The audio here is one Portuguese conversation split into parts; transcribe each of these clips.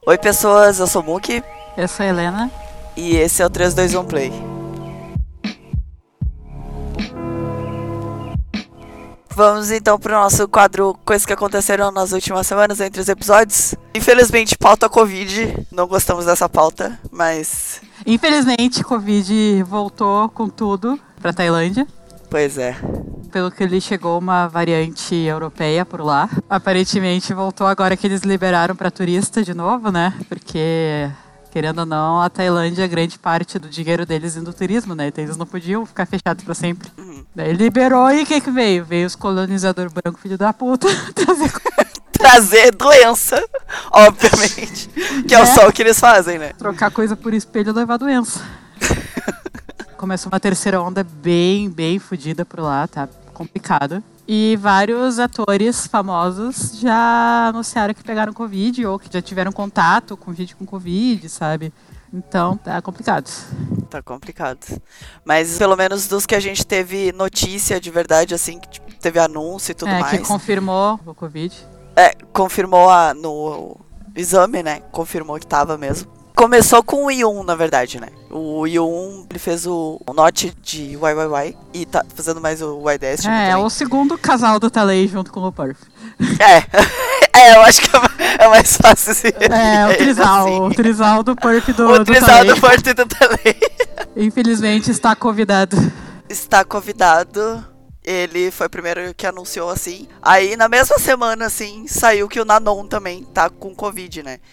Oi pessoas, eu sou o Muki Eu sou a Helena. e esse é o 321 Play. Vamos então pro nosso quadro Coisas que aconteceram nas últimas semanas entre os episódios. Infelizmente, pauta Covid, não gostamos dessa pauta, mas... Infelizmente, Covid voltou com tudo pra Tailândia. Pois é. Pelo que ele chegou uma variante europeia por lá. Aparentemente voltou agora que eles liberaram pra turista de novo, né? Porque, querendo ou não, a Tailândia, grande parte do dinheiro deles indo no turismo, né? Então eles não podiam ficar fechados pra sempre. Daí liberou e o que veio? Veio os colonizadores brancos, filho da puta, Trazer doença, obviamente, que é só o que eles fazem, né? trocar coisa por espelho e levar doença. Começou uma terceira onda bem fodida por lá, tá? Complicada. E vários atores famosos já anunciaram que pegaram Covid ou que já tiveram contato com gente com Covid, sabe? Então, tá complicado. Tá complicado. Mas pelo menos dos que a gente teve notícia de verdade, assim, que tipo, teve anúncio e tudo mais. Que confirmou o Covid. Confirmou no exame, né? Confirmou que tava mesmo. Começou com o Yoon, na verdade, né? O Yoon, ele fez o Note de YYY e tá fazendo mais o YDS. É o segundo casal do Talei junto com o Perf. Eu acho que é mais fácil assim. O trisal. Assim. O trisal do Perf e do O trisal do Perf e do Talei. Infelizmente está convidado. Está convidado. Ele foi o primeiro que anunciou, assim. Aí, na mesma semana, assim, saiu que o Nanon também tá com Covid, né?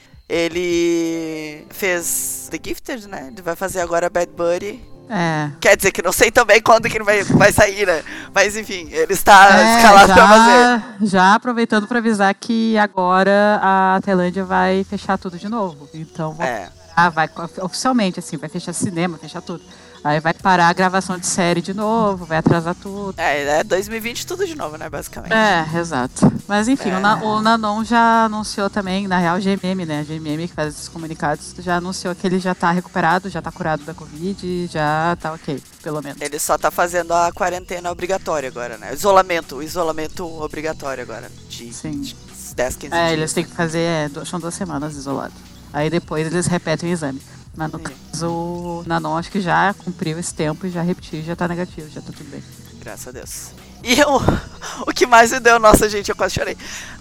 Ele fez The Gifted, né? Ele vai fazer agora Bad Bunny. Quer dizer que não sei também quando que ele vai sair, né? Mas, enfim, ele está escalado pra fazer. Já aproveitando pra avisar que agora a Tailândia vai fechar tudo de novo. Então, vai oficialmente, assim, vai fechar cinema, fechar tudo. Aí vai parar a gravação de série de novo, vai atrasar tudo. 2020 tudo de novo, né, basicamente. Exato. Mas enfim, o Nanon já anunciou também, na real, GMM, né? A GMM que faz esses comunicados, já anunciou que ele já tá recuperado, já tá curado da Covid, já tá ok, pelo menos. Ele só tá fazendo a quarentena obrigatória agora, né? O isolamento obrigatório agora. De 10, 15 dias. Eles têm que fazer, são 2 semanas isolado. Aí depois eles repetem o exame. Mas no caso, o Nanon acho que já cumpriu esse tempo e já repetiu, já tá negativo, já tá tudo bem. Graças a Deus. E o que mais me deu, nossa gente, eu quase chorei.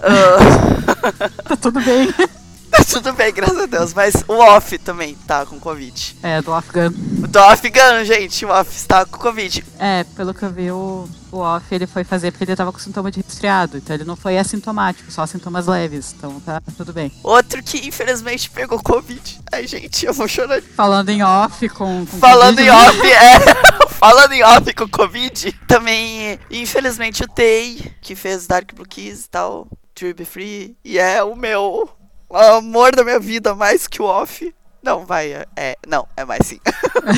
Tá tudo bem. Tá tudo bem, graças a Deus. Mas o Off também tá com Covid. Do Afgan. Do Afgan, gente, o Off está com Covid. Pelo que eu vi, o Off ele foi fazer porque ele tava com sintoma de resfriado. Então ele não foi assintomático, só sintomas leves. Então tá tudo bem. Outro que infelizmente pegou Covid. Ai, gente, eu vou chorar. Falando em Off com Falando COVID, em Off, Falando em Off com Covid. Também, infelizmente, o Tay, que fez Dark Blue Keys e tal, To Be Free. E é o meu amor da minha vida, mais que o Off. Não, não, é mais sim.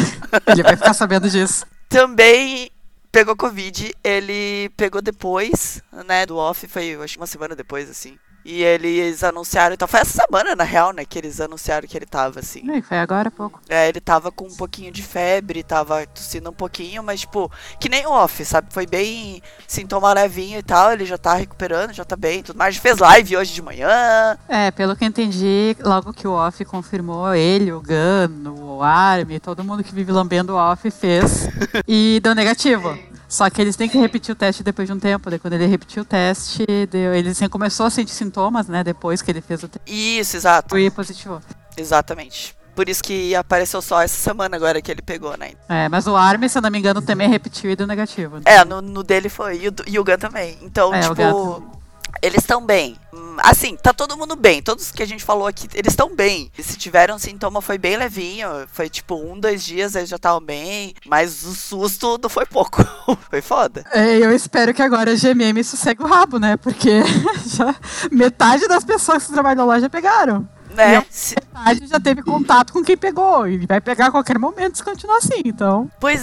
Ele vai ficar sabendo disso. Também pegou Covid, ele pegou depois, né, do Off, foi, eu acho, uma semana depois, assim. E eles anunciaram, então foi essa semana, na real, né, que eles anunciaram que ele tava, assim. Foi agora há pouco. Ele tava com um pouquinho de febre, tava tossindo um pouquinho, mas, tipo, que nem o Off, sabe? Foi bem sintoma levinho e tal, ele já tá recuperando, já tá bem, tudo mais. Fez live hoje de manhã. Pelo que eu entendi, logo que o Off confirmou, ele, o Gun, o Army, todo mundo que vive lambendo o Off fez e deu negativo. Só que eles têm que repetir o teste depois de um tempo. Daí quando ele repetiu o teste, ele começou a sentir sintomas, né? Depois que ele fez o teste. Isso, exato. E positivou. Exatamente. Por isso que apareceu só essa semana agora que ele pegou, né? Mas o Army, se eu não me engano, também repetiu e deu negativo. Né? No dele foi. E o Gun também. Então, tipo... Eles estão bem. Assim, tá todo mundo bem. Todos que a gente falou aqui, eles estão bem. E se tiveram sintoma, foi bem levinho. Foi tipo 1-2 dias, eles já estavam bem. Mas o susto não foi pouco. Foi foda. Eu espero que agora a GMM sossegue o rabo, né? Porque já metade das pessoas que trabalham lá já pegaram. Né? Metade já teve contato com quem pegou. E vai pegar a qualquer momento se continuar assim, então. Pois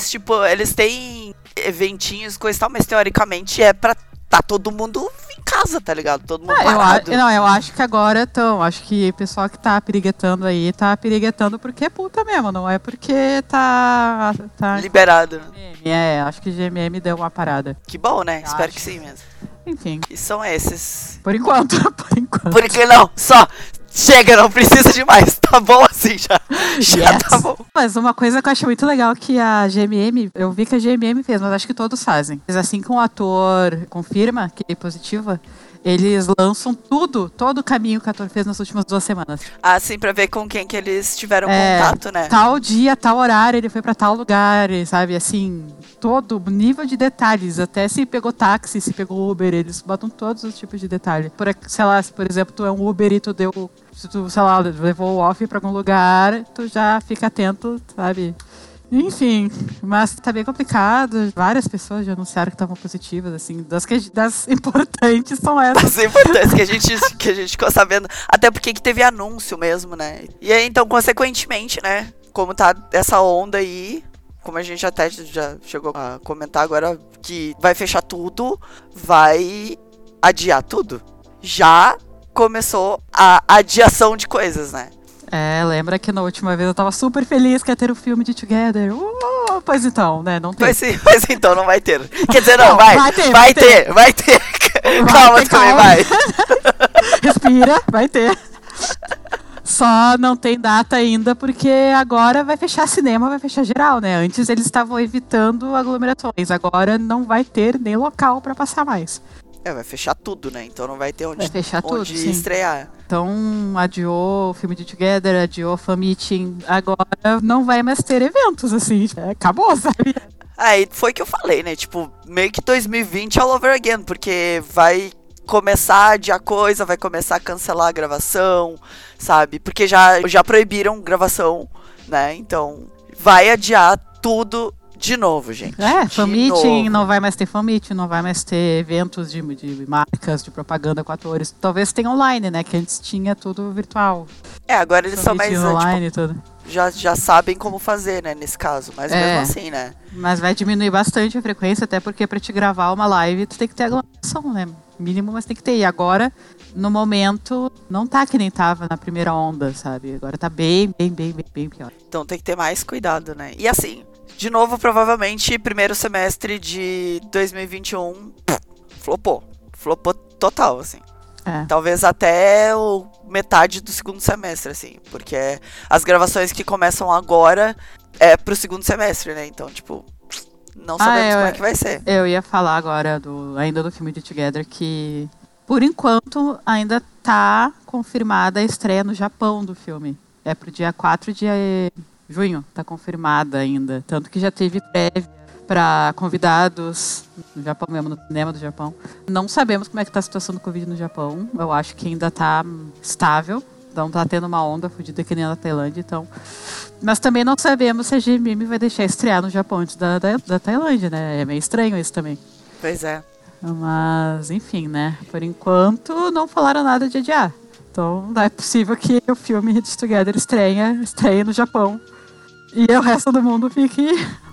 eles têm eventinhos, coisa e tal, mas teoricamente pra tá todo mundo em casa, tá ligado? Todo mundo parado. Eu acho que agora acho que o pessoal que tá piriguetando aí, tá piriguetando porque é puta mesmo, não é porque tá liberado. Acho que GMM deu uma parada. Que bom, né? Espero que sim mesmo. Enfim. E são esses. Por enquanto. Por que não? Só Chega, não precisa de mais. Tá bom assim já. Já Yes. tá bom. Mas uma coisa que eu acho muito legal que a GMM, eu vi que a GMM fez, mas acho que todos fazem. Mas assim que um ator confirma que é positiva, eles lançam tudo, todo o caminho que o ator fez nas últimas 2 semanas. Assim, pra ver com quem que eles tiveram contato, né? Tal dia, tal horário, ele foi pra tal lugar, sabe? Assim, todo o nível de detalhes. Até se pegou táxi, se pegou Uber, eles botam todos os tipos de detalhe. Sei lá, se por exemplo tu é um Uber e tu deu... Se tu, sei lá, levou o off pra algum lugar, tu já fica atento, sabe? Enfim, mas tá bem complicado. Várias pessoas já anunciaram que estavam positivas, assim. Das importantes são essas. Das importantes que a gente ficou sabendo. Até porque que teve anúncio mesmo, né? E aí, então, consequentemente, né? Como tá essa onda aí, como a gente até já chegou a comentar agora, que vai fechar tudo, vai adiar tudo. Já começou a adiação de coisas, né? Lembra que na última vez eu tava super feliz que ia ter o filme de Together. Pois então, né? Não tem. Pois então, não vai ter. Quer dizer, não, vai ter. Calma, também vai. Respira, vai ter. Só não tem data ainda, porque agora vai fechar cinema, vai fechar geral, né? Antes eles estavam evitando aglomerações, agora não vai ter nem local pra passar mais. Vai fechar tudo, né? Então não vai ter onde sim. estrear. Então adiou o filme de Together, adiou o fan meeting. Agora não vai mais ter eventos, assim. Acabou, sabe? Aí foi que eu falei, né? Tipo, meio que 2020 all over again, porque vai começar a adiar coisa, vai começar a cancelar a gravação, sabe? Porque já proibiram gravação, né? Então vai adiar tudo de novo, gente. Fan meeting, não vai mais ter fan meeting, não vai mais ter eventos de marcas, de propaganda com atores. Talvez tenha online, né? Que antes tinha tudo virtual. Agora eles são mais online, tudo. Já sabem como fazer, né, nesse caso. Mas mesmo assim, né? Mas vai diminuir bastante a frequência, até porque pra te gravar uma live, tu tem que ter aglomeração, né? Mínimo, mas tem que ter. E agora, no momento, não tá que nem tava na primeira onda, sabe? Agora tá bem pior. Então tem que ter mais cuidado, né? E assim, de novo, provavelmente, primeiro semestre de 2021, flopou. Flopou total, assim. Talvez até metade do segundo semestre, assim. Porque as gravações que começam agora é pro segundo semestre, né? Então, tipo, não sabemos como é que vai ser. Eu ia falar agora ainda do filme de Together, que por enquanto ainda tá confirmada a estreia no Japão do filme. É pro dia 4 de junho, tá confirmada ainda. Tanto que já teve prévia para convidados no Japão mesmo, no cinema do Japão. Não sabemos como é que tá a situação do Covid no Japão. Eu acho que ainda tá estável. Não tá tendo uma onda fodida que nem na Tailândia, então. Mas também não sabemos se a GMM vai deixar estrear no Japão antes da Tailândia, né? É meio estranho isso também. Pois é. Mas, enfim, né? Por enquanto, não falaram nada de adiar. Então, não é possível que o filme de Together estreie no Japão e o resto do mundo fique...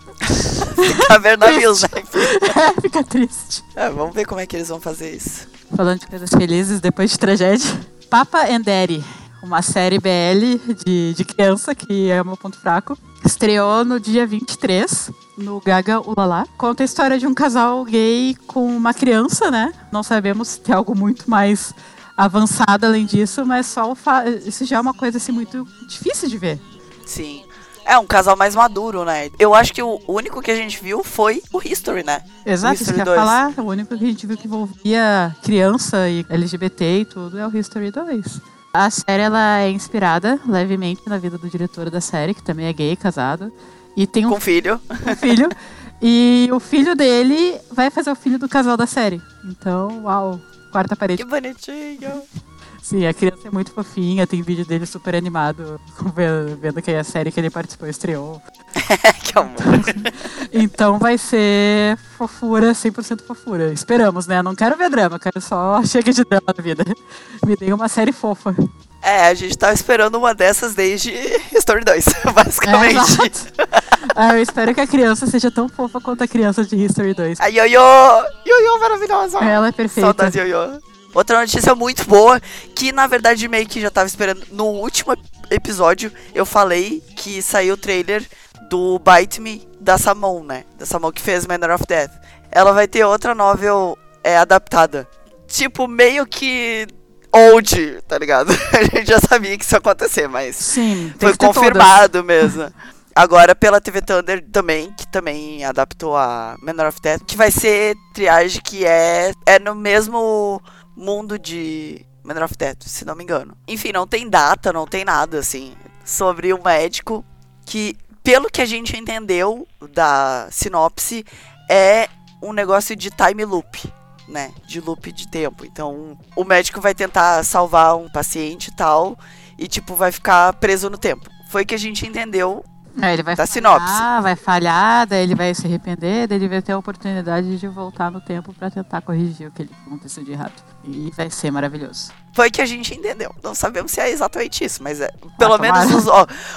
Fica vendo navios, né? Fica triste. Vamos ver como é que eles vão fazer isso. Falando de coisas felizes depois de tragédia. Papa and Daddy, uma série BL de criança, que é o meu ponto fraco. Estreou no dia 23, no Gaga Ulala. Conta a história de um casal gay com uma criança, né? Não sabemos se tem algo muito mais avançado além disso, mas isso já é uma coisa assim muito difícil de ver. Sim. É um casal mais maduro, né? Eu acho que o único que a gente viu foi o History, né? Exato, isso que eu ia falar. O único que a gente viu que envolvia criança e LGBT e tudo é o History 2. A série ela é inspirada levemente na vida do diretor da série, que também é gay, casado. E tem com filho. Um filho. E o filho dele vai fazer o filho do casal da série. Então, uau, quarta parede. Que bonitinho. Sim, a criança é muito fofinha, tem vídeo dele super animado, vendo que a série que ele participou estreou. Que amor. Então vai ser fofura, 100% fofura. Esperamos, né? Não quero ver drama, quero só chega de drama na vida. Me dê uma série fofa. A gente tava esperando uma dessas desde Story 2, basicamente. Eu espero que a criança seja tão fofa quanto a criança de History 2. A Yoyo maravilhosa. Ela é perfeita. Saudades Yoyo. Outra notícia muito boa, que na verdade meio que já tava esperando. No último episódio, eu falei que saiu o trailer do Bite Me, da Samon, né? Da Samon que fez Manor of Death. Ela vai ter outra novel adaptada. Tipo, meio que old, tá ligado? A gente já sabia que isso ia acontecer, mas Sim, foi confirmado mesmo. Agora pela TV Thunder também, que também adaptou a Manor of Death, que vai ser triagem que é no mesmo mundo de Manor of Death, se não me engano. Enfim, não tem data, não tem nada, assim, sobre um médico que, pelo que a gente entendeu da sinopse, é um negócio de time loop, né? De loop de tempo. Então, o médico vai tentar salvar um paciente e tal, e, tipo, vai ficar preso no tempo. Foi o que a gente entendeu ele vai da falhar, sinopse. vai falhar, daí ele vai se arrepender, daí ele vai ter a oportunidade de voltar no tempo pra tentar corrigir o que ele aconteceu de errado. E vai ser maravilhoso. Foi o que a gente entendeu. Não sabemos se é exatamente isso, mas é. Pelo tomara. menos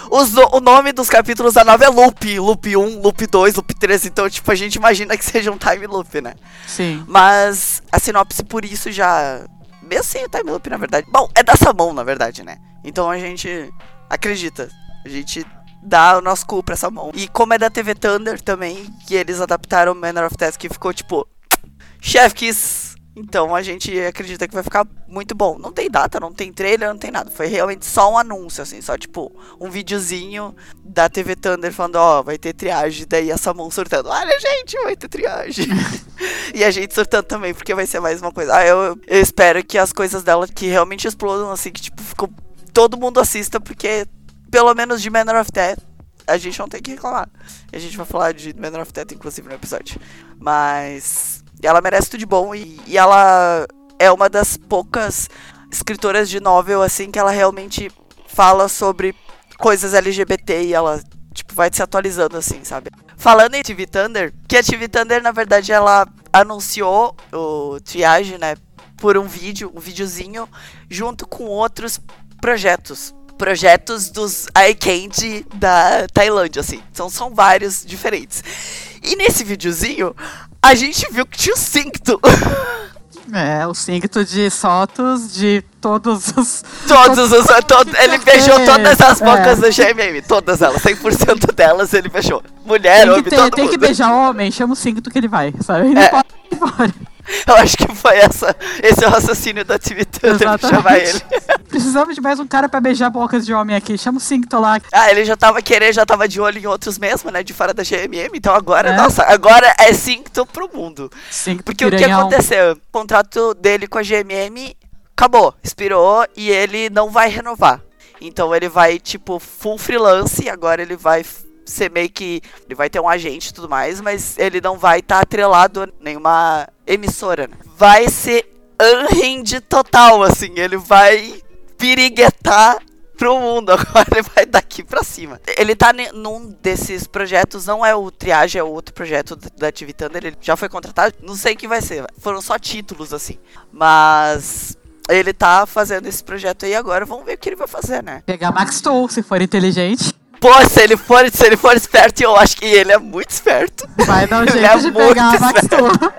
o nome dos capítulos da nova é Loop. Loop 1, Loop 2, Loop 3. Então, tipo, a gente imagina que seja um time loop, né? Sim. Mas a sinopse por isso já. Mesmo sem o time loop, na verdade. Bom, é da Samon, na verdade, né? Então a gente acredita. A gente dá o nosso cu pra Samon. E como é da TV Thunder também, que eles adaptaram Manor of Death, que ficou tipo. Chef Kiss. Então a gente acredita que vai ficar muito bom. Não tem data, não tem trailer, não tem nada. Foi realmente só um anúncio, assim. Só tipo um videozinho da TV Thunder falando, ó, vai ter triagem. Daí a Samon surtando, olha gente, vai ter triagem. E a gente surtando também, porque vai ser mais uma coisa. Eu espero que as coisas dela que realmente explodam, assim, que tipo, todo mundo assista, porque pelo menos de Manor of Death a gente não tem que reclamar. A gente vai falar de Manor of Death, inclusive, no episódio. Mas ela merece tudo de bom e ela é uma das poucas escritoras de novel, assim, que ela realmente fala sobre coisas LGBT e ela, tipo, vai se atualizando, assim, sabe? Falando em TV Thunder, que a TV Thunder, na verdade, ela anunciou o Triage, né, por um videozinho, junto com outros projetos dos eye candy da Tailândia, assim. Então são vários diferentes. E nesse videozinho, a gente viu que tinha o Cincto. O Cincto de Sotos de todos os... Ele beijou todas as bocas do GMM. Todas elas, 100% delas ele beijou. Mulher, homem, todo mundo. Tem que beijar homem, chama o Cincto que ele vai, sabe? Ele não pode ir embora. Eu acho que foi esse o raciocínio da TV Thunder pra chamar ele. Precisamos de mais um cara pra beijar bocas de homem aqui. Chama o Cincto lá. Ele já tava de olho em outros mesmo, né? De fora da GMM. Então agora, agora é Cincto pro mundo. Cincto porque o que aconteceu? O contrato dele com a GMM acabou, expirou e ele não vai renovar. Então ele vai, tipo, full freelance. Agora ele vai ser meio que... Ele vai ter um agente e tudo mais, mas ele não vai estar atrelado a nenhuma emissora, né? Vai ser unhinged total, assim. Ele vai piriguetar pro mundo. Agora ele vai daqui pra cima. Ele tá num desses projetos, não é o Triage, é o outro projeto da TV Thunder. Ele já foi contratado, não sei o que vai ser. Foram só títulos, assim. Mas ele tá fazendo esse projeto aí agora. Vamos ver o que ele vai fazer, né? Pegar Max Tool, se for inteligente. Pô, se ele for esperto, eu acho que ele é muito esperto. Vai dar um jeito de pegar a Max Tool.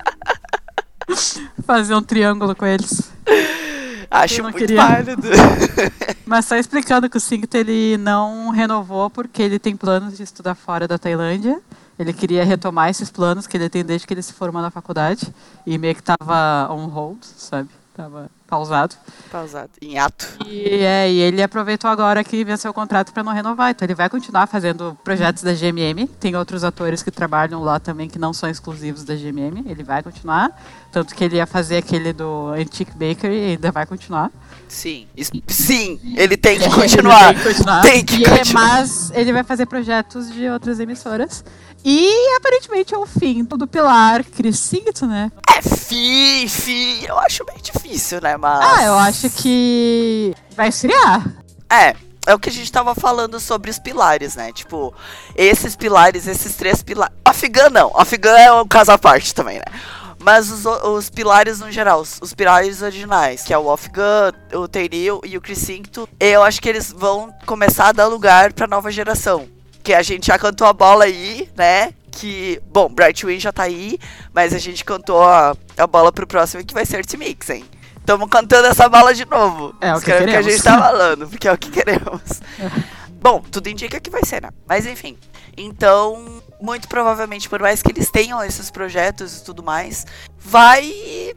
Fazer um triângulo com eles. Acho muito válido. Mas só explicando que o Cincto ele não renovou porque ele tem planos de estudar fora da Tailândia. Ele queria retomar esses planos que ele tem desde que ele se formou na faculdade. E meio que tava on hold, sabe? Tava pausado. Em ato. E ele aproveitou agora que venceu o contrato para não renovar. Então ele vai continuar fazendo projetos da GMM. Tem outros atores que trabalham lá também que não são exclusivos da GMM. Ele vai continuar. Tanto que ele ia fazer aquele do Antique Bakery e ainda vai continuar. Sim, ele tem que continuar. Tem que continuar. Mas ele vai fazer projetos de outras emissoras. E aparentemente é o fim do pilar Chris Cincto, né? Eu acho bem difícil, né? Mas... eu acho que vai esfriar. É o que a gente tava falando sobre os pilares, né? Tipo, esses pilares, esses 3 pilares... Afegã não, Afegã é um caso à parte também, né? Mas os pilares no geral, os pilares originais, que é o Afegã, o Tairil e o Chris Cincto, eu acho que eles vão começar a dar lugar pra nova geração. Que a gente já cantou a bola aí, né? Que, bom, Brightwing já tá aí, mas a gente cantou a bola pro próximo que vai ser T-Mix, hein? Estamos cantando essa bola de novo. É o que queremos. Que a gente tá falando, porque é o que queremos. Bom, tudo indica que vai ser, né? Mas enfim. Então, muito provavelmente, por mais que eles tenham esses projetos e tudo mais, vai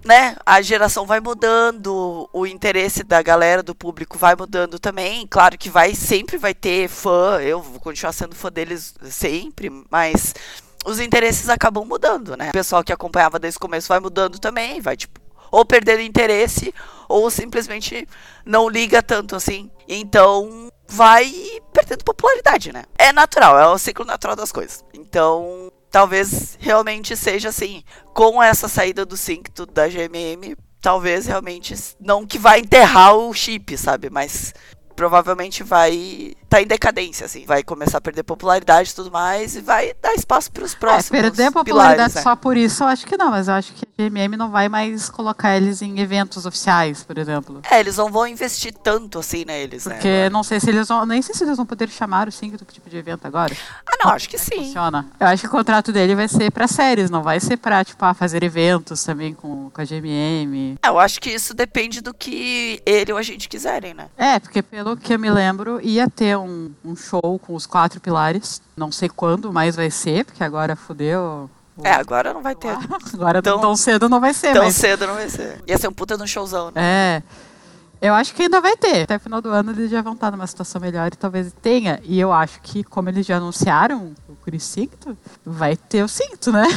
né, a geração vai mudando, o interesse da galera, do público vai mudando também. Claro que sempre vai ter fã, eu vou continuar sendo fã deles sempre, mas os interesses acabam mudando, né? O pessoal que acompanhava desde o começo vai mudando também, vai, tipo, ou perdendo interesse, ou simplesmente não liga tanto assim. Então, vai perdendo popularidade, né? É natural, é o ciclo natural das coisas. Então, talvez realmente seja assim, com essa saída do Syncto da GMM, talvez realmente, não que vai enterrar o chip, sabe? Mas provavelmente vai tá em decadência, assim. Vai começar a perder popularidade e tudo mais, e vai dar espaço para os próximos perder popularidade pilares, né? Só por isso, eu acho que não. Mas eu acho que a GMM não vai mais colocar eles em eventos oficiais, por exemplo. Eles não vão investir tanto, assim, neles, né? Porque não sei se eles vão... Nem sei se eles vão poder chamar o Syncto que tipo de evento agora. Não, acho que sim. Funciona. Eu acho que o contrato dele vai ser pra séries, não vai ser pra, tipo, fazer eventos também com a GMM. Eu acho que isso depende do que ele ou a gente quiserem, né? Porque pelo que eu me lembro, ia ter um show com os 4 pilares. Não sei quando mais vai ser, porque agora fudeu. Agora não vai ter. Agora tão cedo não vai ser. Tão cedo não vai ser. Ia ser um puta no showzão, né? Eu acho que ainda vai ter. Até o final do ano eles já vão estar numa situação melhor e talvez tenha. E eu acho que, como eles já anunciaram o Chris Syncto, vai ter o Syncto, né?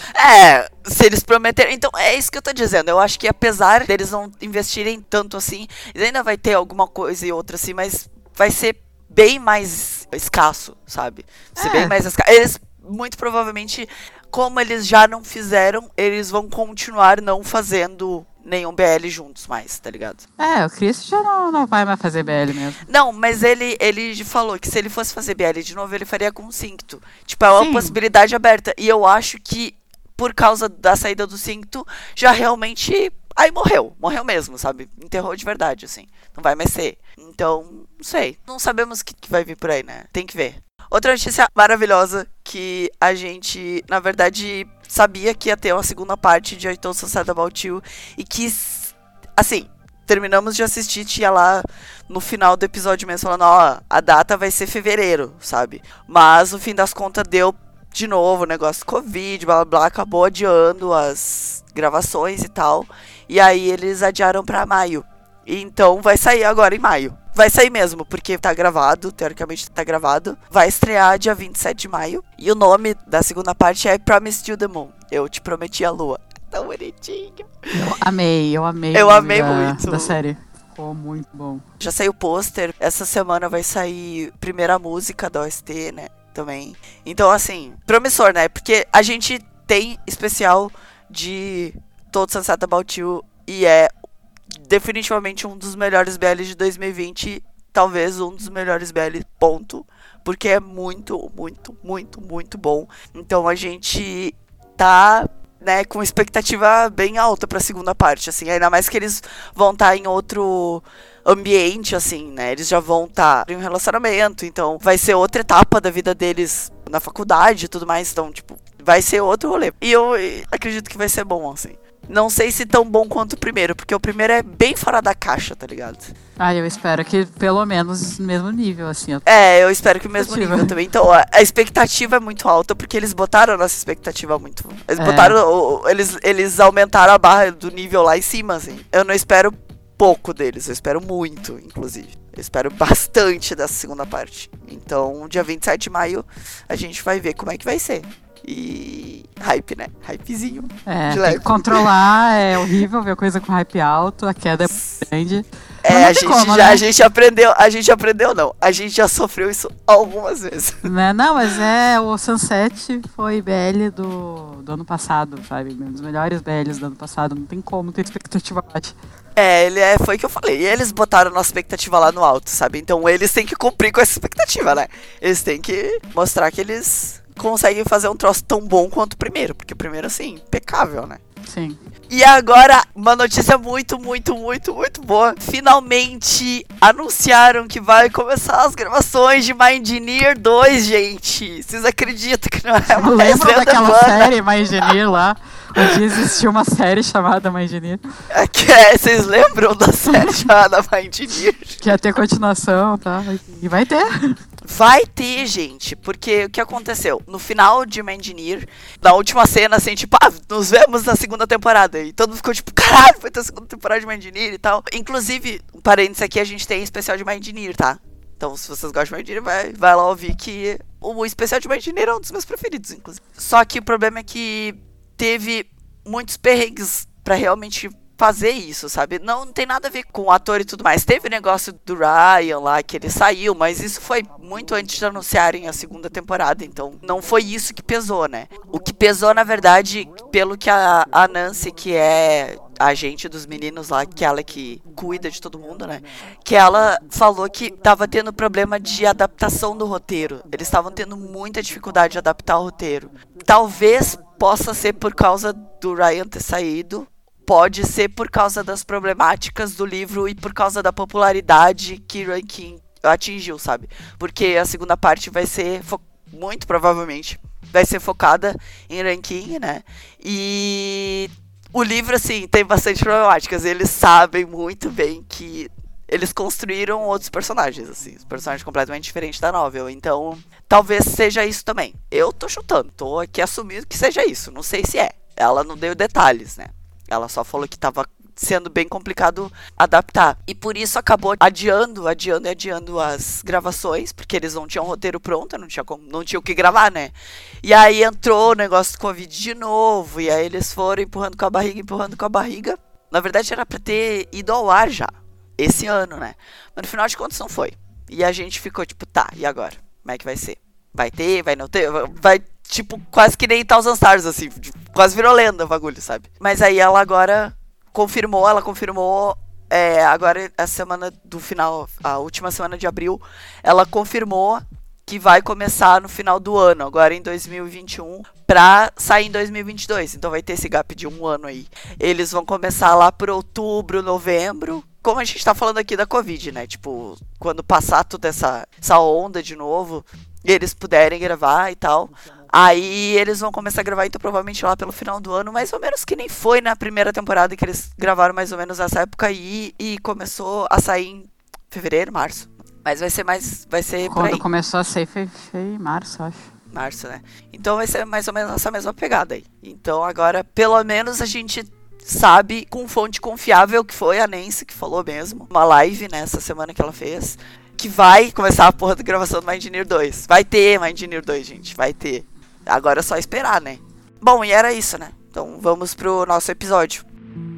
Se eles prometerem... Então, é isso que eu tô dizendo. Eu acho que apesar deles não investirem tanto assim, ainda vai ter alguma coisa e outra assim, mas vai ser bem mais escasso, sabe? Vai ser bem mais escasso. Eles, muito provavelmente, como eles já não fizeram, eles vão continuar não fazendo nenhum BL juntos mais, tá ligado? O Chris já não vai mais fazer BL mesmo. Não, mas ele falou que se ele fosse fazer BL de novo, ele faria com o Syncto. Tipo, é uma possibilidade aberta. E eu acho que, por causa da saída do Syncto, já realmente... Aí morreu mesmo, sabe? Enterrou de verdade, assim. Não vai mais ser. Então, não sei. Não sabemos o que vai vir por aí, né? Tem que ver. Outra notícia maravilhosa que a gente, na verdade, sabia que ia ter uma segunda parte de I Told Sunset About You. E que, assim, terminamos de assistir, tinha lá no final do episódio mesmo falando, a data vai ser fevereiro, sabe? Mas, no fim das contas, deu de novo o negócio Covid, blá blá blá, acabou adiando as gravações e tal. E aí eles adiaram pra maio. Então vai sair agora em maio. Vai sair mesmo, porque tá gravado, teoricamente tá gravado. Vai estrear dia 27 de maio. E o nome da segunda parte é I Promised You the Moon. Eu te prometi a lua. Tão bonitinho. Eu amei muito da série. Ficou muito bom. Já saiu o pôster. Essa semana vai sair a primeira música da OST, né? Também. Então, assim, promissor, né? Porque a gente tem especial de Told Sunset About You e é definitivamente um dos melhores BLs de 2020, talvez um dos melhores BL, ponto, porque é muito, muito, muito, muito bom. Então a gente tá, né, com expectativa bem alta pra segunda parte, assim, ainda mais que eles vão estar em outro ambiente, assim, né, eles já vão estar em um relacionamento, então vai ser outra etapa da vida deles na faculdade e tudo mais, então, tipo, vai ser outro rolê. E eu acredito que vai ser bom, assim. Não sei se tão bom quanto o primeiro, porque o primeiro é bem fora da caixa, tá ligado? Eu espero que pelo menos no mesmo nível, assim. Eu espero que o mesmo nível também. Então, a expectativa é muito alta, porque eles botaram a nossa expectativa muito... Eles aumentaram a barra do nível lá em cima, assim. Eu não espero pouco deles, eu espero muito, inclusive. Eu espero bastante dessa segunda parte. Então, dia 27 de maio, a gente vai ver como é que vai ser. E hype, né? Hypezinho. De leve. Tem que controlar, é horrível ver coisa com hype alto, a queda é grande. A gente aprendeu não. A gente já sofreu isso algumas vezes. Não, mas o Sunset foi BL do ano passado, sabe? Um dos melhores BLs do ano passado, não tem como ter expectativa baixa. Foi o que eu falei. E eles botaram a nossa expectativa lá no alto, sabe? Então eles têm que cumprir com essa expectativa, né? Eles têm que mostrar que eles conseguem fazer um troço tão bom quanto o primeiro. Porque o primeiro, assim, impecável, né? Sim. E agora, uma notícia muito, muito, muito, muito boa. Finalmente anunciaram que vai começar as gravações de My Engineer 2, gente. Vocês acreditam que não é mais lembra daquela série My Engineer lá? Onde existiu uma série chamada My Engineer. Vocês lembram da série chamada My Engineer? Que ia ter continuação, tá? E vai ter. Vai ter, gente, porque o que aconteceu? No final de My Engineer, na última cena, assim, tipo, nos vemos na segunda segunda temporada. E todo mundo ficou tipo, caralho, vai ter a segunda temporada de Mindinir e tal. Inclusive, um parênteses aqui, a gente tem especial de Mindinir, tá? Então, se vocês gostam de Mindinir, vai lá ouvir que o especial de Mindinir é um dos meus preferidos, inclusive. Só que o problema é que teve muitos perrengues pra realmente fazer isso, sabe? Não tem nada a ver com o ator e tudo mais. Teve o negócio do Ryan lá, que ele saiu, mas isso foi muito antes de anunciarem a segunda temporada, então não foi isso que pesou, né? O que pesou, na verdade, pelo que a Nancy, que é a agente dos meninos lá, que ela que cuida de todo mundo, né? Que ela falou que tava tendo problema de adaptação do roteiro. Eles estavam tendo muita dificuldade de adaptar o roteiro. Talvez possa ser por causa do Ryan ter saído, pode ser por causa das problemáticas do livro e por causa da popularidade que Rankin atingiu, sabe? Porque a segunda parte vai ser, muito provavelmente, vai ser focada em Rankin, né? E o livro, assim, tem bastante problemáticas. Eles sabem muito bem que eles construíram outros personagens, assim, os personagens completamente diferentes da novel. Então, talvez seja isso também. Eu tô chutando, tô aqui assumindo que seja isso. Não sei se é. Ela não deu detalhes, né? Ela só falou que tava sendo bem complicado adaptar. E por isso acabou adiando as gravações, porque eles não tinham roteiro pronto, não tinha o que gravar, né? E aí entrou o negócio do Covid de novo, e aí eles foram empurrando com a barriga. Na verdade era pra ter ido ao ar já, esse ano, né? Mas no final de contas não foi. E a gente ficou tipo, tá, e agora? Como é que vai ser? Vai ter, vai não ter? Vai, tipo, quase que nem Thousand Stars, assim, quase virou lenda o bagulho, sabe? Mas aí ela agora confirmou, agora a semana do final, a última semana de abril, ela confirmou que vai começar no final do ano, agora em 2021, pra sair em 2022. Então vai ter esse gap de um ano aí. Eles vão começar lá por outubro, novembro. Como a gente tá falando aqui da Covid, né? Tipo, quando passar toda essa onda de novo, eles puderem gravar e tal. Aí eles vão começar a gravar, então provavelmente lá pelo final do ano, mais ou menos que nem foi na primeira temporada, que eles gravaram mais ou menos nessa época aí, e começou a sair em fevereiro, março. Mas vai ser por aí. Quando começou a sair foi em março, acho. Março, né? Então vai ser mais ou menos essa mesma pegada aí. Então agora, pelo menos a gente sabe, com fonte confiável, que foi a Nancy, que falou mesmo, uma live, né, essa semana que ela fez, que vai começar a porra da gravação do Mindinir 2. Vai ter Mindinir 2, gente, vai ter. Agora é só esperar, né? Bom, e era isso, né? Então vamos pro nosso episódio.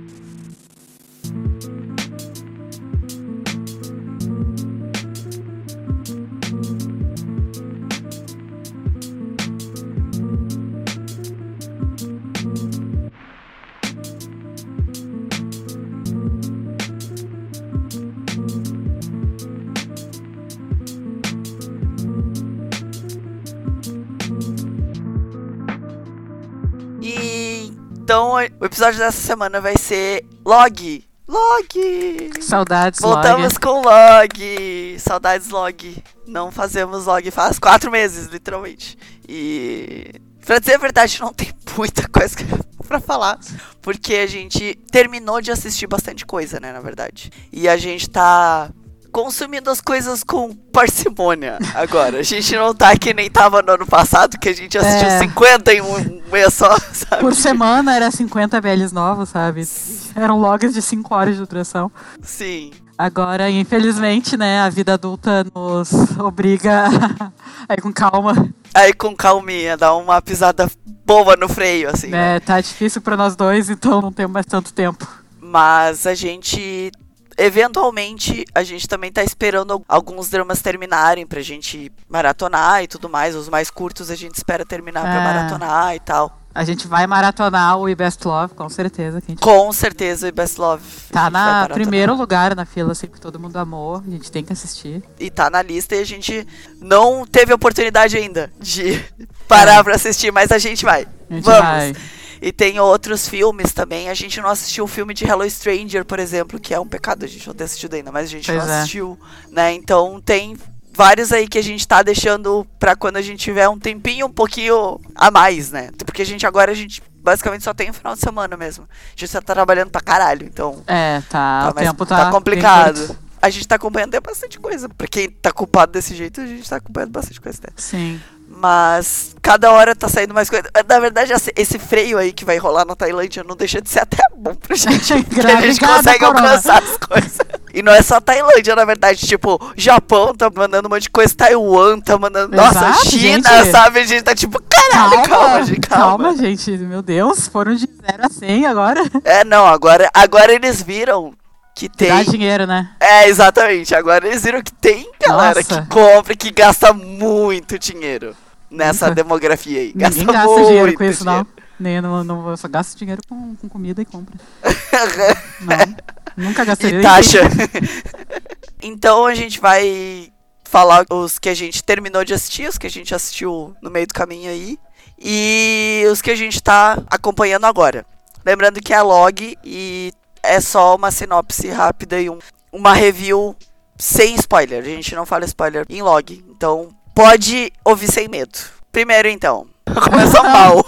Então, o episódio dessa semana vai ser Log! Saudades, Voltamos Log. com Log! Saudades, Log. Não fazemos Log faz 4 meses, literalmente. E, pra dizer a verdade, não tem muita coisa pra falar. Porque a gente terminou de assistir bastante coisa, né, na verdade. E a gente tá consumindo as coisas com parcimônia agora. A gente não tá que nem tava no ano passado, que a gente assistiu 50 em um mês só, sabe? Por semana era 50 BLs novos, sabe? Eram logs de 5 horas de duração. Sim. Agora, infelizmente, né, a vida adulta nos obriga a ir com calma. Aí com calminha, dá uma pisada boa no freio, assim. Né? Tá difícil pra nós dois, então não temos mais tanto tempo. Mas a gente... Eventualmente, a gente também tá esperando alguns dramas terminarem pra gente maratonar e tudo mais. Os mais curtos a gente espera terminar pra maratonar e tal. A gente vai maratonar o Best Love, com certeza. Com certeza, o Best Love. Tá na primeiro lugar na fila, assim, que todo mundo amou. A gente tem que assistir. E tá na lista e a gente não teve oportunidade ainda de parar pra assistir, mas a gente vai. Vamos! Vai. E tem outros filmes também. A gente não assistiu o filme de Hello Stranger, por exemplo, que é um pecado a gente não ter assistido ainda, mas a gente não assistiu, né? Então tem vários aí que a gente tá deixando pra quando a gente tiver um tempinho, um pouquinho a mais, né? Porque a gente basicamente só tem o final de semana mesmo. A gente tá trabalhando pra caralho, então... o tempo tá complicado. a gente tá acompanhando até bastante coisa. Pra quem tá culpado desse jeito, a gente tá acompanhando bastante coisa, né? Sim. Mas cada hora tá saindo mais coisa. Na verdade, esse freio aí que vai rolar na Tailândia não deixa de ser até bom pra gente. Que a gente consegue alcançar as coisas. E não é só Tailândia, na verdade. Tipo, Japão tá mandando um monte de coisa. Taiwan tá mandando... Nossa, China, gente, sabe? A gente tá tipo, caralho, calma, gente. Meu Deus, foram de 0 a 100 agora. Não, agora eles viram que tem... Dá dinheiro, né? Exatamente. Agora eles viram que tem galera que compra e que gasta muito dinheiro nessa demografia aí. Ninguém gasta dinheiro com isso, dinheiro. Não. Eu só gasto dinheiro com comida e compra. Não, nunca gastaria. E taxa. Então a gente vai falar os que a gente terminou de assistir, os que a gente assistiu no meio do caminho aí. E os que a gente tá acompanhando agora. Lembrando que é log e... é só uma sinopse rápida e uma review sem spoiler. A gente não fala spoiler em log. Então, pode ouvir sem medo. Primeiro, então. Começou mal.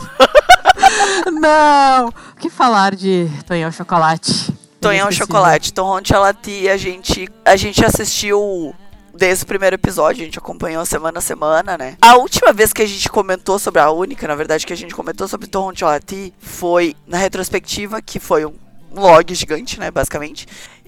Não! O que falar de Tonhão Chocolate? Tonhão Chocolate. Tonhão Chocolate, a gente assistiu desde o primeiro episódio. A gente acompanhou semana a semana, né? A última vez que a gente comentou sobre... a única, na verdade, que a gente comentou sobre Tonhão Chocolate foi na retrospectiva, que foi um log gigante, né, basicamente.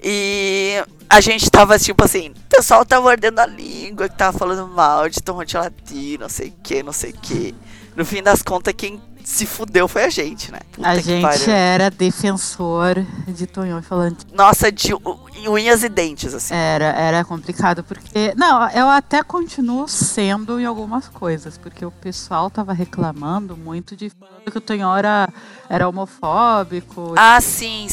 E a gente tava tipo assim, o pessoal tava mordendo a língua, que tava falando mal de Tonhão Chocolate, não sei o que. No fim das contas, quem se fudeu foi a gente, né? Puta a gente era defensor de Tonhão Chocolate. Nossa, de unhas e dentes, assim. Era complicado, porque... Não, eu até continuo sendo em algumas coisas, porque o pessoal tava reclamando muito de que o Tonhão era homofóbico. Ah, sim.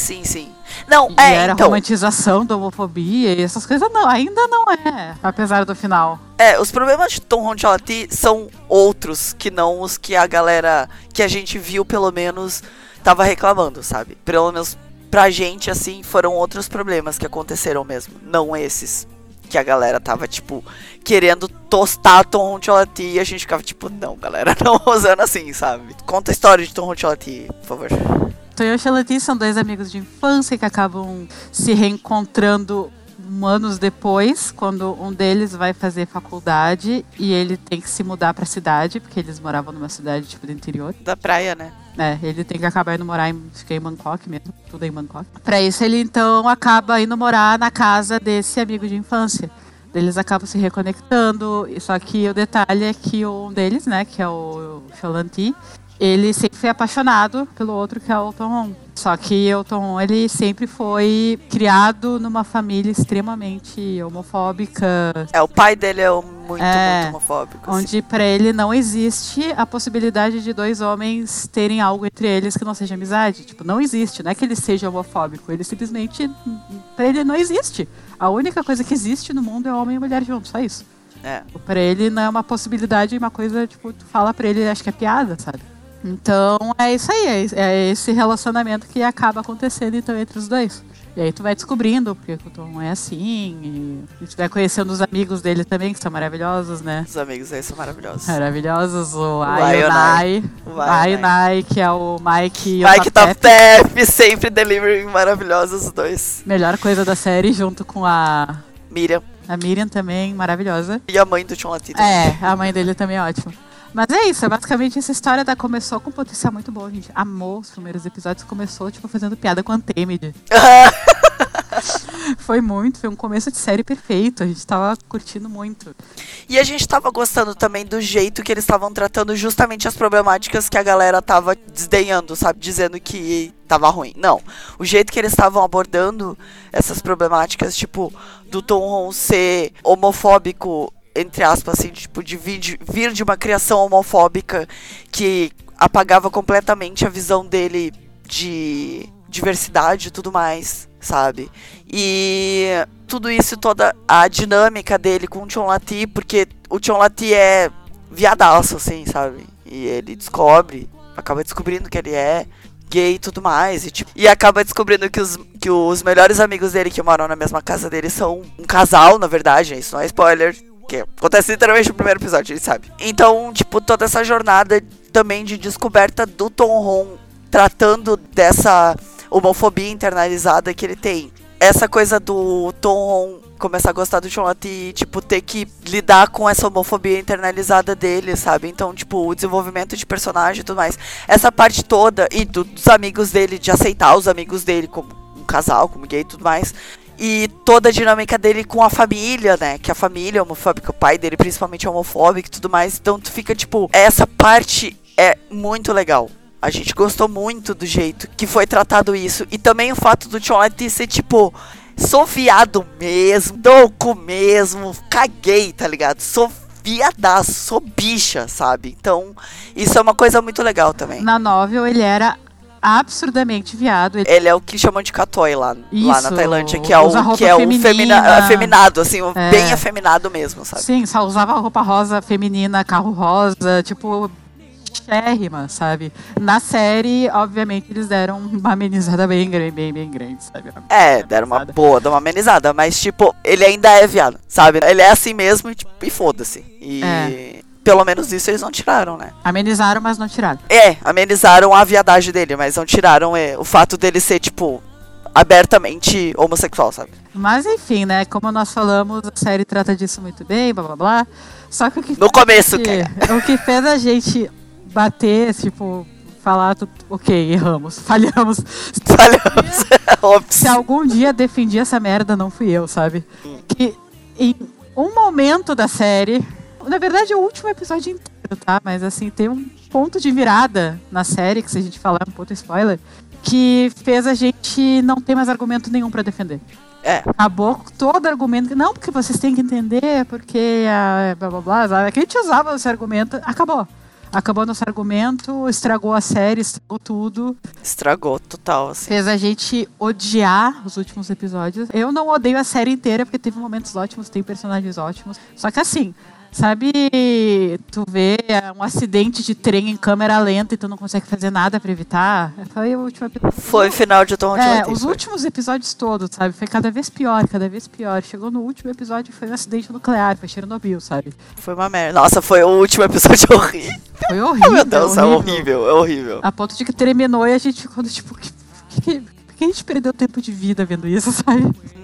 Não, e era então... romantização da homofobia e essas coisas. Não, ainda não é, apesar do final. Os problemas de Tonhão Chocolate são outros que não os que a galera, que a gente viu pelo menos, tava reclamando, sabe? Pelo menos pra gente, assim, foram outros problemas que aconteceram mesmo, não esses. Que a galera tava, tipo, querendo tostar Tonhão Chocolate e a gente ficava, tipo, não, galera, não usando assim, sabe? Conta a história de Tonhão Chocolate, por favor. Tonhão Chocolate são 2 amigos de infância que acabam se reencontrando anos depois, quando um deles vai fazer faculdade e ele tem que se mudar pra cidade, porque eles moravam numa cidade, tipo, do interior. Da praia, né? Ele tem que acabar indo morar em Bangkok mesmo, tudo em Bangkok. Pra isso ele, então, acaba indo morar na casa desse amigo de infância. Eles acabam se reconectando, só que o detalhe é que um deles, né, que é o Chocolate, ele sempre foi apaixonado pelo outro, que é o Tonhão. Só que o Tonhão, ele sempre foi criado numa família extremamente homofóbica. O pai dele é muito homofóbico. Onde assim, pra ele não existe a possibilidade de 2 homens terem algo entre eles que não seja amizade. Tipo, não existe. Não é que ele seja homofóbico. Ele simplesmente, pra ele não existe. A única coisa que existe no mundo é homem e mulher juntos, só isso. Pra ele não é uma possibilidade, uma coisa, tipo, tu fala pra ele, acho que é piada, sabe? Então, é isso aí, é esse relacionamento que acaba acontecendo, então, entre os dois. E aí tu vai descobrindo porque o Tom é assim, e a gente vai conhecendo os amigos dele também, que são maravilhosos, né? Os amigos aí são maravilhosos. Maravilhosos, o Ayonai, que é o Mike e o Mike Top Tap, sempre delivering maravilhosos os dois. Melhor coisa da série, junto com a Miriam. A Miriam também, maravilhosa. E a mãe do Chocolate. A mãe dele também é ótima. Mas é isso, basicamente essa história começou com um potencial muito bom, a gente amou os primeiros episódios, começou tipo fazendo piada com a Untamed. Foi um começo de série perfeito, a gente tava curtindo muito. E a gente tava gostando também do jeito que eles estavam tratando justamente as problemáticas que a galera tava desdenhando, sabe, dizendo que tava ruim. Não, o jeito que eles estavam abordando essas problemáticas, tipo, do Tonhão ser homofóbico, entre aspas, assim, tipo, de vir de uma criação homofóbica que apagava completamente a visão dele de diversidade e tudo mais, sabe? E tudo isso, toda a dinâmica dele com o Chocolate, porque o Chocolate é viadaço, assim, sabe? E ele acaba descobrindo que ele é gay e tudo mais, e acaba descobrindo que os melhores amigos dele que moram na mesma casa dele são um casal, na verdade, isso não é spoiler, que acontece literalmente no primeiro episódio, ele sabe. Então, tipo, toda essa jornada também de descoberta do Tonhão, tratando dessa homofobia internalizada que ele tem. Essa coisa do Tonhão começar a gostar do Chonlathe e, tipo, ter que lidar com essa homofobia internalizada dele, sabe? Então, tipo, o desenvolvimento de personagem e tudo mais. Essa parte toda, e dos amigos dele, de aceitar os amigos dele como um casal, como gay e tudo mais. E toda a dinâmica dele com a família, né? Que a família é homofóbica, o pai dele principalmente é homofóbico e tudo mais. Então tu fica, tipo, essa parte é muito legal. A gente gostou muito do jeito que foi tratado isso. E também o fato do Chonlathe ser, tipo, sou viado mesmo, doco mesmo, caguei, tá ligado? Sou viadaço, sou bicha, sabe? Então, isso é uma coisa muito legal também. Na novel, ele era absurdamente viado. Ele é o que chamam de Katoi lá na Tailândia, que é afeminado, assim, bem afeminado mesmo, sabe? Sim, só usava roupa rosa feminina, carro rosa, tipo, chérrima, sabe? Na série, obviamente, eles deram uma amenizada bem grande, sabe? Deram uma boa, deu uma amenizada, mas, tipo, ele ainda é viado, sabe? Ele é assim mesmo e foda-se. E pelo menos isso eles não tiraram, né? Amenizaram, mas não tiraram. Amenizaram a viadagem dele, mas não tiraram o fato dele ser, tipo, abertamente homossexual, sabe? Mas enfim, né? Como nós falamos, a série trata disso muito bem, blá blá blá. Só que o que no começo, o que fez a gente bater, tipo, falar, ok, erramos, falhamos. Se algum dia defendi essa merda, não fui eu, sabe? Que em um momento da série, na verdade é o último episódio inteiro, tá? Mas assim, tem um ponto de virada na série, que se a gente falar um ponto spoiler, que fez a gente não ter mais argumento nenhum pra defender. Acabou todo argumento. Não, porque vocês têm que entender, porque blá blá blá, sabe? Que a gente usava esse argumento, acabou nosso argumento, estragou a série, estragou tudo. Estragou, total, assim. Fez a gente odiar os últimos episódios. Eu não odeio a série inteira, porque teve momentos ótimos, tem personagens ótimos. Só que assim, sabe, tu vê um acidente de trem em câmera lenta e tu não consegue fazer nada pra evitar? Foi o último episódio. Foi o final de Tom Chonlathe. Os últimos episódios todos, sabe? Foi cada vez pior. Chegou no último episódio e foi um acidente nuclear, foi Chernobyl, sabe? Foi uma merda. Nossa, foi o último episódio horrível. Foi horrível. Meu Deus, é horrível. A ponto de que terminou e a gente ficou tipo, por que a gente perdeu tempo de vida vendo isso, sabe?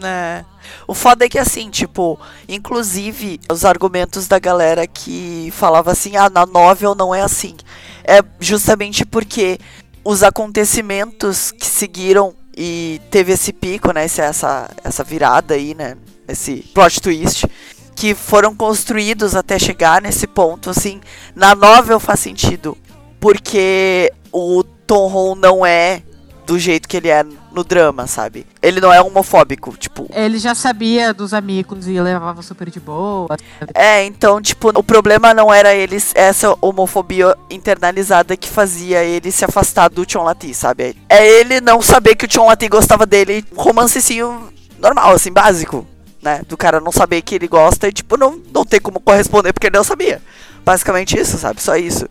O foda é que assim, tipo, inclusive os argumentos da galera que falava assim, na novel não é assim. É justamente porque os acontecimentos que seguiram e teve esse pico, né, essa virada aí, né, esse plot twist, que foram construídos até chegar nesse ponto, assim, na novel faz sentido, porque o Tom Hall não é do jeito que ele é no drama, sabe? Ele não é homofóbico, tipo... Ele já sabia dos amigos e levava super de boa. Então, tipo, o problema não era essa homofobia internalizada que fazia ele se afastar do Chonlathe, sabe? É ele não saber que o Chonlathe gostava dele, um romancezinho normal, assim, básico, né? Do cara não saber que ele gosta e, tipo, não ter como corresponder porque ele não sabia. Basicamente isso, sabe? Só isso.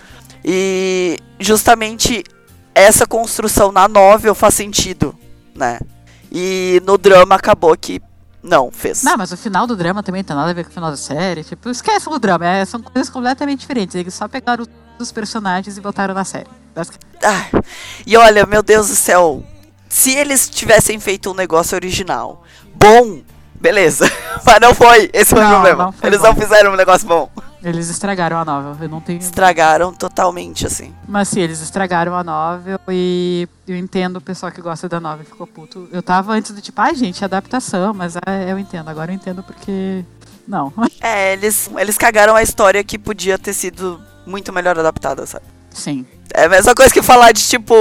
E justamente essa construção na novel faz sentido, né? E no drama acabou que não fez. Não, mas o final do drama também não tem nada a ver com o final da série. Tipo, esquece o drama, são coisas completamente diferentes. Eles só pegaram os personagens e botaram na série. E olha, meu Deus do céu, se eles tivessem feito um negócio original, bom, beleza. Mas não foi, esse foi o problema. Eles não fizeram um negócio bom. Eles estragaram a novel, eu não tenho... Estragaram totalmente, assim. Mas sim, eles estragaram a novel e eu entendo o pessoal que gosta da novel ficou puto. Eu tava antes do tipo, gente, adaptação, mas eu entendo. Agora eu entendo porque... Não. Eles cagaram a história que podia ter sido muito melhor adaptada, sabe? Sim. É a mesma coisa que falar de, tipo,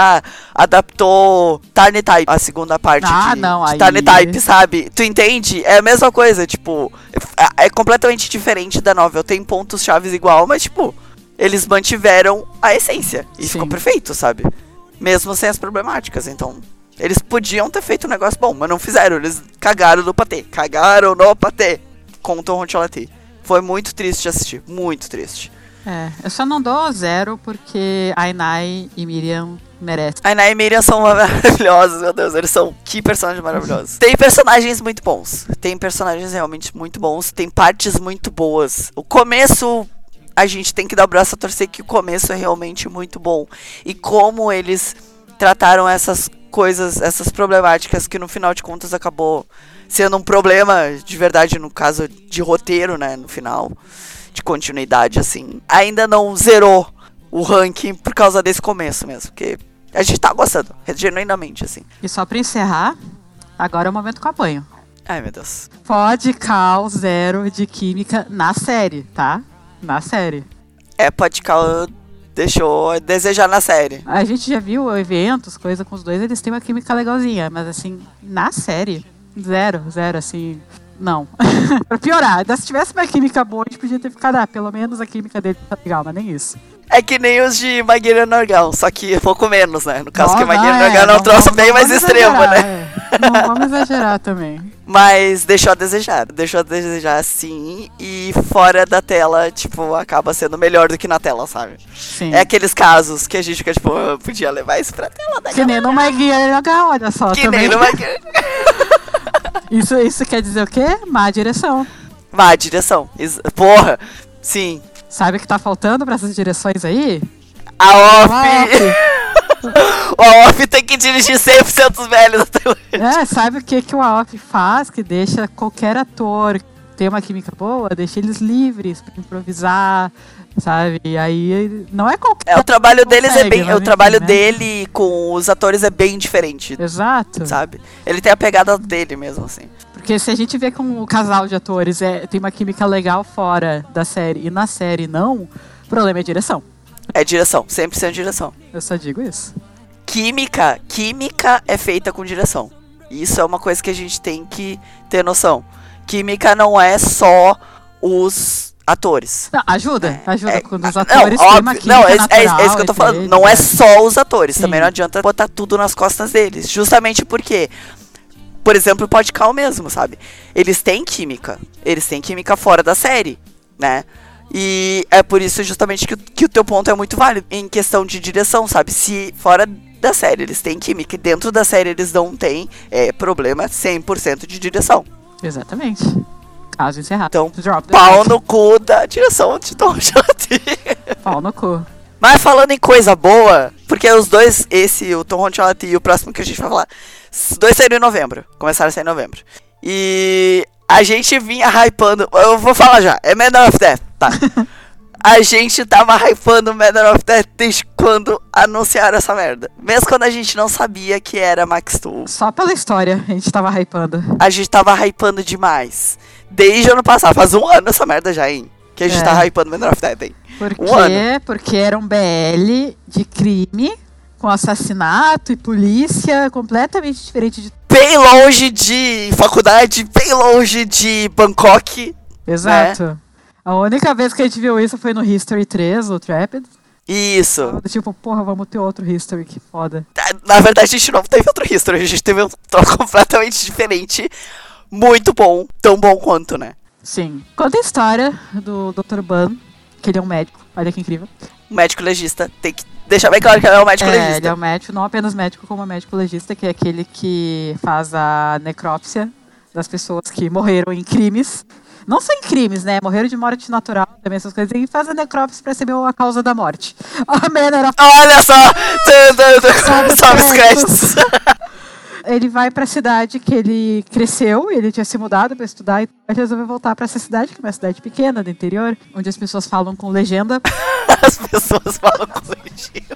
adaptou Tiny Type, a segunda parte de Tiny Type, sabe? Tu entende? É a mesma coisa, tipo, é completamente diferente da novel. Tem pontos chaves igual, mas, tipo, eles mantiveram a essência. E ficou perfeito, sabe? Mesmo sem as problemáticas, então... Eles podiam ter feito um negócio bom, mas não fizeram. Eles cagaram no patê. Com o Tom Chonlathe. Foi muito triste de assistir, muito triste. Eu só não dou 0 porque Ainai e Miriam merecem. Ainai e Miriam são maravilhosos, meu Deus, eles são que personagens maravilhosos. Tem personagens muito bons, tem personagens realmente muito bons, tem partes muito boas. O começo, a gente tem que dar o braço a torcer que o começo é realmente muito bom. E como eles trataram essas coisas, essas problemáticas que no final de contas acabou sendo um problema de verdade, no caso de roteiro, né, no final, de continuidade, assim, ainda não zerou o ranking por causa desse começo mesmo, porque a gente tá gostando, genuinamente, assim. E só pra encerrar, agora é o momento que eu apanho. Ai, meu Deus. Pode cal 0 de química na série, tá? Na série. Podcal deixou a desejar na série. A gente já viu eventos, coisa com os dois, eles têm uma química legalzinha, mas assim, na série, zero, assim, não. Pra piorar, se tivesse uma química boa, a gente podia ter ficado, pelo menos a química dele tá legal, mas nem isso. É que nem os de Maguire Norgal, só que pouco menos, né? No caso, que Maguire não, Norgal é um troço bem mais extremo, exagerar, né? Não vamos exagerar também. Mas deixou a desejar sim, e fora da tela, tipo, acaba sendo melhor do que na tela, sabe? Sim. É aqueles casos que a gente fica, tipo, podia levar isso pra tela da Que nem no Maguire Norgal, olha só. Que também. nem no Maguire. Isso quer dizer o quê? Má direção. Má direção. Porra, sim. Sabe o que tá faltando pra essas direções aí? A off. O AOF tem que dirigir 100% dos velhos até hoje. Sabe o que o AOF faz? Que deixa qualquer ator que tem uma química boa, deixa eles livres pra improvisar, sabe? E aí não é qualquer. O trabalho deles consegue, é bem. O trabalho dele com os atores é bem diferente. Exato. Sabe? Ele tem a pegada dele mesmo, assim. Porque se a gente vê que um casal de atores tem uma química legal fora da série e na série não, o problema é a direção. É direção, 100% direção. Eu só digo isso. Química é feita com direção. Isso é uma coisa que a gente tem que ter noção. Química não é só os atores. Não, ajuda quando os atores não, têm óbvio, uma química não, natural é isso que eu tô falando. eles, Não é só os atores. Sim. Também não adianta botar tudo nas costas deles. Justamente porque, por exemplo, o Podcal mesmo, sabe? Eles têm química fora da série, né? E é por isso justamente que o teu ponto é muito válido em questão de direção, sabe? Se fora da série eles têm química e dentro da série eles não têm, problema 100% de direção. Exatamente. Caso encerrado. Então, Drop the pau mic. no cu da direção de Tom Ronchotti. Pau no cu. Mas falando em coisa boa, porque os dois, o Tom Ronchotti e o próximo que a gente vai falar, os dois saíram em novembro. Começaram a sair em novembro. E a gente vinha hypando. Eu vou falar já, é Manor of Death, tá? A gente tava hypando Manor of Death desde quando anunciaram essa merda. Mesmo quando a gente não sabia que era Max Steel. Só pela história a gente tava hypando. A gente tava hypando demais. Desde ano passado, faz um ano essa merda já, hein? Que a gente tá hypando Manor of Death, hein? Por quê? Porque era um BL de crime, com assassinato e polícia, completamente diferente de... Bem longe de faculdade, bem longe de Bangkok. Exato. Né? A única vez que a gente viu isso foi no History 3, o Trapped. Isso. Tipo, porra, vamos ter outro History, que foda. Na verdade, a gente não teve outro History, a gente teve um troço completamente diferente. Muito bom, tão bom quanto, né? Sim. Conta a história do Dr. Ban, que ele é um médico, olha que incrível. Um médico legista, tem que deixar bem claro que ele é um médico legista. Ele é um médico, não apenas médico, como médico legista, que é aquele que faz a necrópsia das pessoas que morreram em crimes. Não só em crimes, né? Morreram de morte natural, também essas coisas. E faz a necrópsia pra saber a causa da morte. Olha só! Sobe os créditos. Ele vai pra cidade que ele cresceu, ele tinha se mudado pra estudar, e ele resolveu voltar pra essa cidade, que é uma cidade pequena, do interior, onde as pessoas falam com legenda. As pessoas falam com legenda.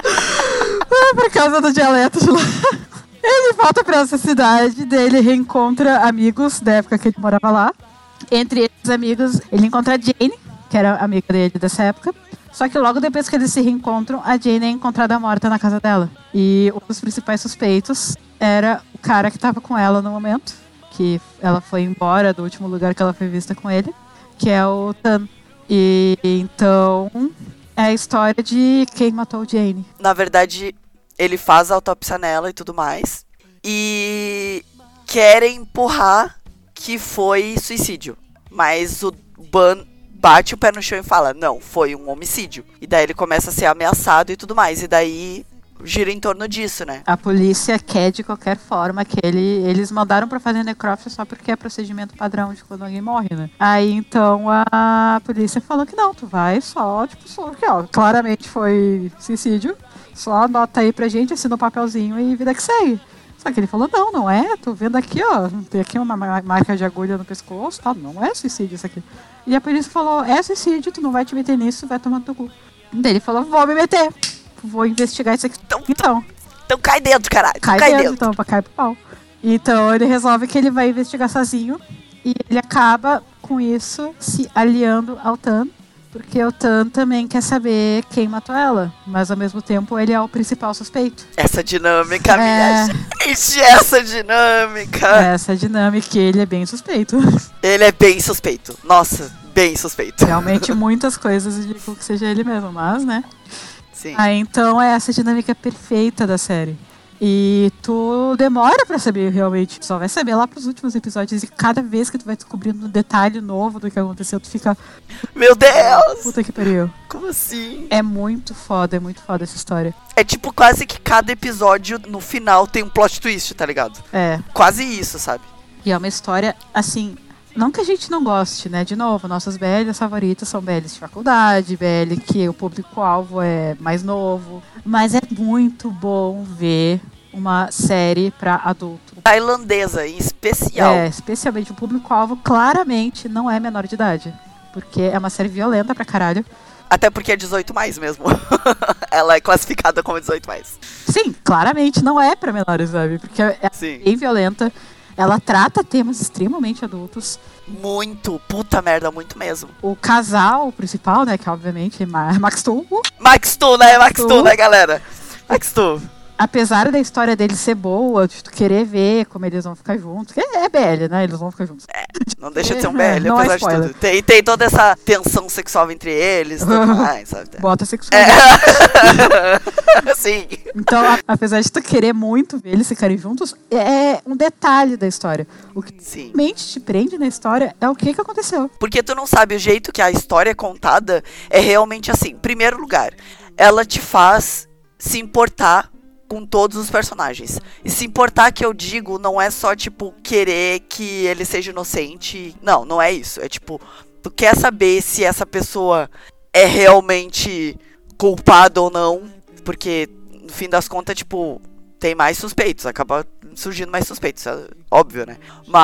Por causa do dialeto de lá. Ele volta pra essa cidade, daí ele reencontra amigos da época que ele morava lá. Entre esses amigos, ele encontra a Jane, que era amiga dele dessa época. Só que logo depois que eles se reencontram, a Jane é encontrada morta na casa dela. E um dos principais suspeitos era o cara que tava com ela no momento, que ela foi embora do último lugar que ela foi vista com ele, que é o Tan. E então é a história de quem matou Jane. Na verdade, ele faz a autópsia nela e tudo mais. E querem empurrar que foi suicídio. Mas o Ban bate o pé no chão e fala, não, foi um homicídio. E daí ele começa a ser ameaçado e tudo mais. E daí gira em torno disso, né? A polícia quer de qualquer forma que eles mandaram pra fazer necrópsia só porque é procedimento padrão de quando alguém morre, né? Aí então a polícia falou que não, tu vai só, tipo, só aqui, ó, claramente foi suicídio, só anota aí pra gente, assina o papelzinho e vida que segue. Só que ele falou, não é, tô vendo aqui, ó, tem aqui uma marca de agulha no pescoço, tá, não é suicídio isso aqui. E a polícia falou, é suicídio, tu não vai te meter nisso, vai tomar no teu cu. Daí ele falou, vou me meter, vou investigar isso aqui. Então cai dentro, caralho, cai dentro. Então, pra cair pro pau. Então ele resolve que ele vai investigar sozinho e ele acaba, com isso, se aliando ao Tan, porque o Tan também quer saber quem matou ela, mas ao mesmo tempo ele é o principal suspeito. Essa dinâmica, minha gente, essa dinâmica, ele é bem suspeito. Ele é bem suspeito, nossa, bem suspeito. Realmente muitas coisas indicam que seja ele mesmo, mas, né? Sim. Então é essa dinâmica perfeita da série. E tu demora pra saber realmente. Tu só vai saber lá pros últimos episódios. E cada vez que tu vai descobrindo um detalhe novo do que aconteceu, tu fica... Meu Deus! Puta que pariu. Como assim? É muito foda essa história. É tipo quase que cada episódio, no final, tem um plot twist, tá ligado? É. Quase isso, sabe? E é uma história, assim... Não que a gente não goste, né? De novo, nossas BLs favoritas são BLs de faculdade, BL que o público-alvo é mais novo. Mas é muito bom ver uma série pra adulto. Tailandesa, em especial. É, especialmente o público-alvo claramente não é menor de idade. Porque é uma série violenta pra caralho. Até porque é 18 mais mesmo. Ela é classificada como 18 mais. Sim, claramente não é pra menores, sabe? Porque é bem violenta. Ela trata temas extremamente adultos. Muito, puta merda, muito mesmo. O casal principal, né, que obviamente é Max Tu. Max Tu, né, galera? Max Tu. Apesar da história dele ser boa, de tu querer ver como eles vão ficar juntos. É BL, né? Eles vão ficar juntos. Não deixa de ser um BL, não apesar é spoiler. de tudo. Tem toda essa tensão sexual entre eles, tudo mais, sabe? Bota sexual. Sim. Então, apesar de tu querer muito ver eles ficarem juntos, é um detalhe da história. O que realmente te prende na história é o que aconteceu. Porque tu não sabe, o jeito que a história é contada é realmente assim. Em primeiro lugar, ela te faz se importar com todos os personagens. E se importar, que eu digo, não é só, tipo, querer que ele seja inocente. Não é isso. É tipo, tu quer saber se essa pessoa é realmente culpada ou não. Porque, no fim das contas, tipo, tem mais suspeitos. Acaba surgindo mais suspeitos, é óbvio, né?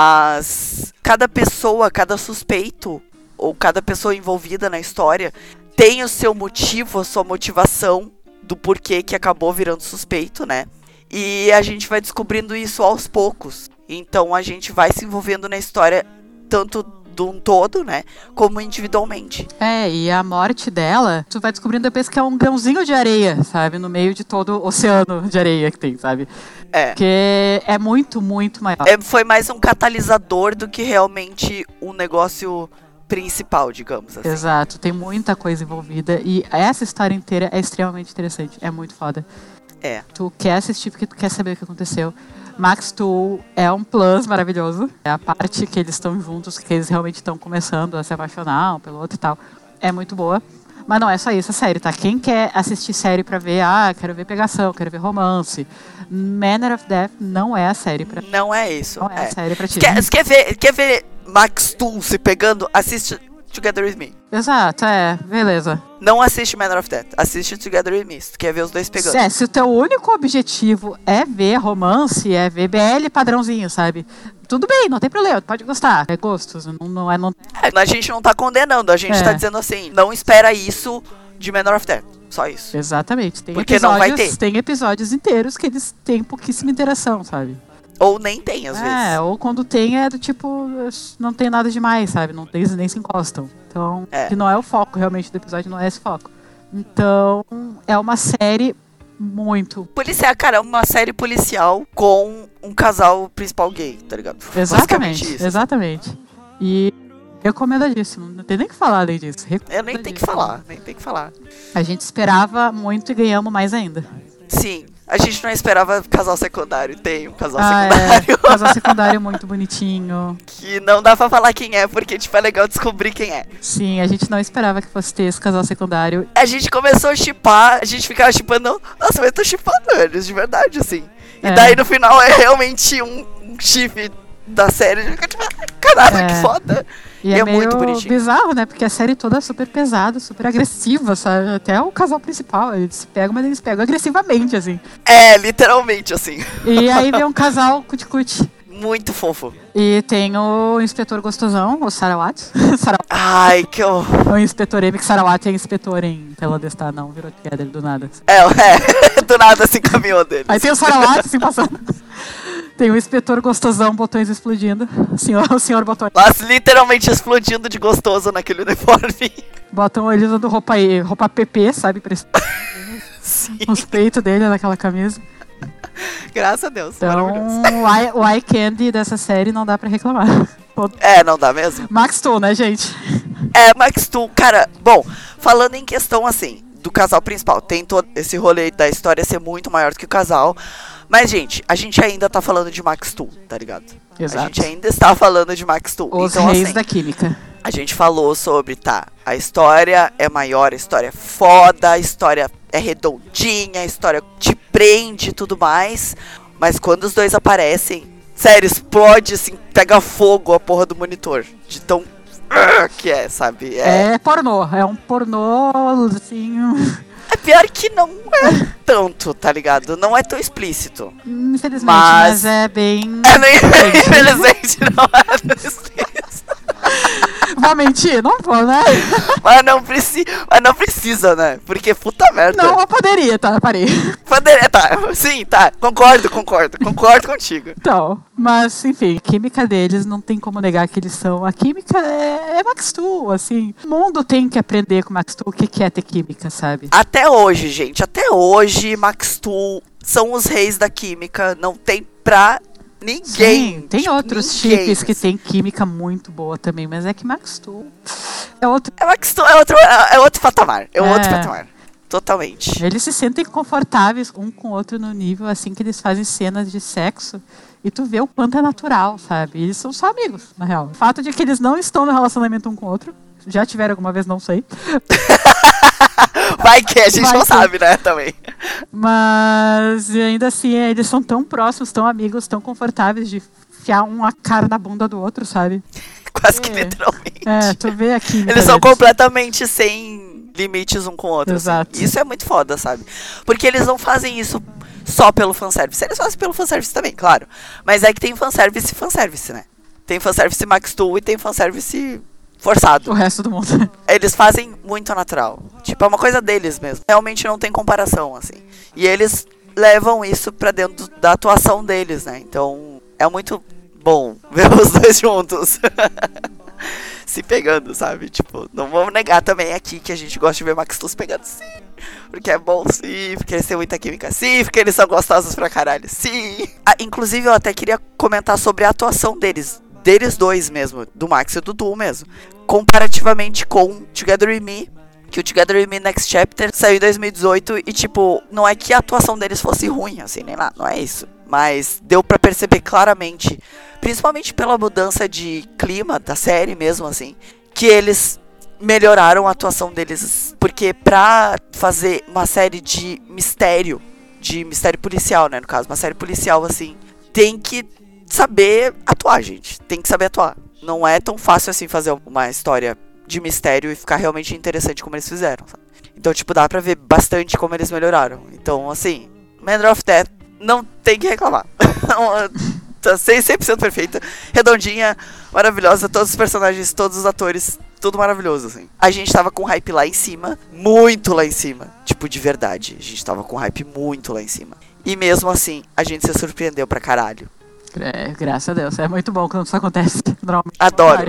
Mas cada pessoa, cada suspeito, ou cada pessoa envolvida na história, tem o seu motivo, a sua motivação do porquê que acabou virando suspeito, né? E a gente vai descobrindo isso aos poucos. Então a gente vai se envolvendo na história tanto de um todo, né? Como individualmente. E a morte dela, tu vai descobrindo depois que é um grãozinho de areia, sabe? No meio de todo o oceano de areia que tem, sabe? Porque é muito, muito maior. Foi mais um catalisador do que realmente um negócio principal, digamos assim. Exato, tem muita coisa envolvida e essa história inteira é extremamente interessante, é muito foda. Tu quer assistir porque tu quer saber o que aconteceu. Max Tu é um plus maravilhoso. É a parte que eles estão juntos, que eles realmente estão começando a se apaixonar um pelo outro e tal. É muito boa. Mas não é só isso, a série, tá? Quem quer assistir série pra ver, quero ver pegação, quero ver romance. Manner of Death não é a série pra... Não é isso. Não é a série pra ti. Quer ver Max Tu se pegando? Assiste Together With Me. Exato, beleza. Não assiste Manner of Death, assiste Together With Me, se tu quer ver os dois pegando. Se o teu único objetivo é ver romance, é ver BL padrãozinho, sabe? Tudo bem, não tem problema, pode gostar. É gostos, não é... A gente não tá condenando, a gente tá dizendo assim, não espera isso de Manner of Death, só isso. Exatamente, porque não vai ter. Tem episódios inteiros que eles têm pouquíssima interação, sabe? Ou nem tem, às vezes. Ou quando tem é do tipo, não tem nada demais, sabe? Não tem, nem se encostam. Então, que não é o foco realmente do episódio, não é esse foco. Então, é uma série muito... Policial, cara, é uma série policial com um casal principal gay, tá ligado? Exatamente, isso. Exatamente. E recomendadíssimo, não tem nem que falar além disso. Eu nem tenho que falar. A gente esperava muito e ganhamos mais ainda. Sim, A gente não esperava casal secundário. Tem um casal Ah, secundário. casal secundário muito bonitinho. Que não dá pra falar quem é, porque, tipo, é legal descobrir quem é. Sim, a gente não esperava que fosse ter esse casal secundário. A gente começou a shippar, a gente ficava shippando, nossa, mas eu tô shippando eles, de verdade, assim. E daí no final é realmente um chip da série. A gente fica tipo, caralho, que foda. E é meio muito bonitinho. bizarro, né? Porque a série toda é super pesada, super agressiva, sabe? Até o casal principal, eles se pegam, mas eles pegam agressivamente, assim. É, literalmente, assim. E aí vem um casal cuti-cuti. Muito fofo. E tem o inspetor gostosão, o Sarawat. Ai, que horror. O inspetor M, que Sarawat é inspetor em Tailandestar, não, virou together do nada. Do nada se encaminhou dele. Aí tem o Sarawat, assim, passando. Tem o inspetor gostosão, botões explodindo. O senhor botões. Nossa, literalmente explodindo de gostoso naquele uniforme. Botam ele usando roupa PP, sabe? Os peitos dele naquela camisa. Graças a Deus. Então, o eye candy dessa série não dá pra reclamar. Não dá mesmo? Max Steel, né, gente? Max Steel, cara, bom, falando em questão, assim, do casal principal, tem todo esse rolê da história ser muito maior do que o casal, mas, gente, a gente ainda tá falando de Max Steel, tá ligado? Exato. A gente ainda está falando de Max Steel. Os então, reis assim, da química. A gente falou sobre, a história é maior, a história é foda, a história é redondinha, a história te prende e tudo mais, mas quando os dois aparecem, sério, explode, assim, pega fogo a porra do monitor, de tão que é, sabe? É pornô, é um pornô, assim... É pior que não é tanto, tá ligado? Não é tão explícito. Infelizmente, mas é bem... Infelizmente não é tão explícito. Vou mentir? Não vou, né? Mas não precisa, né? Porque puta merda. Não, eu poderia, tá? Parei. Poderia, sim, concordo contigo. Então, mas enfim, a química deles não tem como negar que eles são. A química é Max Steel, assim. O mundo tem que aprender com Max Steel o que é ter química, sabe? Até hoje, gente, Max Steel são os reis da química, não tem pra ninguém. Sim, tem outros chips que tem química muito boa também, mas é que Max Steel é outro. Max Steel é outro patamar. Outro patamar. Totalmente. Eles se sentem confortáveis um com o outro no nível assim que eles fazem cenas de sexo e tu vê o quanto é natural, sabe? Eles são só amigos, na real. O fato de que eles não estão no relacionamento um com o outro, já tiveram alguma vez, não sei. Vai que a gente não sabe, né, também. Mas ainda assim, eles são tão próximos, tão amigos, tão confortáveis de enfiar a cara na bunda do outro, sabe? Quase que literalmente. Tu vê aqui. Eles são completamente sem limites um com o outro. Exato. Assim. Isso é muito foda, sabe? Porque eles não fazem isso só pelo fanservice. Eles fazem pelo fanservice também, claro. Mas é que tem fanservice, né? Tem fanservice Max Steel e tem fanservice forçado. O resto do mundo. Eles fazem muito natural. Tipo, é uma coisa deles mesmo. Realmente não tem comparação, assim. E eles levam isso pra dentro da atuação deles, né? Então, é muito bom ver os dois juntos. Se pegando, sabe? Tipo, não vamos negar também aqui que a gente gosta de ver Max Steel se pegando, sim. Porque é bom, sim. Porque eles têm muita química, sim. Porque eles são gostosos pra caralho, sim. Inclusive, eu até queria comentar sobre a atuação deles dois mesmo, do Max e do Du mesmo, comparativamente com Together With Me, que o Together With Me Next Chapter saiu em 2018 e, tipo, não é que a atuação deles fosse ruim, assim, nem lá, não é isso. Mas deu pra perceber claramente, principalmente pela mudança de clima da série mesmo, assim, que eles melhoraram a atuação deles, porque pra fazer uma série de mistério policial, né, no caso, uma série policial, assim, tem que saber atuar, gente. Tem que saber atuar. Não é tão fácil assim fazer uma história de mistério e ficar realmente interessante como eles fizeram, sabe? Então, tipo, dá pra ver bastante como eles melhoraram. Então, assim, Manor of Death não tem que reclamar. Tá 100% perfeita, redondinha, maravilhosa, todos os personagens, todos os atores, tudo maravilhoso, assim. A gente tava com hype lá em cima, muito lá em cima, tipo, de verdade. A gente tava com hype muito lá em cima. E mesmo assim, a gente se surpreendeu pra caralho. Graças a Deus. É muito bom quando isso acontece. Normalmente. Adoro.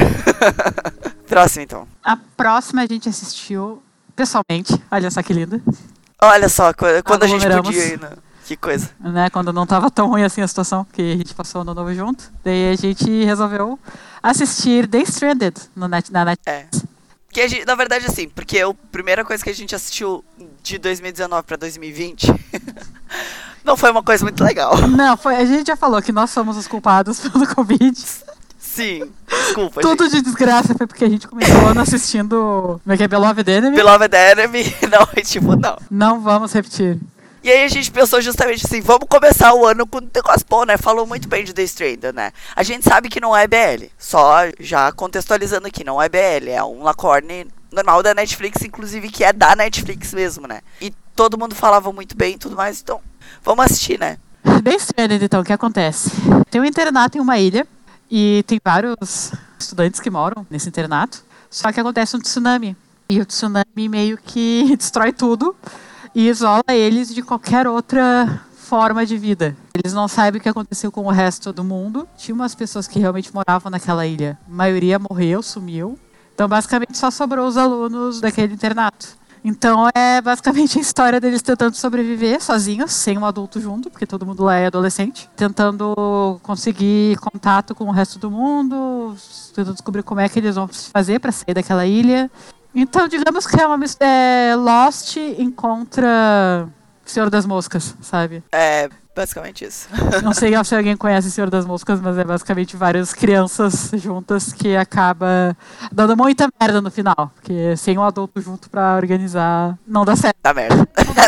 Próximo, então. A próxima a gente assistiu pessoalmente. Olha só que linda. Olha só, quando a gente podia ir, né? Que coisa. Né, quando não tava tão ruim assim a situação, que a gente passou ano novo junto. Daí a gente resolveu assistir The Stranded na Netflix. Que a gente, na verdade, assim, porque a primeira coisa que a gente assistiu de 2019 pra 2020 Não foi uma coisa muito legal. Não, a gente já falou que nós somos os culpados pelo Covid. Sim, desculpa, Tudo gente. de desgraça foi porque a gente começou o ano assistindo... Como é que é? Beloved Enemy? Beloved Enemy, não, tipo, não. Não vamos repetir. E aí a gente pensou justamente assim, vamos começar o ano com o negócio bom, né? Falou muito bem de The Stranger, né? A gente sabe que não é BL, só já contextualizando aqui, não é BL, é um lacorne normal da Netflix, inclusive que é da Netflix mesmo, né? E todo mundo falava muito bem e tudo mais, então vamos assistir, né? The Stranger, então, o que acontece? Tem um internato em uma ilha e tem vários estudantes que moram nesse internato, só que acontece um tsunami. E o tsunami meio que destrói tudo e isola eles de qualquer outra forma de vida. Eles não sabem o que aconteceu com o resto do mundo. Tinha umas pessoas que realmente moravam naquela ilha. A maioria morreu, sumiu. Então, basicamente, só sobrou os alunos daquele internato. Então, é basicamente a história deles tentando sobreviver sozinhos, sem um adulto junto, porque todo mundo lá é adolescente. Tentando conseguir contato com o resto do mundo, tentando descobrir como é que eles vão fazer para sair daquela ilha. Então, digamos que é uma Lost encontra Senhor das Moscas, sabe? É basicamente isso. Não sei se alguém conhece Senhor das Moscas, mas é basicamente várias crianças juntas que acaba dando muita merda no final. Porque sem um adulto junto pra organizar, não dá certo. Dá merda.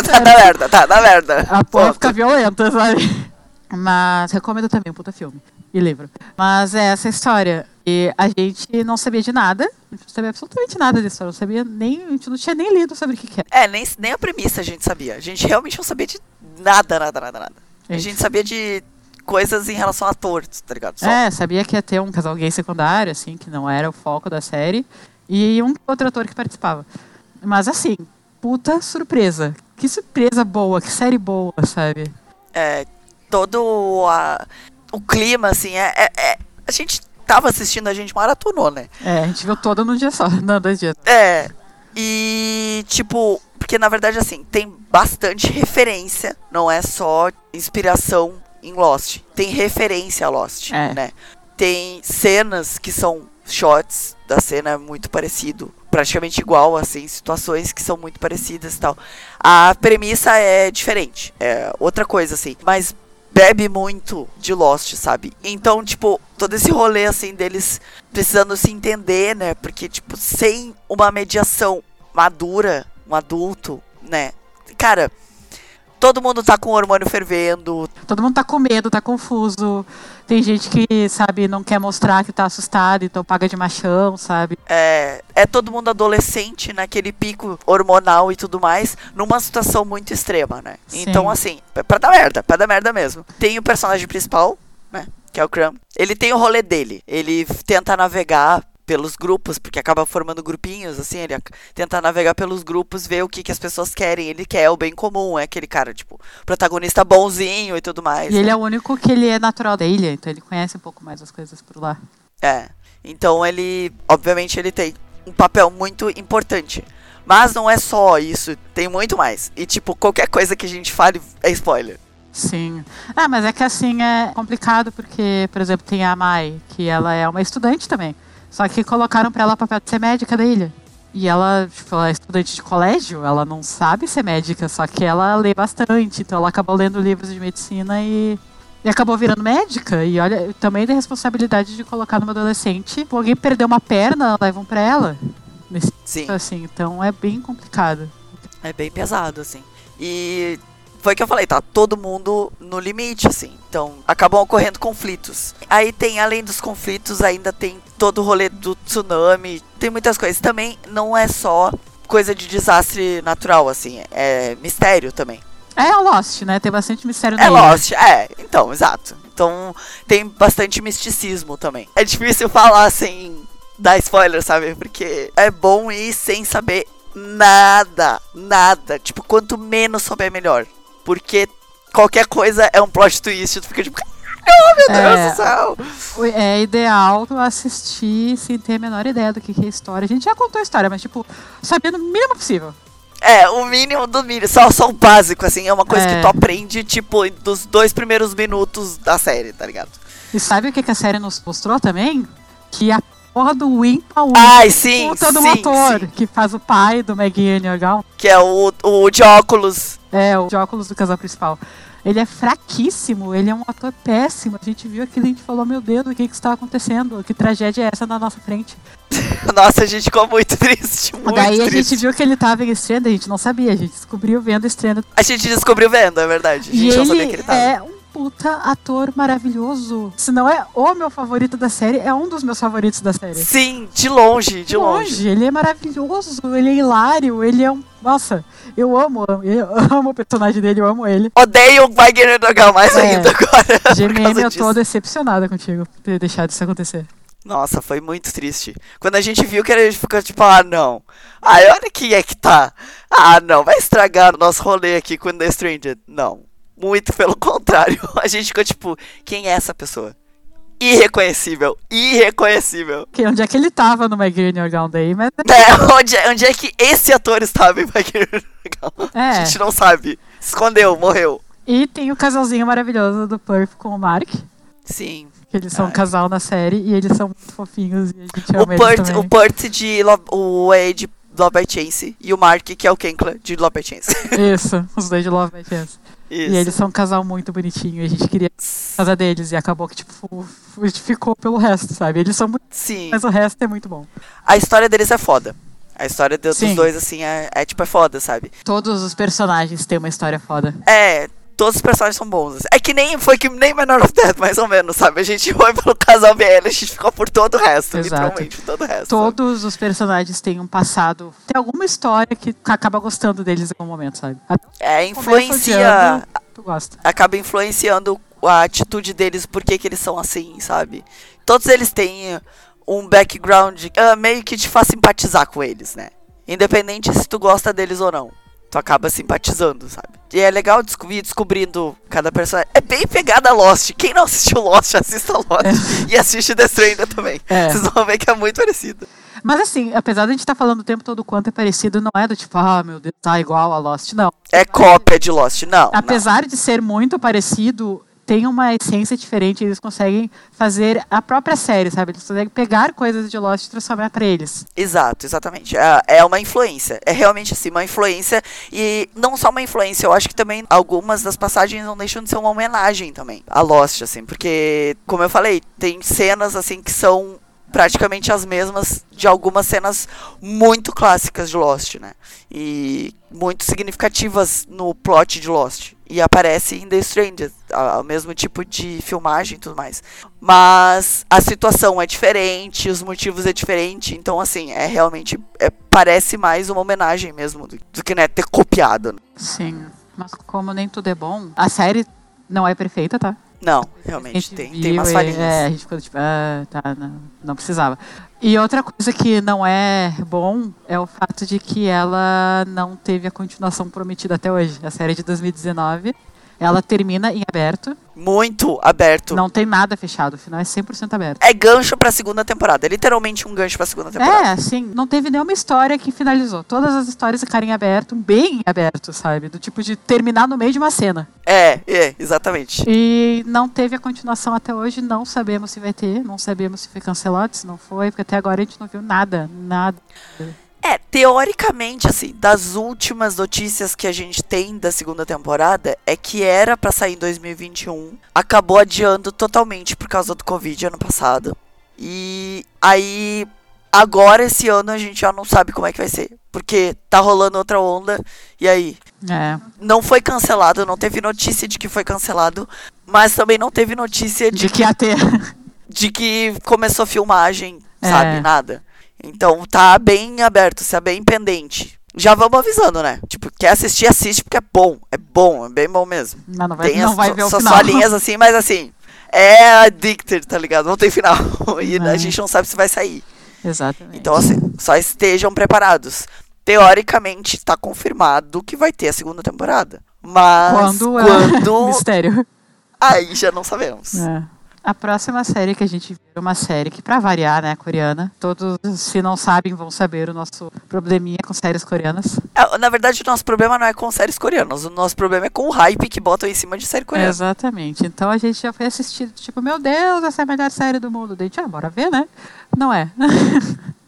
Dá merda. A porra fica violenta, sabe? Mas recomendo também, um puta filme e livro. Mas é essa história. E a gente não sabia de nada. A gente não sabia absolutamente nada dessa história. A gente não tinha nem lido sobre o que era. É, nem a premissa a gente sabia. A gente realmente não sabia de nada. A gente sabia de coisas em relação a atores, tá ligado? Só. É, sabia que ia ter um casal gay secundário, assim, que não era o foco da série. E um outro ator que participava. Mas assim, puta surpresa. Que surpresa boa, que série boa, sabe? É, todo o clima, assim, a gente tava assistindo, a gente maratonou, né? É, a gente viu toda num dia só, não, 2 dias. É, e tipo, porque na verdade, assim, tem bastante referência, não é só inspiração em Lost. Tem referência a Lost, né? Tem cenas que são shots da cena muito parecido, praticamente igual, assim, situações que são muito parecidas e tal. A premissa é diferente, é outra coisa, assim, mas bebe muito de Lost, sabe? Então, tipo, todo esse rolê, assim, deles precisando se entender, né? Porque, tipo, sem uma mediação madura, um adulto, né? Cara, todo mundo tá com o hormônio fervendo. Todo mundo tá com medo, tá confuso. Tem gente que, sabe, não quer mostrar que tá assustado, então paga de machão, sabe? É todo mundo adolescente, naquele pico hormonal e tudo mais, numa situação muito extrema, né? Sim. Então, assim, pra dar merda mesmo. Tem o personagem principal, né? Que é o Crumb. Ele tem o rolê dele. Ele tenta navegar pelos grupos, porque acaba formando grupinhos, assim, ele tenta navegar pelos grupos, ver o que as pessoas querem, ele quer o bem comum, é aquele cara, tipo, protagonista bonzinho e tudo mais. E ele é o único que ele é natural da ilha, então ele conhece um pouco mais as coisas por lá. Então ele, obviamente, ele tem um papel muito importante, mas não é só isso, tem muito mais, e tipo, qualquer coisa que a gente fale é spoiler. Sim. Mas é que assim, é complicado, porque, por exemplo, tem a Mai, que ela é uma estudante também. Só que colocaram pra ela o papel de ser médica da ilha. E ela, tipo, ela é estudante de colégio, ela não sabe ser médica, só que ela lê bastante. Então ela acabou lendo livros de medicina e acabou virando médica. E olha, também tem responsabilidade de colocar numa adolescente. Alguém perdeu uma perna, levam pra ela. Sim. Assim, então é bem complicado. É bem pesado, assim. E foi o que eu falei, tá todo mundo no limite, assim. Então, acabam ocorrendo conflitos. Aí tem, além dos conflitos, ainda tem todo o rolê do tsunami. Tem muitas coisas. Também não é só coisa de desastre natural, assim. É mistério também. É o Lost, né? Tem bastante mistério na ilha. É Lost, então, exato. Então, tem bastante misticismo também. É difícil falar sem dar spoiler, sabe? Porque é bom ir sem saber nada. Tipo, quanto menos souber, melhor. Porque qualquer coisa é um plot twist. Tu fica tipo, oh meu Deus do céu. É ideal tu assistir sem ter a menor ideia do que é a história. A gente já contou a história, mas tipo, sabendo o mínimo possível. O mínimo do mínimo. Só o básico, assim. É uma coisa que tu aprende, tipo, dos 2 primeiros minutos da série, tá ligado? E sabe o que a série nos mostrou também? Que a porra do Win Paul, sim, puta do ator que faz o pai do Maggie Gyllenhaal, que é o de óculos. O de óculos do casal principal. Ele é fraquíssimo, ele é um ator péssimo. A gente viu aquilo e a gente falou, meu Deus, o que está acontecendo? Que tragédia é essa na nossa frente? Nossa, a gente ficou muito triste, muito Daí a triste. gente viu que ele tava em Stranded, a gente não sabia, a gente descobriu vendo Stranded. A gente descobriu vendo, é verdade. A E gente não sabia ele que ele tava. é um puta ator maravilhoso. Se não é o meu favorito da série, é um dos meus favoritos da série. Sim, de longe, de longe. Ele é maravilhoso, ele é hilário, ele é um... Nossa, eu amo o personagem dele, eu amo ele. Odeio o Wagner Dogal mais ainda agora. por GMM, causa eu disso. tô decepcionada contigo por ter deixado isso acontecer. Nossa, foi muito triste. Quando a gente viu que a gente ficou tipo, ah, não. Ai, olha quem é que tá. Ah, não, vai estragar o nosso rolê aqui com The Stranger. Não. Muito pelo contrário. A gente ficou tipo, quem é essa pessoa? Irreconhecível. Irreconhecível. Onde é que ele tava no My Girl Your Gone Day? Mas Onde é que esse ator estava em Wagner Dogal? É. A gente não sabe. Escondeu, morreu. E tem o casalzinho maravilhoso do Perth com o Mark. Sim. Que eles são um Ai. casal na série e eles são muito fofinhos e a gente O ama eles também. Pert de Love by Chance e o Mark, que é o Kenkla de Love by Chance. Isso, os dois de Love by Chance. Isso. E eles são um casal muito bonitinho e a gente queria casa deles e acabou que, tipo, ficou pelo resto, sabe? Eles são muito... Sim. Mas o resto é muito bom. A história deles é foda. A história dos Sim. dois, assim, é foda, sabe? Todos os personagens têm uma história foda. É, todos os personagens são bons. Assim. É que nem Menor of Death, mais ou menos, sabe? A gente foi pelo casal BL, a gente ficou por todo o resto, Exato. literalmente, por todo o resto. Todos os personagens têm um passado, tem alguma história que acaba gostando deles em algum momento, sabe? Sabe? É, Começa influencia... odiando, tu gosta. Acaba influenciando a atitude deles, por que eles são assim, sabe? Todos eles têm um background meio que te faz simpatizar com eles, né? Independente se tu gosta deles ou não. Tu acaba simpatizando, sabe? E é legal ir descobrindo cada personagem. É bem pegada Lost. Quem não assistiu Lost, assista Lost. E assiste The Stranger também. É. Vocês vão ver que é muito parecido. Mas assim, apesar de a gente estar falando o tempo todo o quanto é parecido, não é do tipo, ah, meu Deus, tá igual a Lost, não. É cópia de Lost, não. Apesar de ser muito parecido, tem uma essência diferente, eles conseguem fazer a própria série, sabe? Eles conseguem pegar coisas de Lost e transformar pra eles. Exato, exatamente. É uma influência. É realmente assim, uma influência. E não só uma influência, eu acho que também algumas das passagens não deixam de ser uma homenagem também a Lost, assim. Porque, como eu falei, tem cenas assim que são praticamente as mesmas de algumas cenas muito clássicas de Lost, né? E muito significativas no plot de Lost. E aparece em The Stranger, o mesmo tipo de filmagem e tudo mais. Mas a situação é diferente, os motivos é diferente, então assim, realmente parece mais uma homenagem mesmo do que, né, ter copiado. Né? Sim, mas como nem tudo é bom, a série não é perfeita, tá? Não, realmente, tem umas falhinhas. A gente ficou tipo, não precisava. E outra coisa que não é bom é o fato de que ela não teve a continuação prometida até hoje. A série de 2019, ela termina em aberto. Muito aberto. Não tem nada fechado, o final é 100% aberto. É gancho pra segunda temporada, é literalmente um gancho pra segunda temporada. É, sim, não teve nenhuma história que finalizou. Todas as histórias ficaram em aberto, bem em aberto, sabe? Do tipo de terminar no meio de uma cena. Exatamente. E não teve a continuação até hoje, não sabemos se vai ter, não sabemos se foi cancelado, se não foi, porque até agora a gente não viu nada. Teoricamente, assim, das últimas notícias que a gente tem da segunda temporada, é que era pra sair em 2021, acabou adiando totalmente por causa do Covid ano passado. E aí, agora esse ano a gente já não sabe como é que vai ser, porque tá rolando outra onda, e aí? Não foi cancelado, não teve notícia de que foi cancelado, mas também não teve notícia De que ia ter. de que começou a filmagem, sabe? Nada. Então tá bem aberto, tá bem pendente. Já vamos avisando, né? Tipo, quer assistir, assiste, porque é bem bom mesmo. Mas não vai, Tem não vai ver o só final. linhas assim, mas assim, é addicted, tá ligado? Não tem final. E a gente não sabe se vai sair. Exatamente. Então, assim, só estejam preparados. Teoricamente, tá confirmado que vai ter a segunda temporada. Mas quando... Mistério. Aí já não sabemos. A próxima série que a gente viu é uma série que, pra variar, né, coreana. Todos, se não sabem, vão saber o nosso probleminha com séries coreanas. Na verdade, o nosso problema não é com séries coreanas. O nosso problema é com o hype que botam em cima de série coreana. Exatamente. Então a gente já foi assistir, tipo, meu Deus, essa é a melhor série do mundo. Daí, bora ver, né? Não é.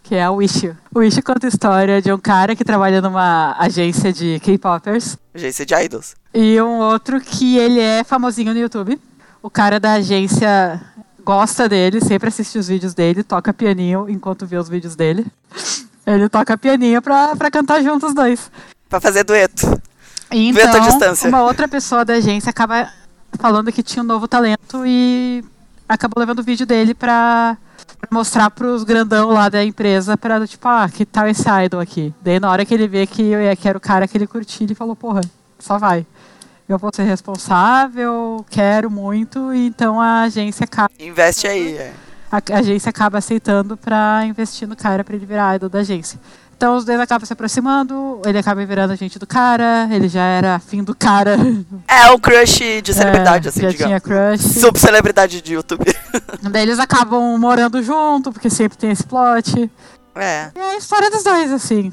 que é o Wish. O Wish conta a história de um cara que trabalha numa agência de K-popers. Agência de idols. E um outro que ele é famosinho no YouTube. O cara da agência gosta dele, sempre assiste os vídeos dele, toca pianinho enquanto vê os vídeos dele. Ele toca pianinho pra cantar juntos os dois. Pra fazer dueto. E dueto à então, distância. uma outra pessoa da agência acaba falando que tinha um novo talento e acabou levando o vídeo dele pra mostrar pros grandão lá da empresa pra, tipo, que tal esse idol aqui? Daí na hora que ele vê que era o cara que ele curtia, ele falou, porra, só vai. Eu vou ser responsável, quero muito, e então a agência acaba... Investe aí, A agência acaba aceitando pra investir no cara pra ele virar idol da agência. Então os dois acabam se aproximando, ele acaba virando agente do cara, ele já era afim do cara. É o crush de celebridade, assim, já digamos. tinha crush. Subcelebridade de YouTube. Daí eles acabam morando junto, porque sempre tem esse plot. É. E é a história dos dois, assim.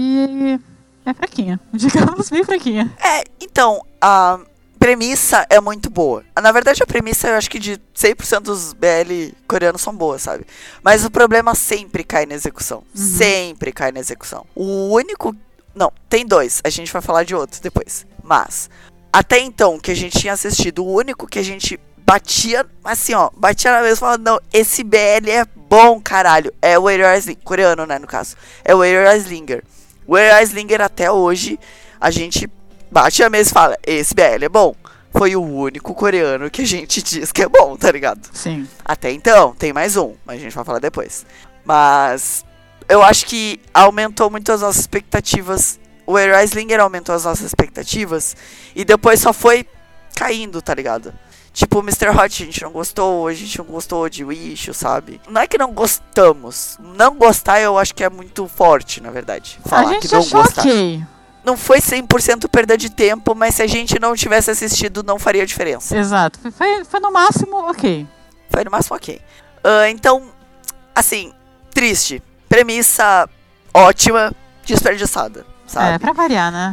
E é fraquinha, digamos bem fraquinha. Então, a premissa é muito boa. Na verdade, a premissa, eu acho que de 100% dos BL coreanos são boas, sabe? Mas o problema sempre cai na execução. Sempre cai na execução. O único... Não, tem dois. A gente vai falar de outros depois. Mas, até então, que a gente tinha assistido, o único que a gente batia, assim, batia na mesa e falava, não, esse BL é bom, caralho. É o Warrior Slinger, coreano, né, no caso. É o Warrior Slinger. O Warrior Slinger, até hoje, a gente bate a mesa e fala, esse BL é bom. Foi o único coreano que a gente diz que é bom, tá ligado? Sim. Até então, tem mais um, mas a gente vai falar depois. Mas eu acho que aumentou muito as nossas expectativas. O Warrior Slinger aumentou as nossas expectativas e depois só foi caindo, tá ligado? Tipo, o Mr. Hot a gente não gostou de Wish, sabe? Não é que não gostamos. Não gostar eu acho que é muito forte, na verdade. Falar a gente que não achou gostar. ok. Não foi 100% perda de tempo, mas se a gente não tivesse assistido, não faria diferença. Exato. Foi no máximo ok. Foi no máximo ok. Então, assim, triste. Premissa ótima, desperdiçada, sabe? Pra variar, né?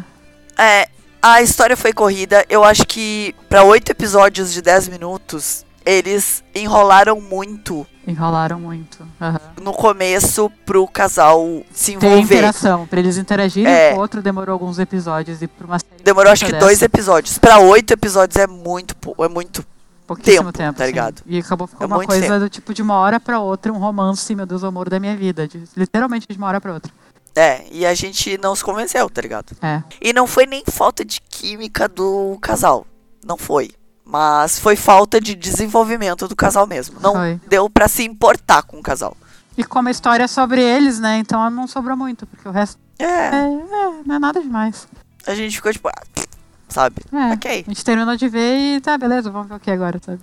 A história foi corrida. Eu acho que pra 8 episódios de 10 minutos, eles enrolaram muito. No começo, pro casal se envolver. Tem interação, pra eles interagirem com o outro, demorou alguns episódios e pra uma série. Demorou acho que 2 episódios. Pra 8 episódios é muito pouquíssimo tempo, tá ligado? E acabou ficando uma coisa do tipo de uma hora pra outra, um romance, meu Deus, o amor da minha vida. Literalmente de uma hora pra outra. E a gente não se convenceu, tá ligado? É. E não foi nem falta de química do casal. Não foi. Mas foi falta de desenvolvimento do casal mesmo. Não deu pra se importar com o casal. E como a história é sobre eles, né? Então não sobrou muito, porque o resto não é nada demais. A gente ficou tipo, sabe? Ok. A gente terminou de ver e tá, beleza, vamos ver o que agora, sabe?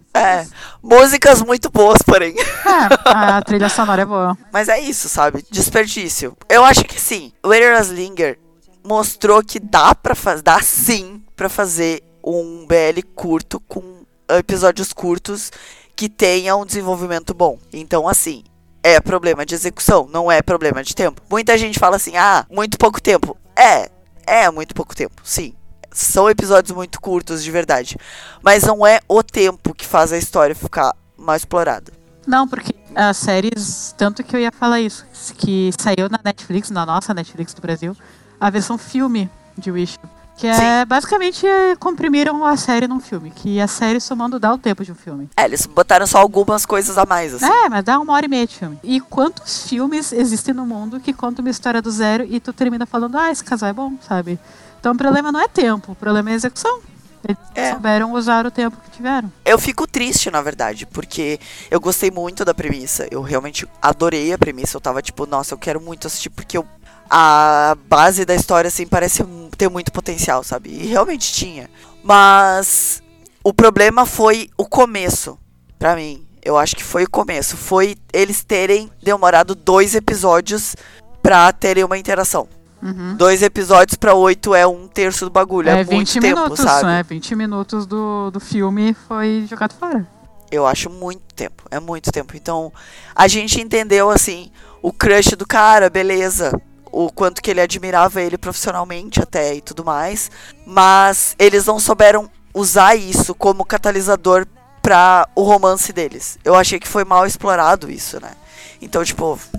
Músicas muito boas, porém. A trilha sonora é boa. Mas é isso, sabe? Desperdício. Eu acho que sim. O Warrior Slinger mostrou que dá sim pra fazer um BL curto com episódios curtos que tenha um desenvolvimento bom. Então, assim, é problema de execução, não é problema de tempo. Muita gente fala assim, muito pouco tempo. É muito pouco tempo, sim. São episódios muito curtos, de verdade. Mas não é o tempo que faz a história ficar mal explorada. Não, porque as séries, tanto que eu ia falar isso, que saiu na Netflix, na nossa Netflix do Brasil, a versão filme de Wish. Que basicamente comprimiram a série num filme. Que a série somando dá o tempo de um filme. Eles botaram só algumas coisas a mais, assim. Mas dá 1h30 de filme. E quantos filmes existem no mundo que contam uma história do zero e tu termina falando, esse casal é bom, sabe? Então o problema não é tempo, o problema é execução. Eles souberam usar o tempo que tiveram. Eu fico triste, na verdade, porque eu gostei muito da premissa. Eu realmente adorei a premissa. Eu tava tipo, nossa, eu quero muito assistir, porque a base da história, assim, parece ter muito potencial, sabe? E realmente tinha. Mas o problema foi o começo, pra mim. Eu acho que foi o começo. Foi eles terem demorado 2 episódios pra terem uma interação. 2 episódios pra 8 é 1/3 do bagulho. É muito tempo, minutos, sabe? 20 minutos do filme foi jogado fora. Eu acho muito tempo. É muito tempo. Então, a gente entendeu, assim, o crush do cara, beleza. O quanto que ele admirava ele profissionalmente até e tudo mais. Mas eles não souberam usar isso como catalisador pra o romance deles. Eu achei que foi mal explorado isso, né? Então, tipo,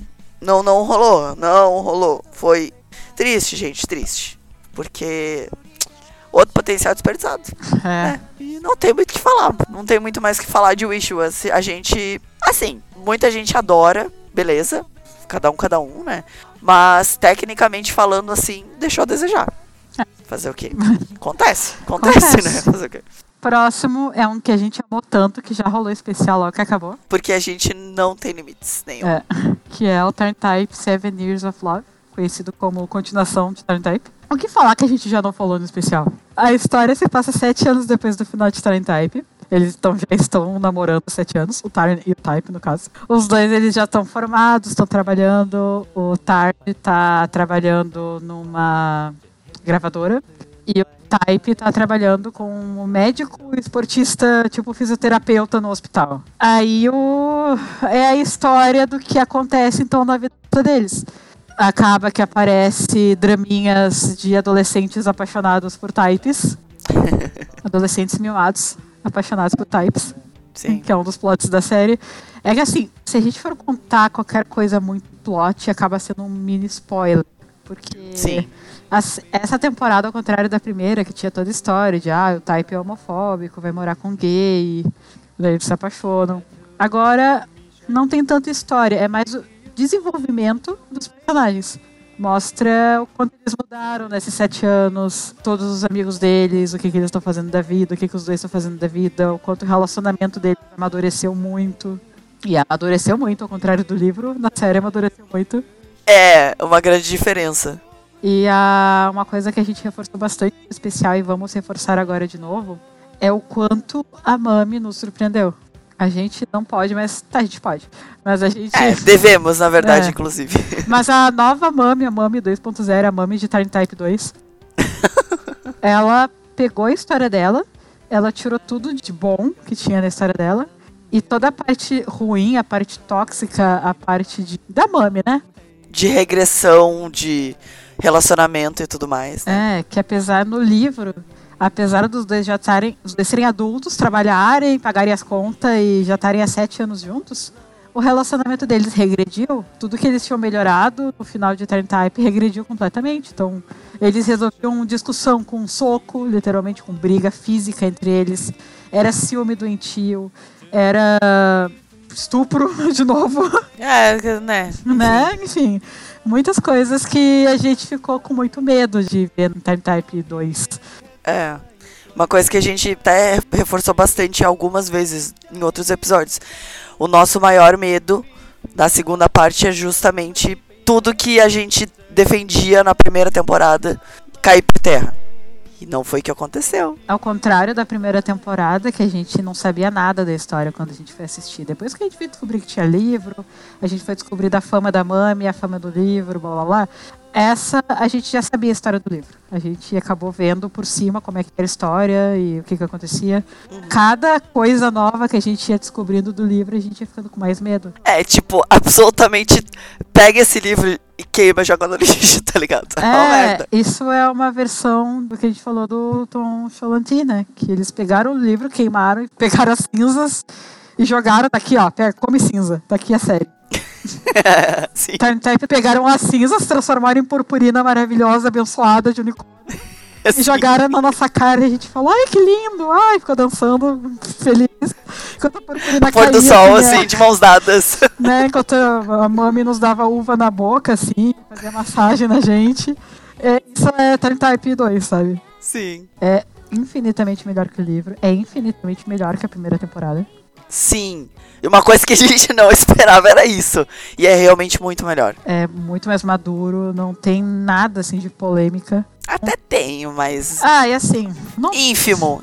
Não rolou. Não rolou. Foi triste, gente, triste. Porque outro potencial desperdiçado. É. E não tem muito o que falar. Não tem muito mais o que falar de Wish Was. A gente, assim, muita gente adora, beleza. Cada um, né? Mas, tecnicamente falando, assim, deixou a desejar. Fazer o quê? Acontece, né? Fazer o quê? Próximo é um que a gente amou tanto, que já rolou especial logo que acabou. Porque a gente não tem limites nenhum. Que é o Turn Type 7 Years of Love, conhecido como continuação de Turn Type. O que falar que a gente já não falou no especial? A história se passa 7 anos depois do final de Turn Type. Eles já estão namorando há 7 anos, o Tarn e o Type, no caso. Os dois, eles já estão formados, estão trabalhando. O Tarn está trabalhando numa gravadora. E o Type está trabalhando com um médico esportista, tipo fisioterapeuta no hospital. Aí é a história do que acontece, então, na vida deles. Acaba que aparece draminhas de adolescentes apaixonados por types. Adolescentes mimados, apaixonados por types. Sim. Que é um dos plots da série. É que assim, se a gente for contar qualquer coisa muito plot, acaba sendo um mini spoiler. Porque Sim. Essa temporada, ao contrário da primeira, que tinha toda a história de o type é homofóbico, vai morar com gay, daí eles se apaixonam. Agora, não tem tanta história, é mais o desenvolvimento dos personagens. Mostra o quanto eles mudaram nesses 7 anos, todos os amigos deles, o que eles estão fazendo da vida, o que os dois estão fazendo da vida, o quanto o relacionamento deles amadureceu muito. E amadureceu muito, ao contrário do livro, na série amadureceu muito. É, uma grande diferença. E uma coisa que a gente reforçou bastante no especial e vamos reforçar agora de novo, é o quanto a Mami nos surpreendeu. A gente não pode, mas a gente pode. Mas a gente... devemos, na verdade, inclusive. Mas a nova Mami, a Mami 2.0, a Mami de Turn Type 2, ela pegou a história dela, ela tirou tudo de bom que tinha na história dela, e toda a parte ruim, a parte tóxica, a parte da Mami, né? De regressão, de relacionamento e tudo mais, né? Que apesar no livro, apesar dos dois já serem adultos, trabalharem, pagarem as contas e já estarem há 7 anos juntos, o relacionamento deles regrediu. Tudo que eles tinham melhorado no final de Turn Type regrediu completamente. Então, eles resolviam discussão com um soco, literalmente com briga física entre eles. Era ciúme doentio, era estupro, de novo. Né? Enfim, muitas coisas que a gente ficou com muito medo de ver no Turn Type 2. Uma coisa que a gente até reforçou bastante algumas vezes em outros episódios. O nosso maior medo da segunda parte é justamente tudo que a gente defendia na primeira temporada cair por terra. E não foi o que aconteceu. Ao contrário da primeira temporada, que a gente não sabia nada da história quando a gente foi assistir. Depois que a gente foi descobrir que tinha livro, a gente foi descobrir da fama da Mami, a fama do livro, blá blá blá. Essa, a gente já sabia a história do livro. A gente acabou vendo por cima como é que era a história e o que acontecia. Cada coisa nova que a gente ia descobrindo do livro, a gente ia ficando com mais medo. Absolutamente pega esse livro e queima, joga no lixo, tá ligado? Isso é uma versão do que a gente falou do Tom Cholanti, né? Que eles pegaram o livro, queimaram, pegaram as cinzas e jogaram, tá aqui, ó, come cinza, tá aqui a série. Sim. Turn Type pegaram as cinzas, transformaram em purpurina maravilhosa, abençoada de unicórnio. E jogaram na nossa cara e a gente falou, ai que lindo, ai, ficou dançando feliz. Enquanto a purpurina Pôr do sol, assim, de mãos dadas. Né, enquanto a Mami nos dava uva na boca, assim, fazia massagem na gente. Isso é Turn Type 2, sabe? Sim. É infinitamente melhor que o livro, é infinitamente melhor que a primeira temporada. Sim. E uma coisa que a gente não esperava era isso. E é realmente muito melhor. É muito mais maduro, não tem nada assim de polêmica. Até tenho, mas... e assim... Não... Ínfimo.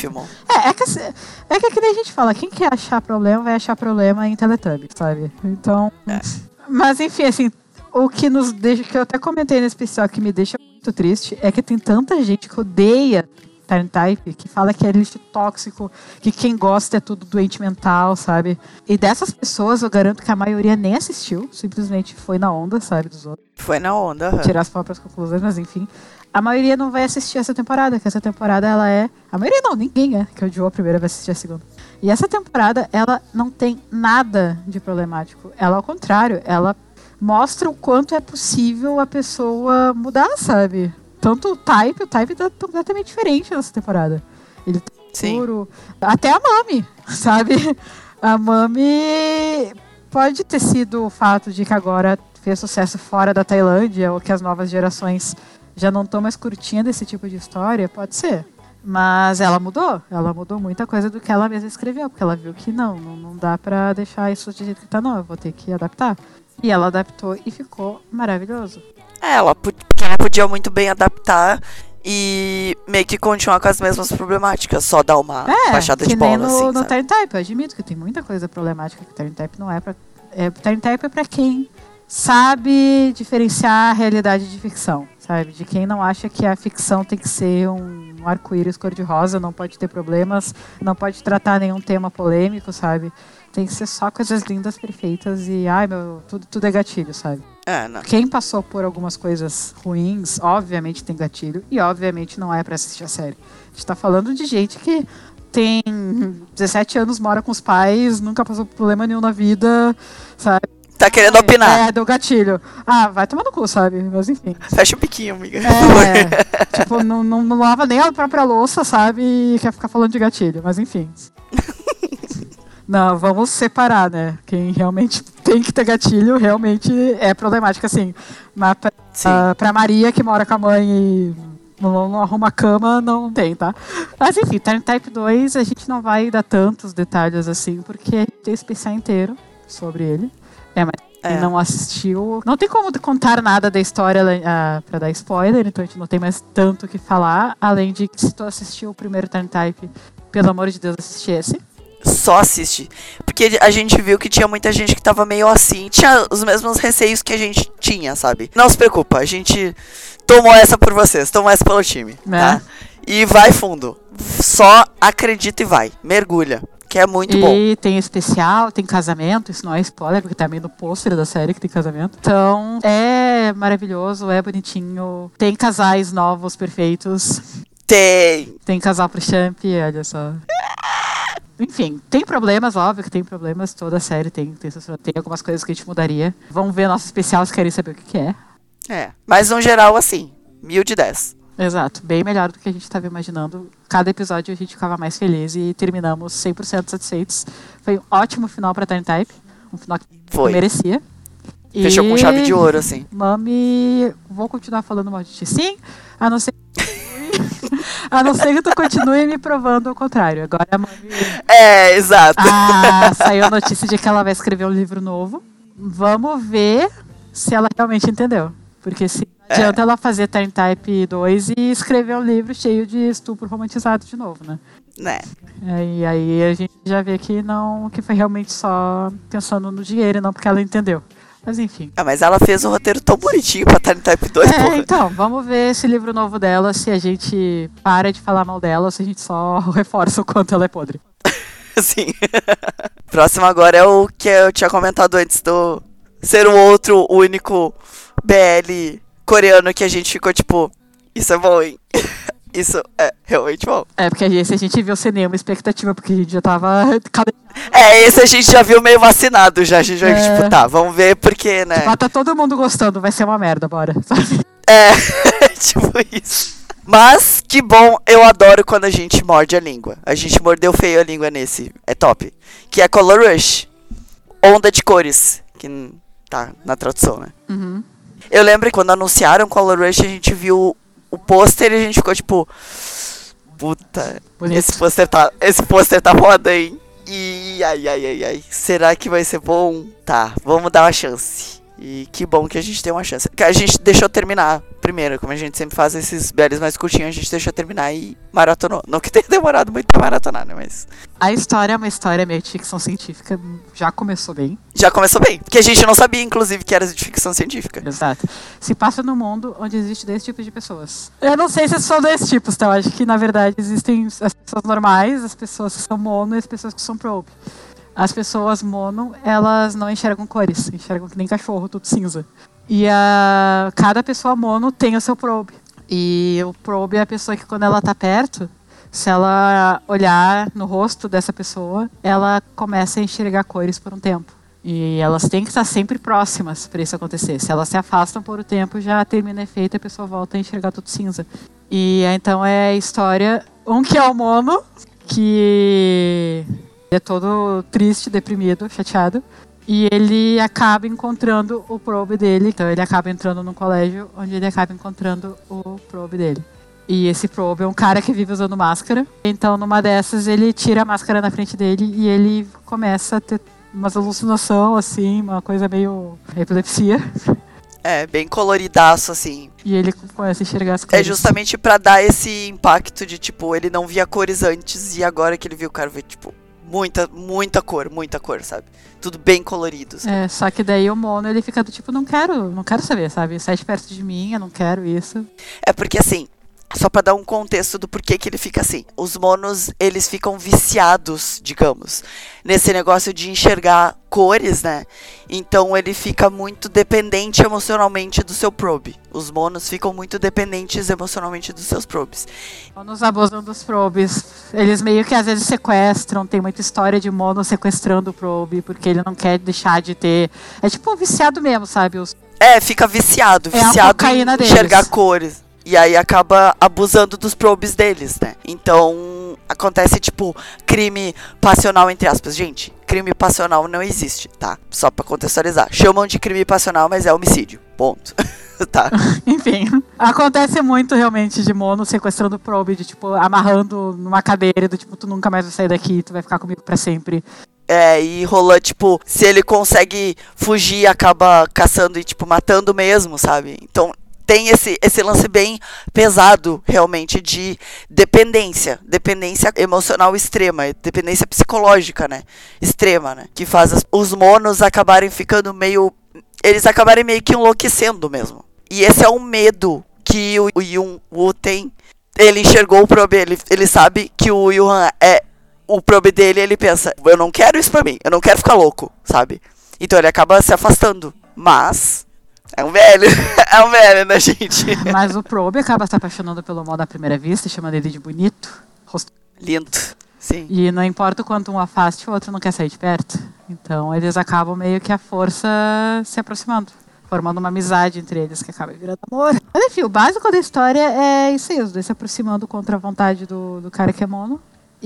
É que nem a gente fala, quem quer achar problema, vai achar problema em Teletubbies, sabe? Então... Mas enfim, assim, o que nos deixa... Que eu até comentei no especial que me deixa muito triste, é que tem tanta gente que odeia Turn Type, que fala que é lixo tóxico, que quem gosta é tudo doente mental, sabe? E dessas pessoas, eu garanto que a maioria nem assistiu, simplesmente foi na onda, sabe, dos outros. Foi na onda. Tirar as próprias conclusões, mas enfim. A maioria não vai assistir essa temporada, que essa temporada ela é... A maioria não, ninguém que odiou a primeira vai assistir a segunda. E essa temporada, ela não tem nada de problemático. Ela, ao contrário, ela mostra o quanto é possível a pessoa mudar, sabe? Tanto o Type tá completamente diferente nessa temporada. Ele tá puro. Até a Mami, sabe? A Mami pode ter sido o fato de que agora fez sucesso fora da Tailândia, ou que as novas gerações já não estão mais curtindo esse tipo de história, pode ser. Mas ela mudou muita coisa do que ela mesma escreveu, porque ela viu que não dá pra deixar isso do jeito que tá, não, eu vou ter que adaptar. E ela adaptou e ficou maravilhoso. Porque ela podia muito bem adaptar e meio que continuar com as mesmas problemáticas, só dar uma baixada de bola, assim, no Turn Type, eu admito que tem muita coisa problemática que Turn Type não é pra... Turn Type é pra quem sabe diferenciar a realidade de ficção, sabe? De quem não acha que a ficção tem que ser um arco-íris cor-de-rosa, não pode ter problemas, não pode tratar nenhum tema polêmico, sabe? Tem que ser só coisas lindas, perfeitas e, tudo é gatilho, sabe? Não. Quem passou por algumas coisas ruins, obviamente tem gatilho e obviamente não é pra assistir a série. A gente tá falando de gente que tem 17 anos, mora com os pais, nunca passou por problema nenhum na vida, sabe? Tá querendo opinar. Deu gatilho. Vai tomar no cu, sabe? Mas enfim. Fecha o biquinho, amiga. Tipo, não lava nem a própria louça, sabe? E quer ficar falando de gatilho, mas enfim. Não, vamos separar, né? Quem realmente tem que ter gatilho, realmente é problemático, assim. Mas pra Maria, que mora com a mãe e não arruma a cama, não tem, tá? Mas enfim, Turn Type 2, a gente não vai dar tantos detalhes assim, porque tem especial inteiro sobre ele. Mas quem não assistiu, não tem como contar nada da história pra dar spoiler, então a gente não tem mais tanto o que falar, além de que se tu assistiu o primeiro Turn Type, pelo amor de Deus, assiste esse. Só assiste. Porque a gente viu que tinha muita gente que tava meio assim, tinha os mesmos receios que a gente tinha, sabe? Não se preocupa, a gente tomou essa por vocês, tomou essa pelo time, tá? E vai fundo. Só acredita e vai, mergulha. Que é muito bom. E tem especial, tem casamento, isso não é spoiler, porque tá meio no pôster da série que tem casamento. Então, é maravilhoso, é bonitinho. Tem casais novos, perfeitos. Tem casal pro Champ, olha só. Enfim, tem problemas, óbvio que tem problemas. Toda a série tem algumas coisas que a gente mudaria. Vamos ver nosso especial se querem saber o que é. Mas no geral, assim, 1000 de 10. Exato, bem melhor do que a gente estava imaginando. Cada episódio a gente ficava mais feliz e terminamos 100% satisfeitos. Foi um ótimo final pra Turn Type, um final que merecia. Fechou com chave de ouro, assim. Mami, vou continuar falando mal de ti, sim, a não ser que tu continue me provando o contrário. Agora a Mami... exato. Saiu a notícia de que ela vai escrever um livro novo. Vamos ver se ela realmente entendeu. Porque se não adianta ela fazer Turn Type 2 e escrever um livro cheio de estupro romantizado de novo, né? E aí a gente já vê que foi realmente só pensando no dinheiro e não porque ela entendeu. Mas enfim. Mas ela fez um roteiro tão bonitinho pra Turn Type 2, porra. Então, vamos ver esse livro novo dela, se a gente para de falar mal dela ou se a gente só reforça o quanto ela é podre. Sim. Próximo agora é o que eu tinha comentado antes do ser o outro único BL coreano que a gente ficou tipo, isso é bom, hein? Isso é realmente bom. Porque esse a gente viu sem nenhuma expectativa, porque a gente já tava... Esse a gente já viu meio vacinado já. A gente vai, tipo, tá, vamos ver porque, né? Tá todo mundo gostando, vai ser uma merda, bora. Tipo isso. Mas, que bom, eu adoro quando a gente morde a língua. A gente mordeu feio a língua nesse, é top. Que é Color Rush, Onda de Cores, que tá na tradução, né? Uhum. Eu lembro que quando anunciaram Color Rush, a gente viu o pôster e a gente ficou tipo... Puta, esse pôster tá foda, hein? E ai. Será que vai ser bom? Tá, vamos dar uma chance. E que bom que a gente tem uma chance. A gente deixou terminar primeiro, como a gente sempre faz esses BLs mais curtinhos, a gente deixou terminar e maratonou. Não que tenha demorado muito pra maratonar, né, mas... A história é uma história meio de ficção científica, já começou bem. Já começou bem, porque a gente não sabia, inclusive, que era de ficção científica. Exato. Se passa num mundo onde existe 10 tipos de pessoas. Eu não sei se são 10 tipos, tá? Eu acho que, na verdade, existem as pessoas normais, as pessoas que são mono e as pessoas que são probe. As pessoas mono, elas não enxergam cores, enxergam que nem cachorro, tudo cinza. E cada pessoa mono tem o seu probe. E o probe é a pessoa que, quando ela tá perto, se ela olhar no rosto dessa pessoa, ela começa a enxergar cores por um tempo. E elas têm que estar sempre próximas para isso acontecer. Se elas se afastam por o tempo, já termina o efeito e a pessoa volta a enxergar tudo cinza. E então é a história... que é o Mono, que é todo triste, deprimido, chateado. E ele acaba encontrando o probe dele. Então ele acaba entrando num colégio onde ele acaba encontrando o probe dele. E esse probe é um cara que vive usando máscara. Então numa dessas ele tira a máscara na frente dele e ele começa a ter umas alucinações, assim, uma coisa meio epilepsia. É, bem coloridaço, assim. E ele começa a enxergar as cores. É justamente pra dar esse impacto de, tipo, ele não via cores antes e agora que ele viu o cara ver, tipo, muita cor, sabe? Tudo bem colorido. Sabe? É, só que daí o Mono, ele fica do tipo, não quero saber, sabe? Sai de perto de mim, eu não quero isso. É porque, assim, só pra dar um contexto do porquê que ele fica assim. Os monos, eles ficam viciados, digamos, nesse negócio de enxergar cores, né? Então ele fica muito dependente emocionalmente do seu probe. Os monos ficam muito dependentes emocionalmente dos seus probes. Monos abusam dos probes. Eles meio que às vezes sequestram. Tem muita história de mono sequestrando o probe, porque ele não quer deixar de ter... É tipo viciado mesmo, sabe? Fica viciado a cocaína em enxergar deles. cores. E aí acaba abusando dos probes deles, né? Então, acontece, tipo, crime passional, entre aspas. Gente, crime passional não existe, tá? Só pra contextualizar. Chamam de crime passional, mas é homicídio. Ponto. Tá. Enfim, acontece muito realmente de mono sequestrando probe, de tipo, amarrando numa cadeira, do tipo, tu nunca mais vai sair daqui, tu vai ficar comigo pra sempre. E rola, tipo, se ele consegue fugir, acaba caçando e, tipo, matando mesmo, sabe? Então... tem esse lance bem pesado, realmente, de dependência emocional extrema, dependência psicológica, né, extrema, né, que faz os monos acabarem ficando eles acabarem meio que enlouquecendo mesmo. E esse é um medo que o Yun-Woo tem. Ele enxergou o probe, ele sabe que o Yuhan é o probe dele, ele pensa, eu não quero isso pra mim, eu não quero ficar louco, sabe? Então ele acaba se afastando, mas... é um velho, né, gente? Mas o probe acaba se apaixonando pelo Mono à primeira vista, chamando ele de bonito. Lindo, sim. E não importa o quanto um afaste, o outro não quer sair de perto. Então eles acabam meio que à força se aproximando, formando uma amizade entre eles que acaba virando amor. Mas enfim, o básico da história é isso aí, os dois se aproximando contra a vontade do cara que é Mono.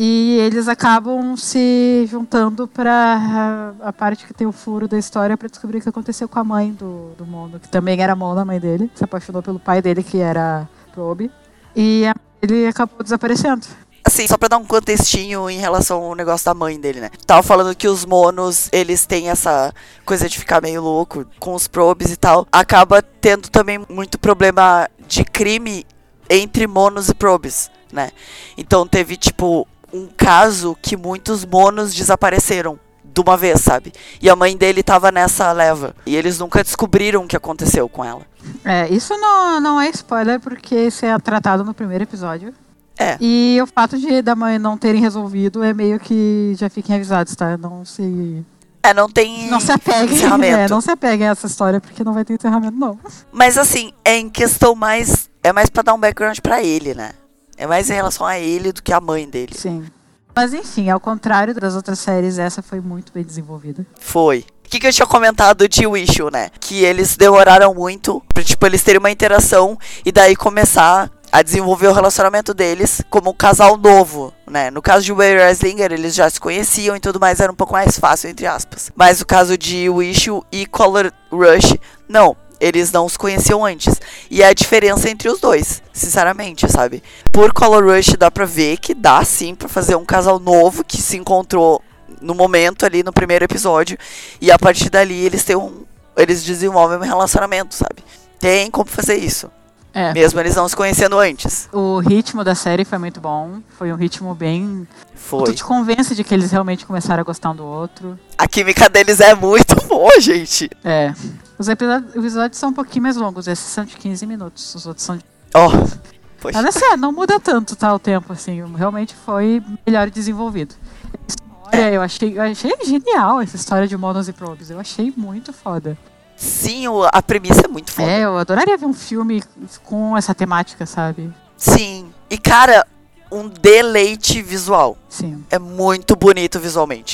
E eles acabam se juntando para a parte que tem o furo da história para descobrir o que aconteceu com a mãe do Mono, que também era Mono, a mãe dele. Se apaixonou pelo pai dele, que era Probe. E ele acabou desaparecendo. Assim, só pra dar um contextinho em relação ao negócio da mãe dele, né? Tava falando que os monos, eles têm essa coisa de ficar meio louco com os probes e tal. Acaba tendo também muito problema de crime entre monos e probes, né? Então teve, tipo... um caso que muitos monos desapareceram de uma vez, sabe? E a mãe dele tava nessa leva. E eles nunca descobriram o que aconteceu com ela. Isso não é spoiler, porque isso é tratado no primeiro episódio. E o fato da mãe não terem resolvido é meio que já fiquem avisados, tá? Não se apeguem. Não se apeguem a essa história, porque não vai ter encerramento, não. Mas assim, é em questão mais... é mais pra dar um background pra ele, né? É mais em relação a ele do que a mãe dele. Sim. Mas enfim, ao contrário das outras séries, essa foi muito bem desenvolvida. Foi. O que eu tinha comentado de Wishu, né? Que eles demoraram muito pra, tipo, eles terem uma interação e daí começar a desenvolver o relacionamento deles como um casal novo, né? No caso de Weird Slinger, eles já se conheciam e tudo mais, era um pouco mais fácil, entre aspas. Mas o caso de Wishu e Color Rush, não. Eles não os conheciam antes. E é a diferença entre os dois, sinceramente, sabe? Por Color Rush dá pra ver que dá sim pra fazer um casal novo que se encontrou no momento ali no primeiro episódio. E a partir dali eles desenvolvem um relacionamento, sabe? Tem como fazer isso. Mesmo eles não se conhecendo antes. O ritmo da série foi muito bom. Foi um ritmo bem... Foi. Tu te convence de que eles realmente começaram a gostar um do outro. A química deles é muito boa, gente. Os episódios são um pouquinho mais longos. Esses são de 15 minutos. Os outros são de... poxa. Mas assim, não muda tanto, tá, o tempo, assim. Realmente foi melhor desenvolvido. A história, eu achei genial, essa história de monos e probes. Eu achei muito foda. Sim, a premissa é muito foda. Eu adoraria ver um filme com essa temática, sabe? Sim. E, cara, um deleite visual. Sim. É muito bonito visualmente.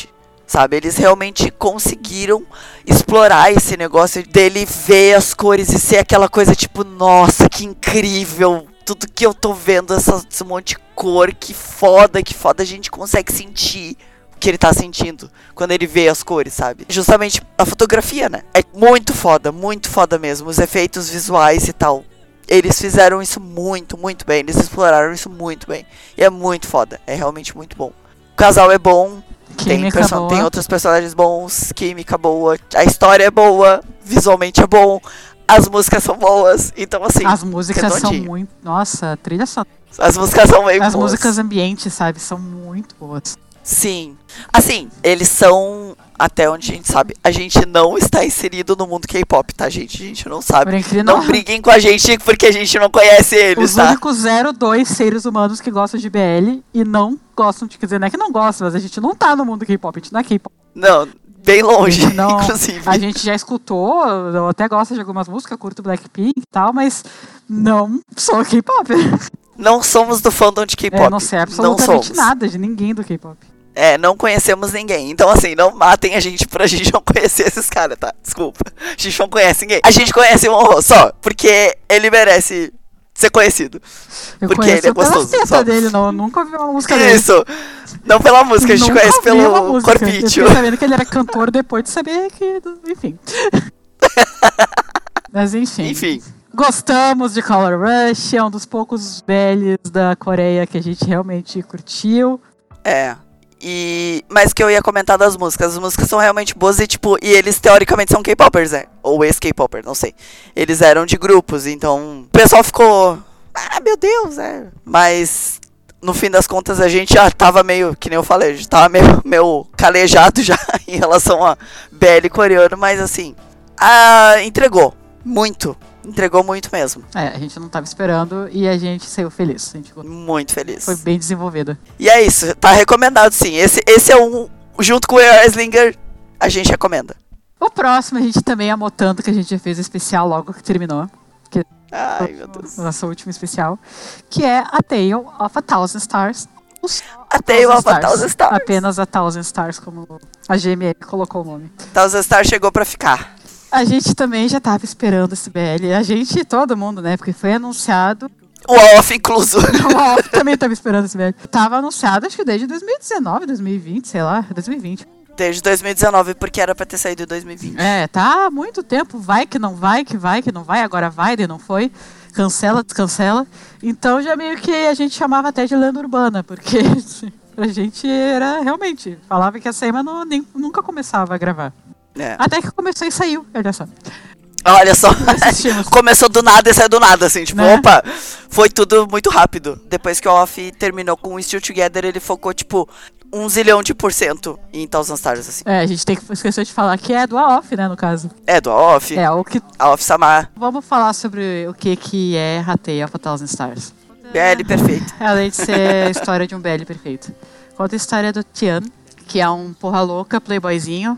sabe? Eles realmente conseguiram explorar esse negócio dele ver as cores e ser aquela coisa tipo, nossa, que incrível, tudo que eu tô vendo, esse monte de cor, que foda a gente consegue sentir o que ele tá sentindo quando ele vê as cores, sabe? Justamente a fotografia, né? É muito foda mesmo, os efeitos visuais e tal. Eles fizeram isso muito, muito bem, eles exploraram isso muito bem. E é muito foda, é realmente muito bom. O casal é bom, tem outros personagens bons, química boa, a história é boa, visualmente é bom, as músicas são boas, então assim... As músicas são muito... Nossa, a trilha sonora. As músicas são bem boas. As músicas ambientes, sabe, são muito boas. Sim. Assim, eles são... Até onde a gente sabe, a gente não está inserido no mundo K-pop, tá, gente? A gente não sabe. Não briguem com a gente porque a gente não conhece eles, Os tá? únicos 02 seres humanos que gostam de BL e não gostam de... Quer dizer, não é que não gostam, mas a gente não tá no mundo K-pop, a gente não é K-pop. Não, bem longe, não, inclusive. A gente já escutou, eu até gosto de algumas músicas, curto Blackpink e tal, mas não sou K-pop. Não somos do fandom de K-pop. Não sei absolutamente nada de ninguém do K-pop. Não conhecemos ninguém. Então, assim, não matem a gente pra gente não conhecer esses caras, tá? Desculpa. A gente não conhece ninguém. A gente conhece o Monro só porque ele merece ser conhecido. Porque ele é gostoso. Pela dele, não. Eu nunca ouvi uma música dele. Isso. Não pela música, a gente conhece pelo corpício. Eu fiquei sabendo que ele era cantor depois de saber que... Enfim. Mas enfim. Gostamos de Color Rush. É um dos poucos BLs da Coreia que a gente realmente curtiu. Mas que eu ia comentar das músicas. As músicas são realmente boas e, tipo, e eles teoricamente são K-popers, né? Ou ex-K-popper, não sei. Eles eram de grupos, então o pessoal ficou... Ah, meu Deus, Mas, no fim das contas, a gente já tava meio, que nem eu falei, a gente tava meio calejado já em relação a BL coreano, mas assim, entregou muito mesmo. A gente não tava esperando e a gente saiu feliz. A gente muito feliz. Foi bem desenvolvida. E é isso, tá recomendado sim. Esse é um, junto com o Erslinger, a gente recomenda. O próximo a gente também amou tanto que a gente já fez o especial logo que terminou. Ai, meu Deus. Nosso último especial. Que é A Tale of a Thousand Stars. A Tale of a Thousand Stars. Apenas a Thousand Stars, como a GML colocou o nome. Thousand Stars chegou pra ficar. A gente também já tava esperando esse BL. A gente e todo mundo, né? Porque foi anunciado. O off incluso. O off também tava esperando esse BL. Tava anunciado, acho que desde 2019, 2020, sei lá, 2020. Desde 2019, porque era pra ter saído em 2020. Tá há muito tempo. Vai que não vai, que não vai. Agora vai, e não foi. Cancela, descancela. Então já meio que a gente chamava até de lenda urbana, porque a gente era realmente... Falava que ia sair, mas nunca começava a gravar. Até que começou e saiu, olha só. Olha só, começou do nada e saiu do nada, assim, tipo, opa, foi tudo muito rápido. Depois que o Off terminou com o Still Together, ele focou, tipo, 1 zilhão de % em Thousand Stars, assim. A gente tem que esquecer de falar que é do Off, né, no caso. É do Off. O que... A Off Samar. Vamos falar sobre o que é A Tale of a Thousand Stars. BL perfeito. Além de ser a história de um BL perfeito. Conta a história do Tian, que é um porra louca, playboyzinho,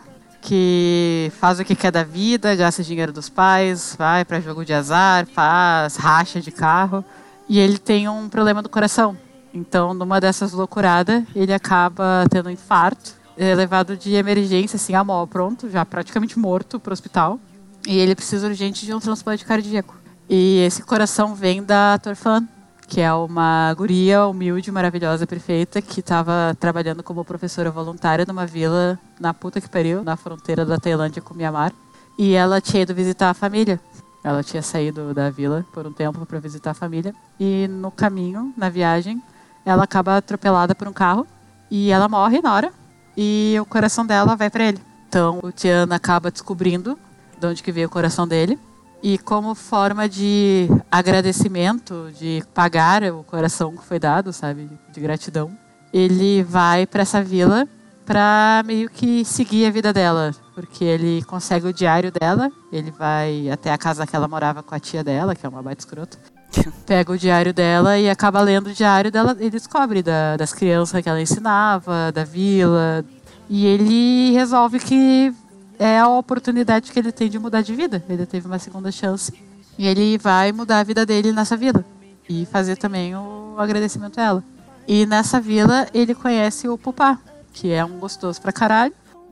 que faz o que quer da vida, gasta dinheiro dos pais, vai pra jogo de azar, faz racha de carro. E ele tem um problema do coração. Então, numa dessas loucuradas, ele acaba tendo um infarto, levado de emergência, assim, pronto, já praticamente morto pro hospital. E ele precisa urgente de um transplante cardíaco. E esse coração vem da Torfan, que é uma guria humilde, maravilhosa, perfeita, que estava trabalhando como professora voluntária numa vila na puta que pariu, na fronteira da Tailândia com Myanmar. E ela tinha ido visitar a família. Ela tinha saído da vila por um tempo para visitar a família. E no caminho, na viagem, ela acaba atropelada por um carro e ela morre na hora. E o coração dela vai para ele. Então o Tian acaba descobrindo de onde que veio o coração dele. E como forma de agradecimento, de pagar o coração que foi dado, sabe, de gratidão, ele vai para essa vila para meio que seguir a vida dela, porque ele consegue o diário dela, ele vai até a casa que ela morava com a tia dela, que é uma baita escrota, pega o diário dela e acaba lendo o diário dela e descobre das crianças que ela ensinava, da vila, e ele resolve que é a oportunidade que ele tem de mudar de vida. Ele teve uma segunda chance. E ele vai mudar a vida dele nessa vila. E fazer também o agradecimento a ela. E nessa vila ele conhece o Pupá, que é um gostoso pra caralho.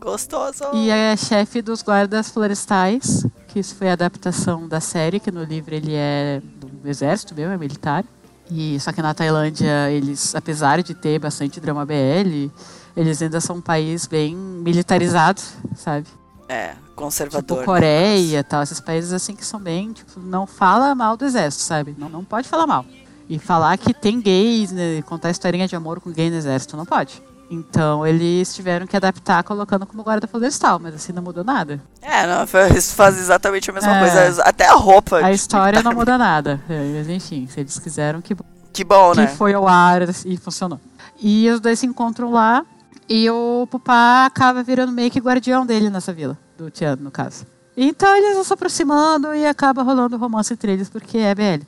Gostoso. E é chefe dos guardas florestais, que isso foi a adaptação da série, que no livro ele é do exército mesmo, é militar. E só que na Tailândia, eles, apesar de ter bastante drama BL, eles ainda são um país bem militarizado, sabe? Conservador. Tipo Coreia e tal, esses países assim que são bem, tipo, não fala mal do exército, sabe? Não pode falar mal. E falar que tem gays, né, contar historinha de amor com gay no exército, não pode. Então eles tiveram que adaptar colocando como guarda florestal, mas assim não mudou nada. Não, faz exatamente a mesma coisa, até a roupa. A história não muda nada, mas enfim, se eles quiseram, que bom, né? Que foi ao ar e funcionou. E os dois se encontram lá e o Pupá acaba virando meio que guardião dele nessa vila, do Tian, no caso. Então eles vão se aproximando e acaba rolando romance entre eles, porque é BL.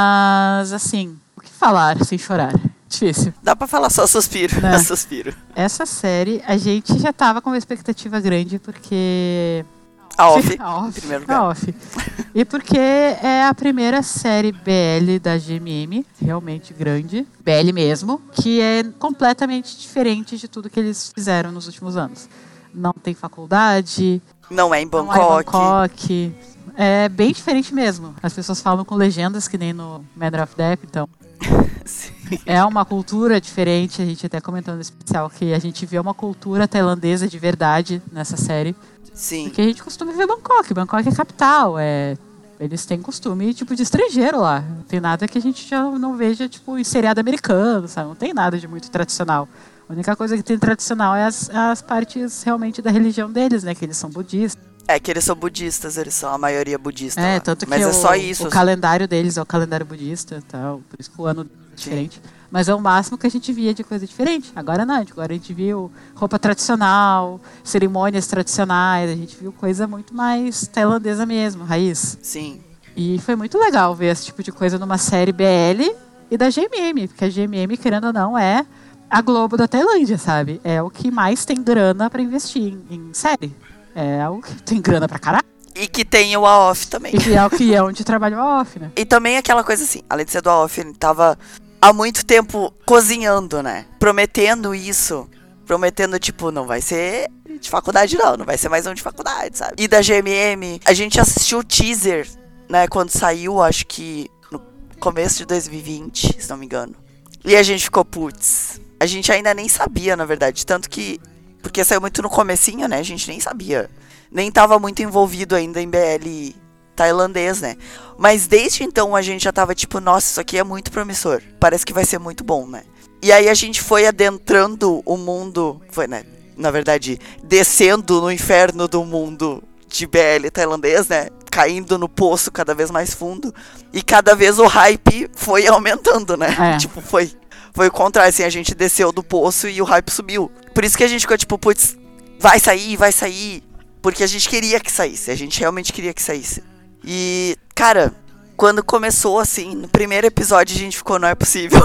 Mas, assim, o que falar sem chorar? Difícil. Dá pra falar só suspiro. Né? Suspiro. Essa série, a gente já tava com uma expectativa grande, porque... A Off, em primeiro lugar. A Off. E porque é a primeira série BL da GMM, realmente grande, BL mesmo, que é completamente diferente de tudo que eles fizeram nos últimos anos. Não tem faculdade... Não é em Bangkok. Não é em Bangkok. É bem diferente mesmo. As pessoas falam com legendas, que nem no Matter of Death, então... Sim. É uma cultura diferente. A gente até comentou no especial que a gente vê uma cultura tailandesa de verdade nessa série. Sim. Porque a gente costuma ver Bangkok. Bangkok é capital. Eles têm costume tipo de estrangeiro lá. Não tem nada que a gente já não veja tipo em seriado americano, sabe? Não tem nada de muito tradicional. A única coisa que tem tradicional é as partes realmente da religião deles, né? Que eles são budistas. Que eles são budistas, eles são a maioria budista. Lá. Tanto que mas é só isso. O calendário deles é o calendário budista, tal, por isso que o ano é diferente. Mas é o máximo que a gente via de coisa diferente. Agora não, agora a gente viu roupa tradicional, cerimônias tradicionais, a gente viu coisa muito mais tailandesa mesmo, raiz. Sim. E foi muito legal ver esse tipo de coisa numa série BL e da GMM, porque a GMM, querendo ou não, é a Globo da Tailândia, sabe? É o que mais tem grana pra investir em série. É o que tem grana pra caralho. E que tem o AOF também. E que é o que é onde trabalha o AOF, né? E também aquela coisa assim, além de ser do AOF, ele tava há muito tempo cozinhando, né? Prometendo isso. Prometendo, tipo, não vai ser de faculdade não vai ser mais um de faculdade, sabe? E da GMM, a gente assistiu o teaser, né? Quando saiu, acho que no começo de 2020, se não me engano. E a gente ficou, putz... A gente ainda nem sabia, na verdade. Tanto que... Porque saiu muito no comecinho, né? A gente nem sabia. Nem tava muito envolvido ainda em BL tailandês, né? Mas desde então a gente já tava tipo... Nossa, isso aqui é muito promissor. Parece que vai ser muito bom, né? E aí a gente foi adentrando o mundo... Foi, né? Na verdade, descendo no inferno do mundo de BL tailandês, né? Caindo no poço cada vez mais fundo. E cada vez o hype foi aumentando, né? Tipo, foi o contrário, assim, a gente desceu do poço e o hype subiu. Por isso que a gente ficou tipo, putz, vai sair. Porque a gente queria que saísse, a gente realmente queria que saísse. E, cara, quando começou, assim, no primeiro episódio a gente ficou, não é possível.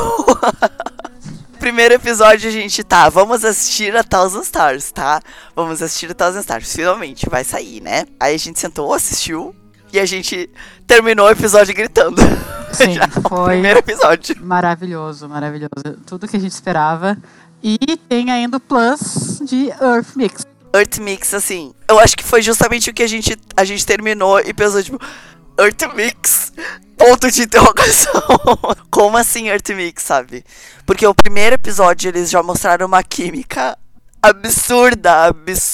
Primeiro episódio a gente, vamos assistir a Thousand Stars, tá? Vamos assistir a Thousand Stars, finalmente, vai sair, né? Aí a gente sentou, assistiu, e a gente terminou o episódio gritando. Sim, foi primeiro episódio. Maravilhoso. Tudo que a gente esperava. E tem ainda o plus de Earth Mix. Earth Mix, assim, eu acho que foi justamente o que a gente terminou e pensou, tipo, Earth Mix, ponto de interrogação. Como assim Earth Mix, sabe? Porque o primeiro episódio eles já mostraram uma química absurda.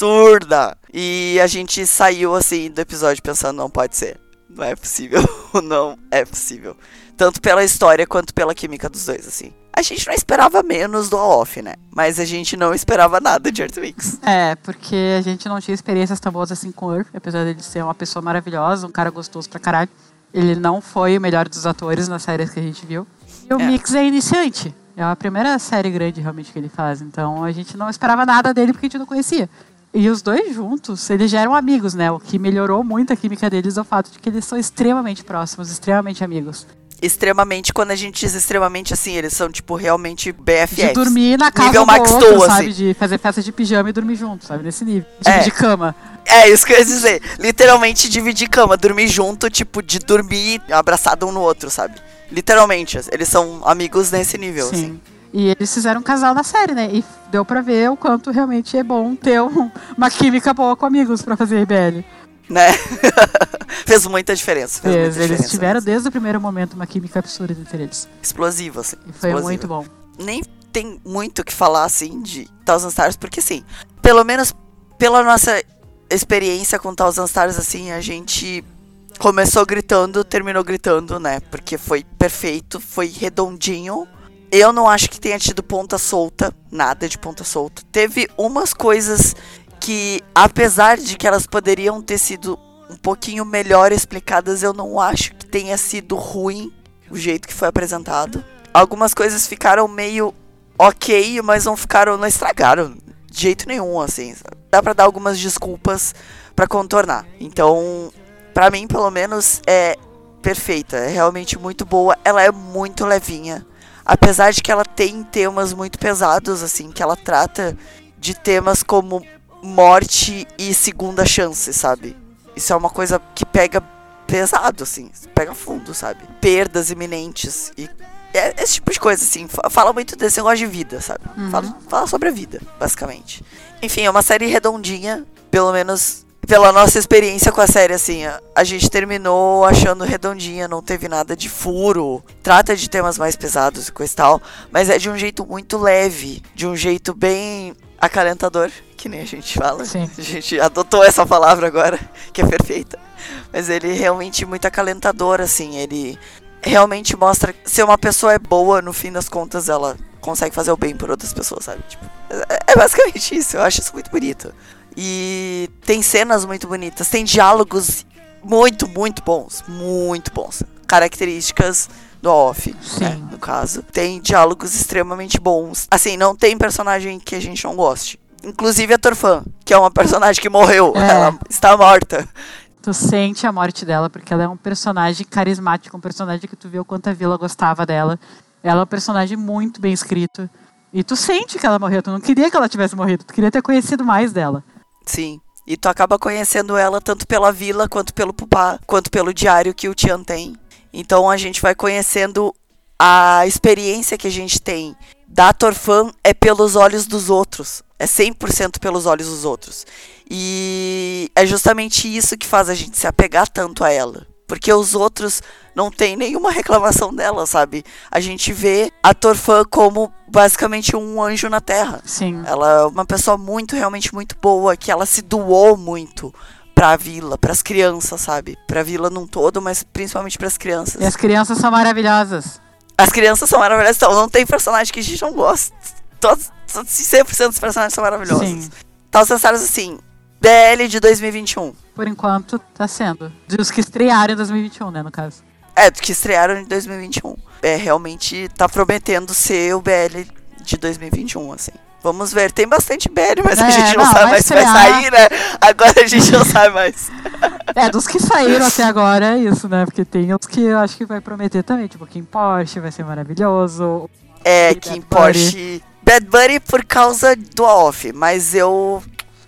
E a gente saiu, assim, do episódio pensando, não pode ser. Não é possível. Não é possível. Tanto pela história quanto pela química dos dois, assim. A gente não esperava menos do Off, né? Mas a gente não esperava nada de Earth Mix. Porque a gente não tinha experiências tão boas assim com o Earth. Apesar de ele ser uma pessoa maravilhosa, um cara gostoso pra caralho. Ele não foi o melhor dos atores nas séries que a gente viu. E o Mix é iniciante. É a primeira série grande realmente que ele faz. Então a gente não esperava nada dele porque a gente não conhecia. E os dois juntos, eles já eram amigos, né? O que melhorou muito a química deles é o fato de que eles são extremamente próximos, extremamente amigos. Extremamente, quando a gente diz extremamente assim, eles são, tipo, realmente BFFs. De dormir na casa nível do Max outro, Toa, sabe? assim. De fazer festa de pijama e dormir junto, sabe? Nesse nível. De cama. É, isso que eu ia dizer. Literalmente dividir cama, dormir junto, tipo, de dormir abraçado um no outro, sabe? Literalmente, eles são amigos nesse nível, Sim. assim. E eles fizeram um casal na série, né? E deu pra ver o quanto realmente é bom ter uma química boa com amigos pra fazer IBL. Né? Fez muita diferença. Eles tiveram desde o primeiro momento uma química absurda entre eles. Explosiva, assim. E foi muito bom. Nem tem muito o que falar, assim, de Thousand Stars, porque, assim, pelo menos pela nossa experiência com Thousand Stars, assim, a gente começou gritando, terminou gritando, né? Porque foi perfeito, foi redondinho. Eu não acho que tenha tido ponta solta, nada de ponta solta. Teve umas coisas que, apesar de que elas poderiam ter sido um pouquinho melhor explicadas, eu não acho que tenha sido ruim o jeito que foi apresentado. Algumas coisas ficaram meio ok, mas não estragaram de jeito nenhum, assim. Dá pra dar algumas desculpas pra contornar. Então, pra mim, pelo menos, é perfeita. É realmente muito boa. Ela é muito levinha. Apesar de que ela tem temas muito pesados, assim, que ela trata de temas como morte e segunda chance, sabe? Isso é uma coisa que pega pesado, assim, pega fundo, sabe? Perdas iminentes e esse tipo de coisa, assim, fala muito desse negócio de vida, sabe? Fala sobre a vida, basicamente. Enfim, é uma série redondinha, pelo menos pela nossa experiência com a série, assim, a gente terminou achando redondinha, não teve nada de furo, trata de temas mais pesados e coisa e tal, mas é de um jeito muito leve, de um jeito bem acalentador, que nem a gente fala. Sim. A gente adotou essa palavra agora, que é perfeita. Mas ele é realmente muito acalentador, assim, ele realmente mostra que se uma pessoa é boa, no fim das contas, ela consegue fazer o bem por outras pessoas, sabe? Tipo, é basicamente isso, eu acho isso muito bonito. E tem cenas muito bonitas, tem diálogos muito, muito bons, características do off, né, no caso. Tem diálogos extremamente bons. Assim, não tem personagem que a gente não goste. Inclusive a Torfan, que é uma personagem que morreu, ela está morta. Tu sente a morte dela, porque ela é um personagem carismático, um personagem que tu vê o quanto a Vila gostava dela. Ela é um personagem muito bem escrito. E tu sente que ela morreu, tu não queria que ela tivesse morrido, tu queria ter conhecido mais dela. Sim, e tu acaba conhecendo ela tanto pela Vila, quanto pelo Pupá, quanto pelo diário que o Tian tem. Então a gente vai conhecendo a experiência que a gente tem da Torfan é pelos olhos dos outros. É 100% pelos olhos dos outros. E é justamente isso que faz a gente se apegar tanto a ela. Porque os outros não tem nenhuma reclamação dela, sabe? A gente vê a Torfan como basicamente um anjo na Terra. Sim. Ela é uma pessoa realmente muito boa, que ela se doou muito pra vila, pras crianças, sabe? Pra vila num todo, mas principalmente pras crianças. E as crianças são maravilhosas. As crianças são maravilhosas, então não tem personagem que a gente não gosta. Todos 100% dos personagens são maravilhosos. Sim. Então, assim, BL de 2021. Por enquanto, tá sendo. Dos que estrearam em 2021, né, no caso. Que estrearam em 2021. Realmente tá prometendo ser o BL de 2021, assim. Vamos ver, tem bastante BL, mas a gente não sabe mais se vai sair, né? Agora a gente não sabe mais. Dos que saíram até agora é isso, né? Porque tem outros que eu acho que vai prometer também, tipo Kim Porsche vai ser maravilhoso. Kim Porsche... Bad Bunny por causa do off, mas eu...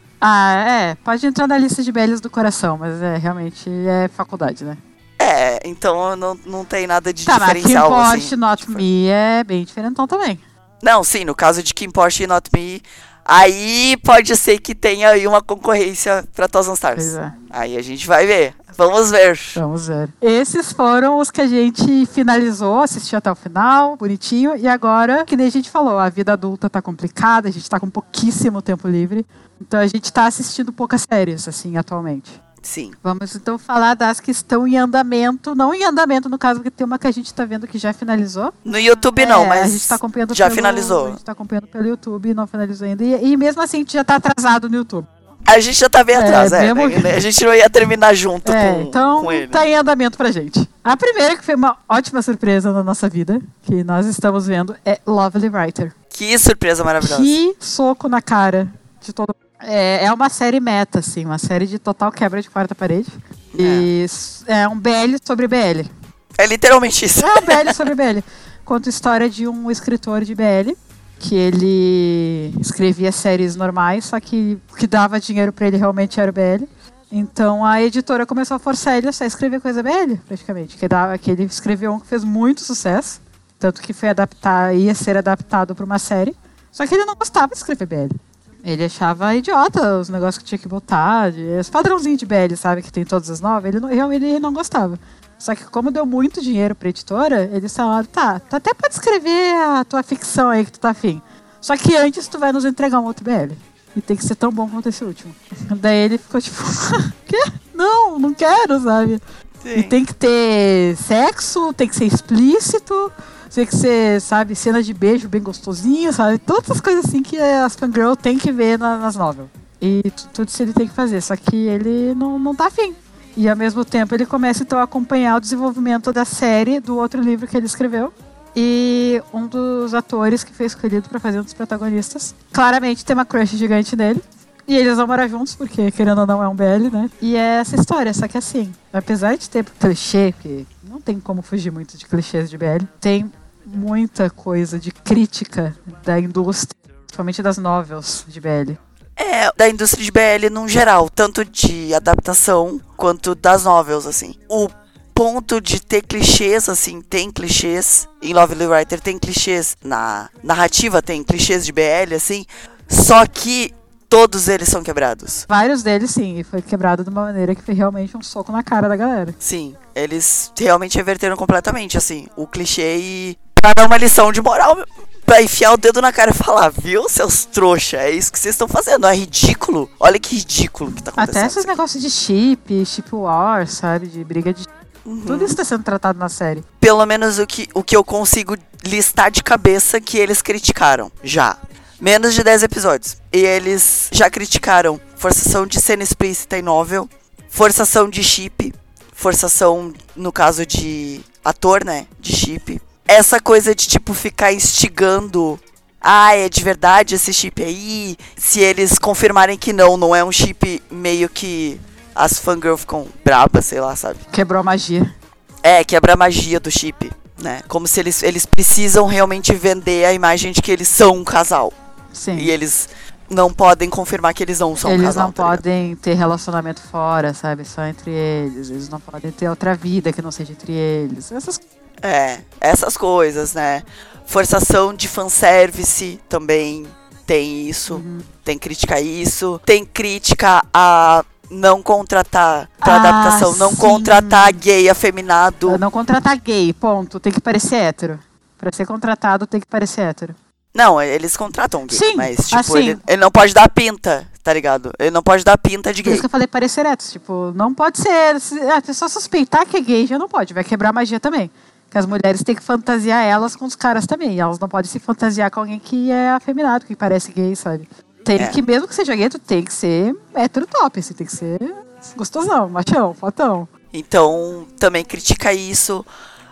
pode entrar na lista de BLs do coração, mas realmente é faculdade, né? Então não tem nada de diferencial. Kim Porsche, Not Me é bem diferentão também. Não, sim, no caso de Kim Porsche e Not Me, aí pode ser que tenha aí uma concorrência pra Thousand Stars. Pois é. Aí a gente vai ver. Vamos ver. Vamos ver. Esses foram os que a gente finalizou, assistiu até o final, bonitinho. E agora, que nem a gente falou, a vida adulta tá complicada, a gente tá com pouquíssimo tempo livre. Então a gente tá assistindo poucas séries, assim, atualmente. Sim. Vamos então falar das que estão em andamento. Não em andamento, no caso, porque tem uma que a gente tá vendo que já finalizou. No YouTube não, mas a gente tá acompanhando finalizou. A gente tá acompanhando pelo YouTube e não finalizou ainda. E mesmo assim, a gente já tá atrasado no YouTube. A gente já tá bem atrás, A gente não ia terminar junto com ele. Tá em andamento pra gente. A primeira, que foi uma ótima surpresa na nossa vida, que nós estamos vendo, é Lovely Writer. Que surpresa maravilhosa. Que soco na cara de todo mundo. É uma série meta, assim, uma série de total quebra de quarta parede. E é um BL sobre BL. É literalmente isso. É um BL sobre BL. Conta a história de um escritor de BL, que ele escrevia séries normais, só que o que dava dinheiro pra ele realmente era o BL. Então a editora começou a forçar ele a só escrever coisa BL, praticamente. Que ele escreveu um que fez muito sucesso. Tanto que ia ser adaptado pra uma série. Só que ele não gostava de escrever BL. Ele achava idiota os negócios que tinha que botar, os padrãozinhos de BL, sabe, que tem todas as novelas, ele não gostava. Só que como deu muito dinheiro pra editora, eles falaram, tá, tu até pode escrever a tua ficção aí que tu tá afim. Só que antes tu vai nos entregar um outro BL. E tem que ser tão bom quanto esse último. Daí ele ficou tipo, quê? Não quero, sabe? Sim. E tem que ter sexo, tem que ser explícito, tem que ser, sabe, cena de beijo bem gostosinha, sabe? Todas as coisas assim que as fangirl tem que ver nas novelas. E tudo isso ele tem que fazer, só que ele não tá afim. E ao mesmo tempo ele começa então a acompanhar o desenvolvimento da série do outro livro que ele escreveu. E um dos atores que foi escolhido pra fazer um dos protagonistas, claramente tem uma crush gigante nele. E eles vão morar juntos, porque querendo ou não é um BL, né? E é essa história, só que assim, apesar de ter clichê, porque não tem como fugir muito de clichês de BL, tem muita coisa de crítica da indústria, principalmente das novels de BL. Da indústria de BL num geral, tanto de adaptação quanto das novels, assim. O ponto de ter clichês, assim, tem clichês em Lovely Writer, tem clichês na narrativa, tem clichês de BL, assim, só que todos eles são quebrados. Vários deles, sim, e foi quebrado de uma maneira que foi realmente um soco na cara da galera. Sim, eles realmente reverteram completamente, assim, o clichê e pra dar uma lição de moral, pra enfiar o dedo na cara e falar, viu, seus trouxa, é isso que vocês estão fazendo, é ridículo. Olha que ridículo que tá acontecendo. Até esses negócios de chip war, sabe, de briga de... Tudo isso tá sendo tratado na série. Pelo menos o que eu consigo listar de cabeça que eles criticaram, já. Menos de 10 episódios. E eles já criticaram forçação de cena explícita em novel, forçação de chip, forçação, no caso de ator, né, de chip. Essa coisa de, tipo, ficar instigando, é de verdade esse chip aí, se eles confirmarem que não é um chip, meio que as fangirls ficam brabas, sei lá, sabe? Quebrou a magia. Quebra a magia do chip, né? Como se eles precisam realmente vender a imagem de que eles são um casal. Sim. E eles não podem confirmar que eles não são um casal. Eles não podem ter relacionamento fora, sabe? Só entre eles. Eles não podem ter outra vida que não seja entre eles. Essas coisas, né? Forçação de fanservice também tem isso. Tem crítica a isso. Tem crítica a não contratar pra adaptação, não contratar gay afeminado. Não contratar gay, ponto. Tem que parecer hétero. Pra ser contratado tem que parecer hétero. Não, eles contratam gay, sim, mas tipo, assim. ele não pode dar pinta, tá ligado? Ele não pode dar pinta de gay. Por isso que eu falei parecer hétero, tipo, não pode ser, a pessoa suspeitar que é gay já não pode, vai quebrar a magia também. Porque as mulheres têm que fantasiar elas com os caras também, elas não podem se fantasiar com alguém que é afeminado, que parece gay, sabe? Tem que, mesmo que seja gay, tu tem que ser hétero top, assim, tem que ser gostosão, machão, fotão. Então, também critica isso,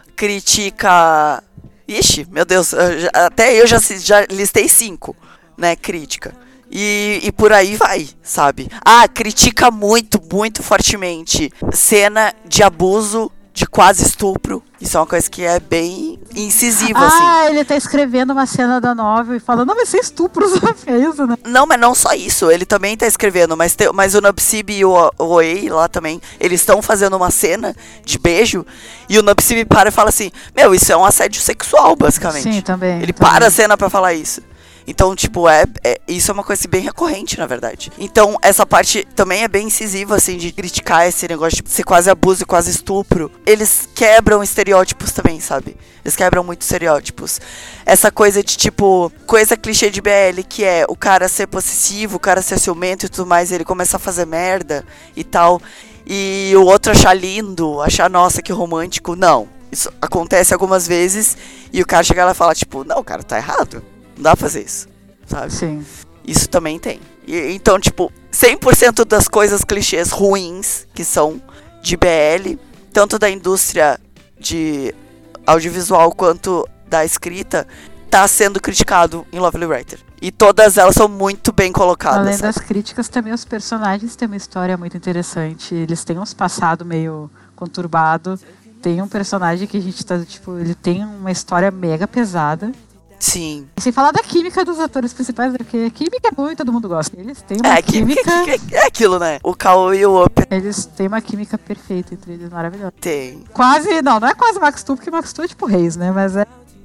critica... Ixi, meu Deus, até eu já listei 5, né, crítica. E por aí vai, sabe? Critica muito, muito fortemente cena de abuso, de quase estupro. Isso é uma coisa que é bem incisiva, assim. Ele tá escrevendo uma cena da novel e fala, não, vai ser estupro, sabe? É isso, né? Não, mas não só isso. Ele também tá escrevendo, mas o Nubsib e o Oei lá também, eles estão fazendo uma cena de beijo e o Nubsib para e fala assim, meu, isso é um assédio sexual, basicamente. Sim, também. Ele para a cena pra falar isso. Então, tipo, isso é uma coisa bem recorrente, na verdade. Então, essa parte também é bem incisiva, assim, de criticar esse negócio de ser quase abuso e quase estupro. Eles quebram estereótipos também, sabe? Eles quebram muito estereótipos. Essa coisa de, tipo, coisa clichê de BL, que é o cara ser possessivo, o cara ser ciumento e tudo mais, e ele começar a fazer merda e tal. E o outro achar lindo, achar, nossa, que romântico. Não. Isso acontece algumas vezes e o cara chega lá e fala, tipo, não, cara, tá errado. Não dá pra fazer isso, sabe? Sim. Isso também tem. Então, tipo, 100% das coisas clichês ruins que são de BL, tanto da indústria de audiovisual quanto da escrita, tá sendo criticado em Lovely Writer. E todas elas são muito bem colocadas. Além sabe? das críticas, também os personagens têm uma história muito interessante. Eles têm uns passados meio conturbado. Tem um personagem que a gente tá, tipo, ele tem uma história mega pesada. Sim. E sem falar da química dos atores principais, porque a química é boa e todo mundo gosta. Eles têm uma química... É aquilo, né? O Kao e o Up. Eles têm uma química perfeita entre eles, maravilhosa. Tem. Quase, não é quase Max Tu, porque Max Tu é tipo Reis, né? Mas é...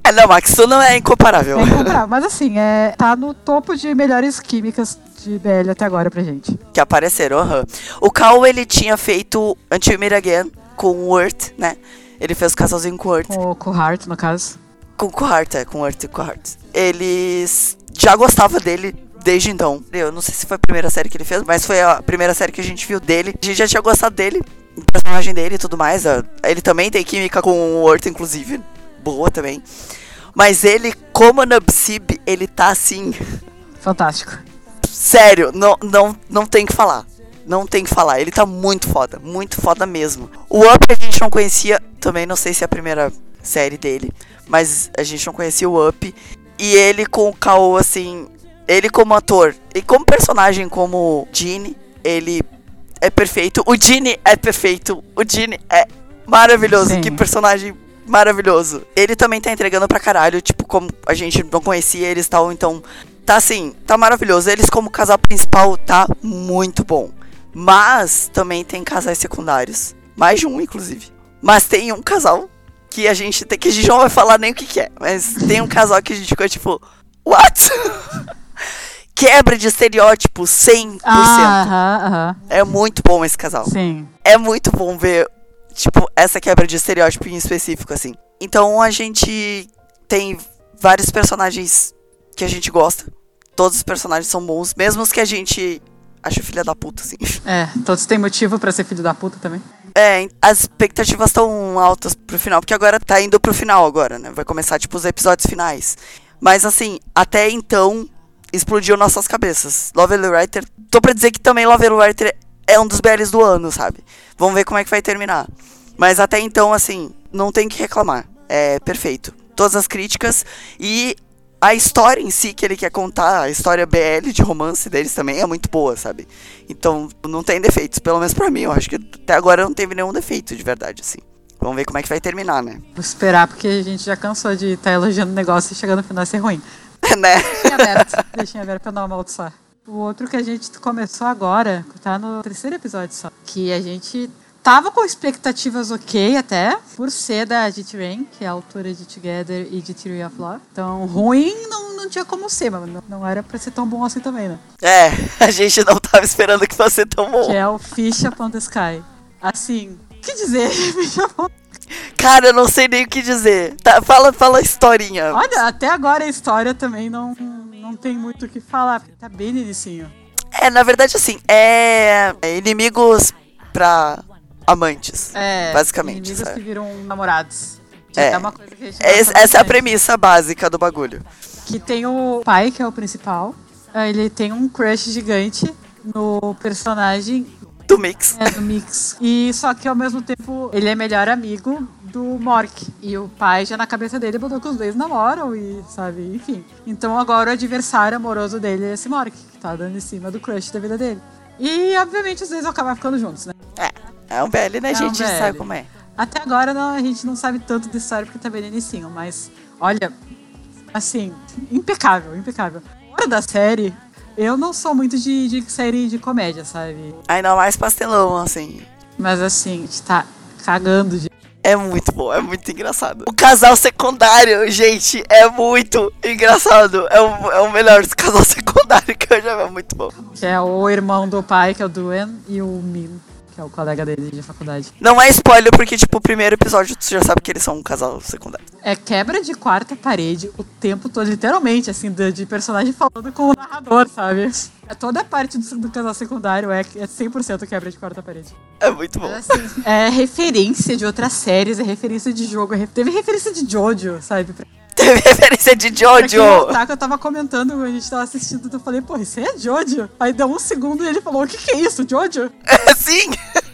Não, Max, isso não é incomparável. É incomparável, mas assim, tá no topo de melhores químicas de BL até agora pra gente. Que apareceram, O Cal, ele tinha feito Until You Meet Again com o Worth, né? Ele fez o casalzinho com o Worth. Com o Heart, no caso. Com o Heart, com o Worth e com o Heart. Eles já gostavam dele desde então. Eu não sei se foi a primeira série que ele fez, mas foi a primeira série que a gente viu dele. A gente já tinha gostado dele, do personagem dele e tudo mais. Ele também tem química com o Worth, inclusive. Boa também. Mas ele, como Nubsib, ele tá assim... Fantástico. Sério, não tem o que falar. Não tem o que falar. Ele tá muito foda mesmo. O Up a gente não conhecia, também não sei se é a primeira série dele, mas a gente não conhecia o Up. E ele com o Kao, assim, ele como ator e como personagem, como Gene, ele é perfeito. O Gene é perfeito. O Gene é maravilhoso. Sim. Que personagem maravilhoso. Ele também tá entregando pra caralho, tipo, como a gente não conhecia eles e tal, então... Tá assim, tá maravilhoso. Eles como casal principal tá muito bom. Mas também tem casais secundários. Mais de um, inclusive. Mas tem um casal que a gente não vai falar nem o que é. Mas tem um casal que a gente ficou tipo... What? Quebra de estereótipo 100%. É muito bom esse casal. Sim. É muito bom ver, tipo, essa quebra de estereótipo em específico, assim. Então a gente tem vários personagens que a gente gosta. Todos os personagens são bons, mesmo os que a gente acha filha da puta, assim. Todos têm motivo pra ser filho da puta também. As expectativas estão altas pro final, porque agora tá indo pro final agora, né? Vai começar, tipo, os episódios finais. Mas, assim, até então, explodiu nossas cabeças. Lovely Writer, tô pra dizer que também Lovely Writer é um dos BLs do ano, sabe? Vamos ver como é que vai terminar. Mas até então, assim, não tem que reclamar. É perfeito. Todas as críticas e... A história em si que ele quer contar, a história BL de romance deles também é muito boa, sabe? Então, não tem defeitos, pelo menos pra mim. Eu acho que até agora não teve nenhum defeito, de verdade, assim. Vamos ver como é que vai terminar, né? Vou esperar, porque a gente já cansou de estar elogiando o negócio e chegando no final ser ruim. Né? Deixa em aberto pra não amaldiçoar. O outro que a gente começou agora, tá no 3º episódio só, que a gente... Tava com expectativas ok até, por ser da G.T. Rain, que é a autora de Together e de Theory of Love. Então, ruim não tinha como ser, mas não era pra ser tão bom assim também, né? A gente não tava esperando que fosse tão bom. Que é o Fish Upon the Sky. Assim, o que dizer? Fish Upon... Cara, eu não sei nem o que dizer. Tá, fala a historinha. Olha, até agora a história também não tem muito o que falar, porque tá bem no inicinho. Na verdade, assim, inimigos pra... amantes, basicamente. Inimigos, sabe? Que viram namorados. Uma coisa que a gente essa é a premissa básica do bagulho. Que tem o pai, que é o principal. Ele tem um crush gigante no personagem do Mix. Do Mix. E só que ao mesmo tempo ele é melhor amigo do Mork. E o pai já na cabeça dele botou que os dois namoram e, sabe, enfim. Então agora o adversário amoroso dele é esse Mork, que tá dando em cima do crush da vida dele. E obviamente os dois vão acabar ficando juntos, né? É um BL, né, gente? A gente sabe como é. Até agora a gente não sabe tanto da história porque tá bem no inicinho, mas olha, assim, impecável. Fora da série, eu não sou muito de série de comédia, sabe? Ainda mais pastelão, assim. Mas assim, a gente tá cagando de... É muito bom, é muito engraçado. O casal secundário, gente, é muito engraçado. É o melhor casal secundário que eu já vi, é muito bom. Que é o irmão do pai, que é o Duen, e o Min, que é o colega dele de faculdade. Não é spoiler, porque, tipo, o primeiro episódio tu já sabe que eles são um casal secundário. É quebra de quarta parede o tempo todo, literalmente, assim, de personagem falando com o narrador, sabe? Toda a parte do casal secundário é 100% quebra de quarta parede. É muito bom. Mas, assim, é referência de outras séries, é referência de jogo, teve referência de Jojo, sabe? Teve referência de Jojo. Que eu tava comentando, a gente tava assistindo, eu falei, pô, isso é Jojo? Aí deu um segundo e ele falou, o que é isso, Jojo? Sim!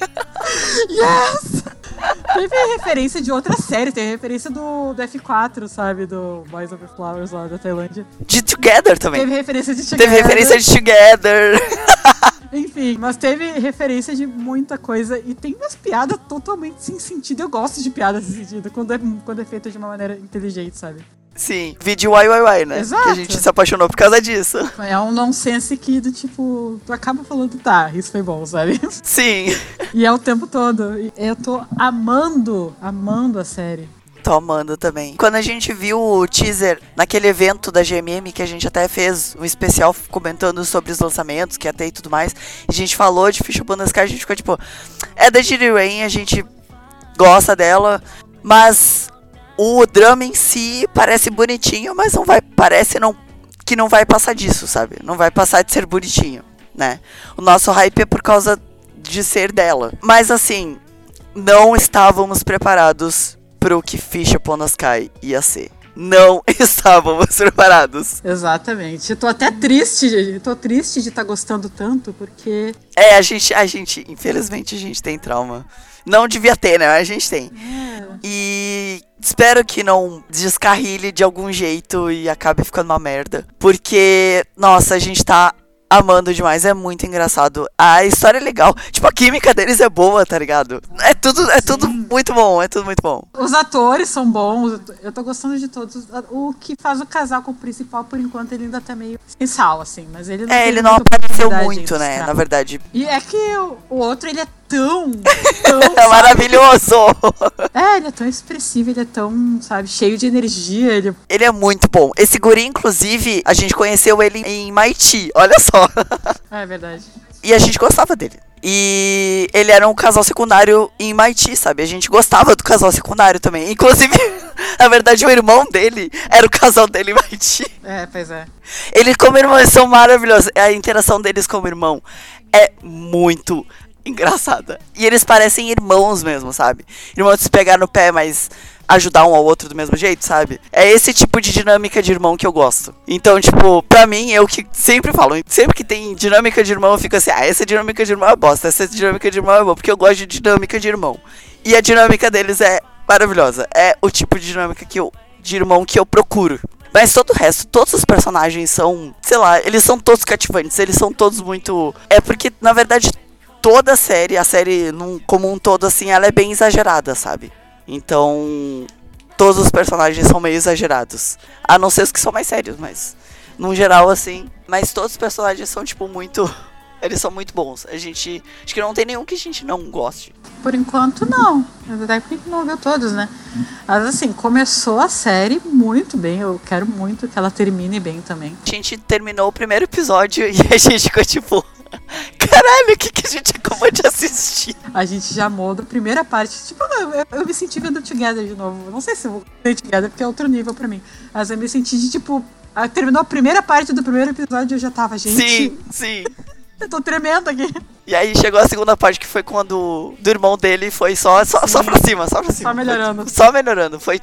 Yes! Teve referência de outra série, teve referência do F4, sabe? Do Boys Over Flowers lá da Tailândia. De Together também. Teve referência de Together. Teve referência de Together. Enfim, mas teve referência de muita coisa e tem umas piadas totalmente sem sentido. Eu gosto de piadas sem sentido, quando é feita de uma maneira inteligente, sabe? Sim, vídeo YYY, né? Exato. Que a gente se apaixonou por causa disso. É um nonsense que, do tipo, tu acaba falando, tá, isso foi bom, sabe? Sim. E é o tempo todo. E eu tô amando a série. Tô amando também. Quando a gente viu o teaser naquele evento da GMM, que a gente até fez um especial comentando sobre os lançamentos, que ia ter e tudo mais, a gente falou de Fish Upon the Sky, a gente ficou tipo, é da J.D. Rain, a gente gosta dela, mas o drama em si parece bonitinho, mas que não vai passar disso, sabe? Não vai passar de ser bonitinho, né? O nosso hype é por causa de ser dela. Mas assim, não estávamos preparados pro que Fish Upon the Sky ia ser. Não estávamos preparados. Exatamente. Eu tô até triste, tô triste de estar gostando tanto, porque... A gente, infelizmente, a gente tem trauma. Não devia ter, né? Mas a gente tem. E espero que não descarrile de algum jeito e acabe ficando uma merda. Porque, nossa, a gente tá amando demais, é muito engraçado. A história é legal. Tipo, a química deles é boa, tá ligado? É tudo muito bom, é tudo muito bom. Os atores são bons, eu tô gostando de todos. O que faz o casal com o principal, por enquanto, ele ainda tá meio sem sal, assim. Mas ele não ele não apareceu muito, né, na verdade. E é que o outro, ele é tão é maravilhoso! Ele é tão expressivo, ele é tão, sabe, cheio de energia. Ele é muito bom. Esse guri, inclusive, a gente conheceu ele em Mighty, olha só. É verdade. E a gente gostava dele. E ele era um casal secundário em Mighty, sabe? A gente gostava do casal secundário também. Inclusive, na verdade, o irmão dele era o casal dele em Mighty. Pois é. Eles como irmãos, eles são maravilhosos. A interação deles como irmão é muito engraçada. E eles parecem irmãos mesmo, sabe? Irmãos de se pegar no pé, mas ajudar um ao outro do mesmo jeito, sabe? É esse tipo de dinâmica de irmão que eu gosto. Então, tipo, pra mim, eu que sempre falo, sempre que tem dinâmica de irmão, eu fico assim, essa dinâmica de irmão é bosta, essa dinâmica de irmão é boa, porque eu gosto de dinâmica de irmão. E a dinâmica deles é maravilhosa. É o tipo de dinâmica de irmão que eu procuro. Mas todo o resto, todos os personagens são, sei lá, eles são todos cativantes, eles são todos muito... É porque, na verdade, toda a série como um todo, assim, ela é bem exagerada, sabe? Então, todos os personagens são meio exagerados. A não ser os que são mais sérios, mas... No geral, assim... Mas todos os personagens são, tipo, muito... Eles são muito bons. Acho que não tem nenhum que a gente não goste. Por enquanto, não. Até porque não viu todos, né? Mas, assim, começou a série muito bem. Eu quero muito que ela termine bem também. A gente terminou o primeiro episódio e a gente ficou, tipo... Caralho, o que a gente acabou de assistir? A gente já amou da primeira parte. Tipo, eu me senti vendo Together de novo. Não sei se eu vou ver Together, porque é outro nível pra mim. Mas eu me senti de, tipo... Terminou a primeira parte do primeiro episódio e eu já tava, gente... Sim. Eu tô tremendo aqui. E aí chegou a segunda parte, que foi quando do irmão dele foi só pra cima, só pra cima. Só melhorando. Só melhorando. Foi...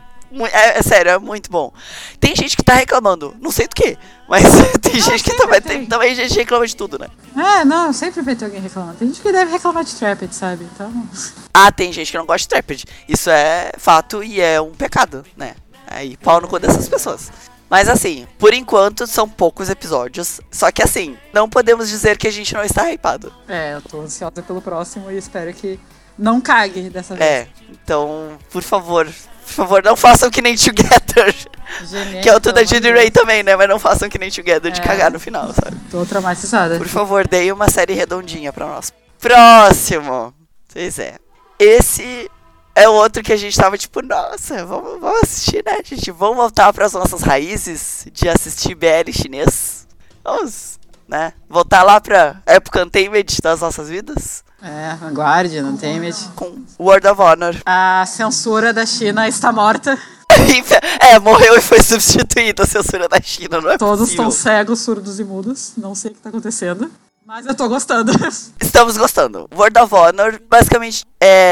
É sério, é muito bom. Tem gente que tá reclamando, não sei do que, mas tem gente que também gente reclama de tudo, né? Não, sempre vai ter alguém reclamando. Tem gente que deve reclamar de Trapped, sabe? Então... tem gente que não gosta de Trapped. Isso é fato e é um pecado, né? Aí pau no cu dessas pessoas. Mas assim, por enquanto são poucos episódios. Só que assim, não podemos dizer que a gente não está hypado. Eu tô ansiosa pelo próximo e espero que não cague dessa vez. Então, por favor, não façam que nem Together. Que é outro da J.D. Rain também, né? Mas não façam que nem Together de cagar no final, sabe? Tô traumatizada. Por favor, deem uma série redondinha pra nós. Próximo! Pois é. Esse é outro que a gente tava tipo, nossa, vamos assistir, né, gente? Vamos voltar pras nossas raízes de assistir BL chinês. Vamos, né? Voltar lá pra época Untamed das nossas vidas. Aguarde, Untamed. Com World of Honor. A censura da China está morta. Morreu e foi substituída a censura da China, não é Todos possível. estão cegos, surdos e mudos. Não sei o que tá acontecendo. Mas eu tô gostando. Estamos gostando. World of Honor, basicamente,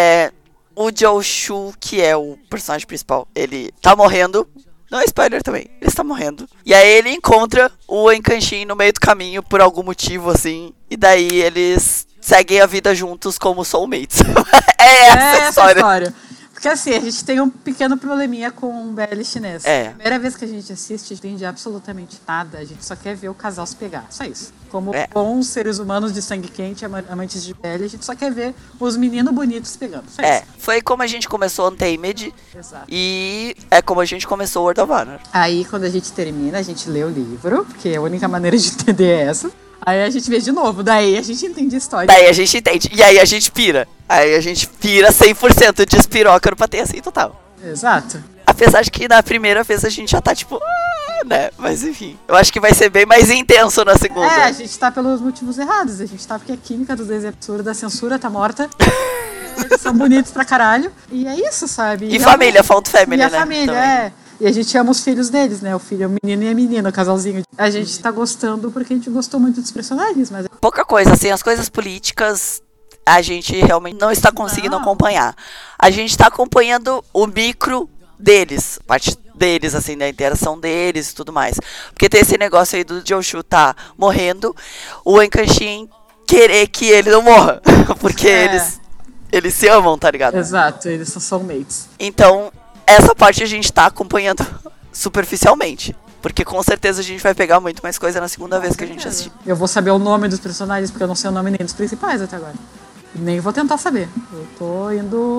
o Joe Shu, que é o personagem principal, ele tá morrendo. Não é spoiler também, ele está morrendo. E aí ele encontra o Enkanshin no meio do caminho por algum motivo, assim. E daí eles seguem a vida juntos como soulmates. essa a história. Porque assim, a gente tem um pequeno probleminha com o BL chinês. Primeira vez que a gente assiste, a gente entende absolutamente nada. A gente só quer ver o casal se pegar. Só isso. Como bons seres humanos de sangue quente, amantes de BL, a gente só quer ver os meninos bonitos se pegando. Só isso. Foi como a gente começou Untamed. Exato. E é como a gente começou World of Honor. Aí, quando a gente termina, a gente lê o livro, porque a única maneira de entender é essa. Aí a gente vê de novo, daí a gente entende a história. Daí a gente entende, e aí a gente pira. Aí a gente pira 100% de espiroca no Patê assim total. Exato. Apesar de que na primeira vez a gente já tá tipo... né? Mas enfim, eu acho que vai ser bem mais intenso na segunda. A gente tá pelos motivos errados. A gente tá porque a química dos dois é absurda, a censura tá morta. Eles são bonitos pra caralho. E é isso, sabe? E família, Found Family, e a né? Família, também. E a gente ama os filhos deles, né? O filho é o menino e a menina, o casalzinho. A gente tá gostando porque a gente gostou muito dos personagens, mas... Pouca coisa, assim, as coisas políticas a gente realmente não está conseguindo acompanhar. A gente tá acompanhando o micro deles, parte deles, assim, da interação deles e tudo mais. Porque tem esse negócio aí do Joshua tá morrendo, o Enkanshin querer que ele não morra. Porque eles se amam, tá ligado? Exato, eles são soulmates. Então, essa parte a gente tá acompanhando superficialmente. Porque com certeza a gente vai pegar muito mais coisa na segunda vez que a gente assistir. Eu vou saber o nome dos personagens, porque eu não sei o nome nem dos principais até agora. Nem vou tentar saber. Eu tô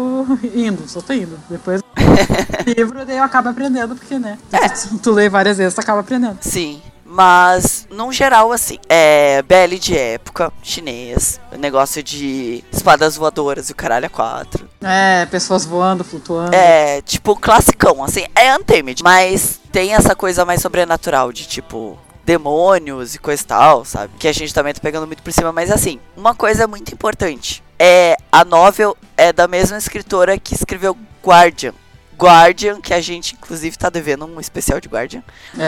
só tô indo. Depois do livro, daí eu acabo aprendendo, porque, né? Tu lê várias vezes, tu acaba aprendendo. Sim. Mas, num geral, assim, é BL de época, chinês, negócio de espadas voadoras e o caralho a 4. Pessoas voando, flutuando. Tipo, classicão, assim, é Untamed, mas tem essa coisa mais sobrenatural de, tipo, demônios e coisa e tal, sabe? Que a gente também tá pegando muito por cima, mas assim, uma coisa muito importante, a novel é da mesma escritora que escreveu Guardian, que a gente, inclusive, tá devendo um especial de Guardian.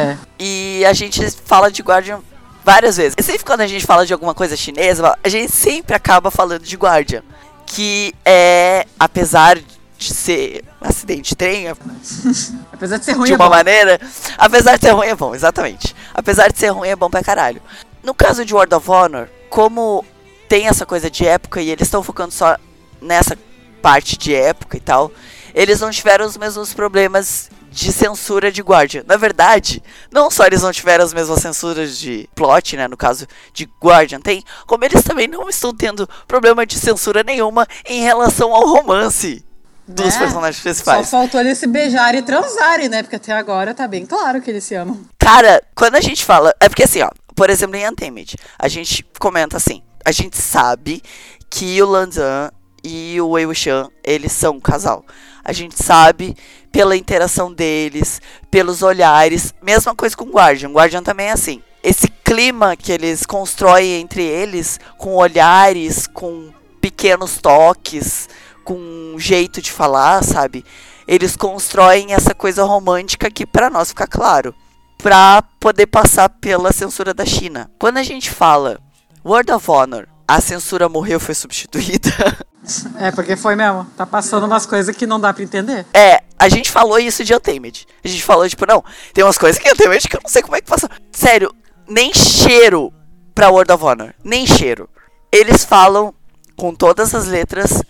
E a gente fala de Guardian várias vezes. E sempre quando a gente fala de alguma coisa chinesa, a gente sempre acaba falando de Guardian. Que apesar de ser um acidente de trem... apesar de ser ruim, de uma maneira... Apesar de ser ruim, é bom, exatamente. Apesar de ser ruim, é bom pra caralho. No caso de World of Honor, como tem essa coisa de época e eles estão focando só nessa parte de época e tal... Eles não tiveram os mesmos problemas de censura de Guardian. Na verdade, não só eles não tiveram as mesmas censuras de plot, né, no caso de Guardian tem, como eles também não estão tendo problema de censura nenhuma em relação ao romance dos personagens principais. Só faltou eles se beijarem e transarem, né, porque até agora tá bem claro que eles se amam. Cara, quando a gente fala... É porque assim, ó, por exemplo, em Untamed, a gente comenta assim, a gente sabe que o Lanzan e o Wei Wuxian, eles são um casal. A gente sabe pela interação deles, pelos olhares. Mesma coisa com Guardian. Guardian também é assim. Esse clima que eles constroem entre eles, com olhares, com pequenos toques, com um jeito de falar, sabe? Eles constroem essa coisa romântica que pra nós fica claro. Pra poder passar pela censura da China. Quando a gente fala World of Honor, a censura morreu, foi substituída... Porque foi mesmo. Tá passando umas coisas que não dá pra entender. A gente falou isso de Untamed. A gente falou, tipo, não, tem umas coisas que Untamed que eu não sei como é que passa. Sério, nem cheiro pra World of Honor. Nem cheiro. Eles falam com todas as letras,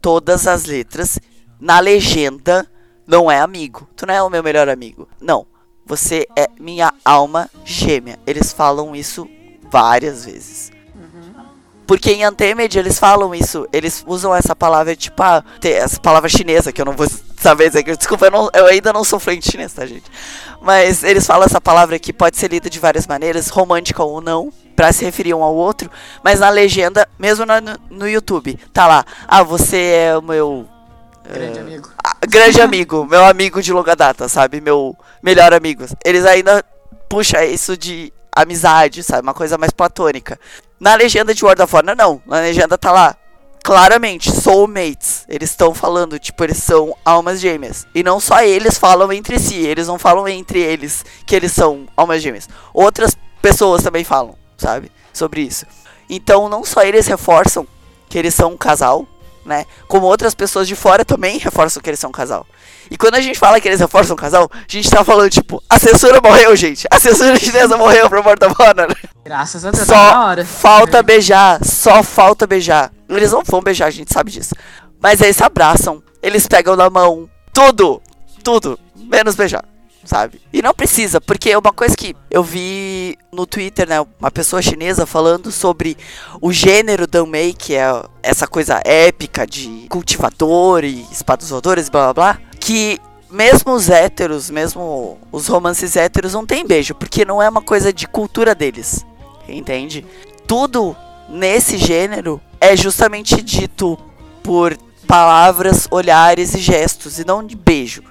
na legenda, não é amigo. Tu não é o meu melhor amigo. Não, você é minha alma gêmea. Eles falam isso várias vezes. Porque em Untamed eles falam isso, eles usam essa palavra, tipo, essa palavra chinesa, que eu não vou saber dizer, desculpa, eu ainda não sou fluente chinês, tá, gente? Mas eles falam essa palavra que pode ser lida de várias maneiras, romântica ou não, pra se referir um ao outro, mas na legenda, mesmo no YouTube, tá lá, você é o meu... grande amigo. Grande amigo, meu amigo de longa data, sabe? Meu melhor amigo. Eles ainda puxam isso de amizade, sabe? Uma coisa mais platônica. Na legenda de World of Honor, não. Na legenda tá lá, claramente, soulmates. Eles estão falando, tipo, eles são almas gêmeas. E não só eles falam entre si, eles não falam entre eles que eles são almas gêmeas. Outras pessoas também falam, sabe? Sobre isso. Então, não só eles reforçam que eles são um casal, né? Como outras pessoas de fora também reforçam que eles são um casal. E quando a gente fala que eles reforçam um casal, a gente tá falando, tipo, a censura morreu, gente. A censura chinesa morreu pro World of Honor. Graças a Deus, só tá na hora. Falta beijar, só falta beijar. Eles não vão beijar, a gente sabe disso. Mas eles se abraçam, eles pegam na mão, tudo, menos beijar, sabe? E não precisa, porque uma coisa que eu vi no Twitter, né, uma pessoa chinesa falando sobre o gênero Danmei, que é essa coisa épica de cultivador e espadas voadoras e blá blá blá, que mesmo os héteros, mesmo os romances héteros não tem beijo, porque não é uma coisa de cultura deles, entende? Tudo nesse gênero é justamente dito por palavras, olhares e gestos, e não de beijo.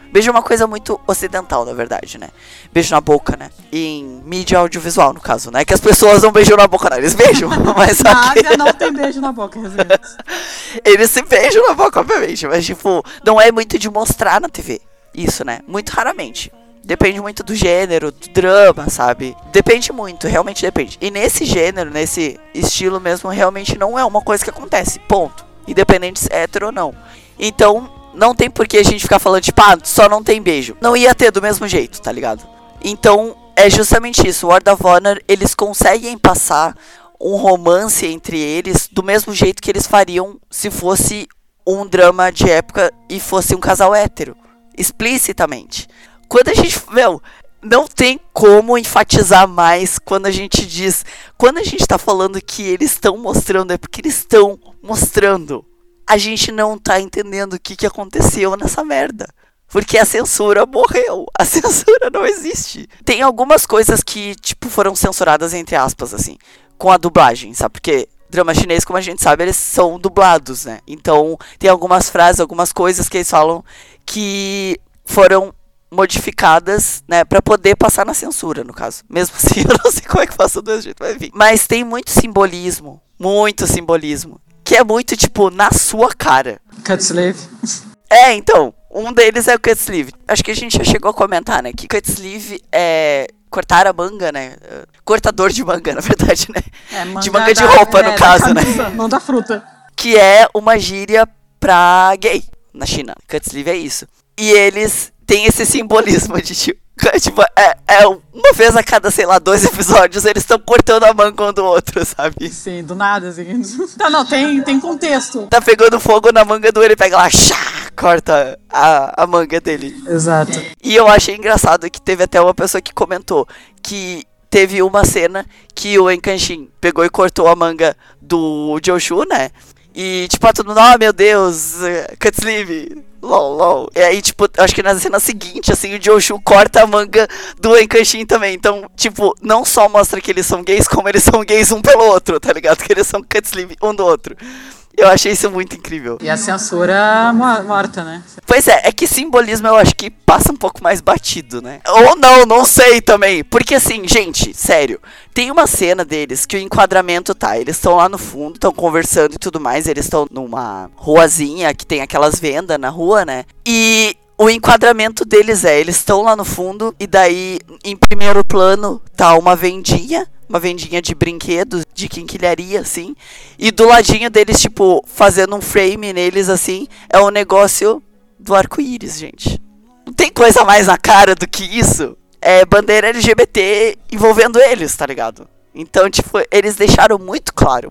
Beijo é uma coisa muito ocidental, na verdade, né? Beijo na boca, né? Em mídia audiovisual, no caso, né? Que as pessoas não beijam na boca, não. Eles beijam, mas Na só que... Ásia não tem beijo na boca, resumindo. Eles se beijam na boca, obviamente. Mas, tipo, não é muito de mostrar na TV. Isso, né? Muito raramente. Depende muito do gênero, do drama, sabe? Depende muito, realmente depende. E nesse gênero, nesse estilo mesmo, realmente não é uma coisa que acontece. Ponto. Independente se é hétero ou não. Então, não tem por que a gente ficar falando, tipo, só não tem beijo. Não ia ter do mesmo jeito, tá ligado? Então, é justamente isso. O World of Honor, eles conseguem passar um romance entre eles do mesmo jeito que eles fariam se fosse um drama de época e fosse um casal hétero. Explicitamente. Quando a gente... não tem como enfatizar mais quando a gente diz... Quando a gente tá falando que eles estão mostrando, é porque eles estão mostrando. A gente não tá entendendo o que aconteceu nessa merda. Porque a censura morreu. A censura não existe. Tem algumas coisas que, tipo, foram censuradas, entre aspas, assim, com a dublagem, sabe? Porque drama chinês, como a gente sabe, eles são dublados, né? Então, tem algumas frases, algumas coisas que eles falam que foram modificadas, né, pra poder passar na censura, no caso. Mesmo assim, eu não sei como é que passa do jeito, mas enfim. Mas tem muito simbolismo, que é muito, tipo, na sua cara. Cut sleeve. Então, um deles é o cut sleeve. Acho que a gente já chegou a comentar, né, que cut sleeve é cortar a manga, né, cortador de manga, na verdade, né, de manga de roupa, no caso, né. Não da fruta. Que é uma gíria pra gay na China. Cut sleeve é isso. E eles têm esse simbolismo de, tipo, uma vez a cada, sei lá, 2 episódios, eles estão cortando a manga um do outro, sabe? Sim, do nada, assim. Não, tem contexto. Tá pegando fogo na manga do ele pega lá, corta a manga dele. Exato. E eu achei engraçado que teve até uma pessoa que comentou que teve uma cena que o Enkanshin pegou e cortou a manga do Joshua, né? E, tipo, todo mundo, meu Deus, cut sleeve, lol. E aí, tipo, acho que na cena seguinte, assim, o Joshua corta a manga do Enkanshin também. Então, tipo, não só mostra que eles são gays, como eles são gays um pelo outro, tá ligado? Que eles são cut sleeve um do outro. Eu achei isso muito incrível. E a censura morta, né? Pois é que simbolismo eu acho que passa um pouco mais batido, né? Ou não sei também. Porque assim, gente, sério, tem uma cena deles que o enquadramento eles estão lá no fundo, estão conversando e tudo mais, eles estão numa ruazinha que tem aquelas vendas na rua, né? E o enquadramento deles eles estão lá no fundo e daí em primeiro plano tá uma vendinha de brinquedos, de quinquilharia, assim. E do ladinho deles, tipo, fazendo um frame neles, assim, é um negócio do arco-íris, gente. Não tem coisa mais na cara do que isso. É bandeira LGBT envolvendo eles, tá ligado? Então, tipo, eles deixaram muito claro.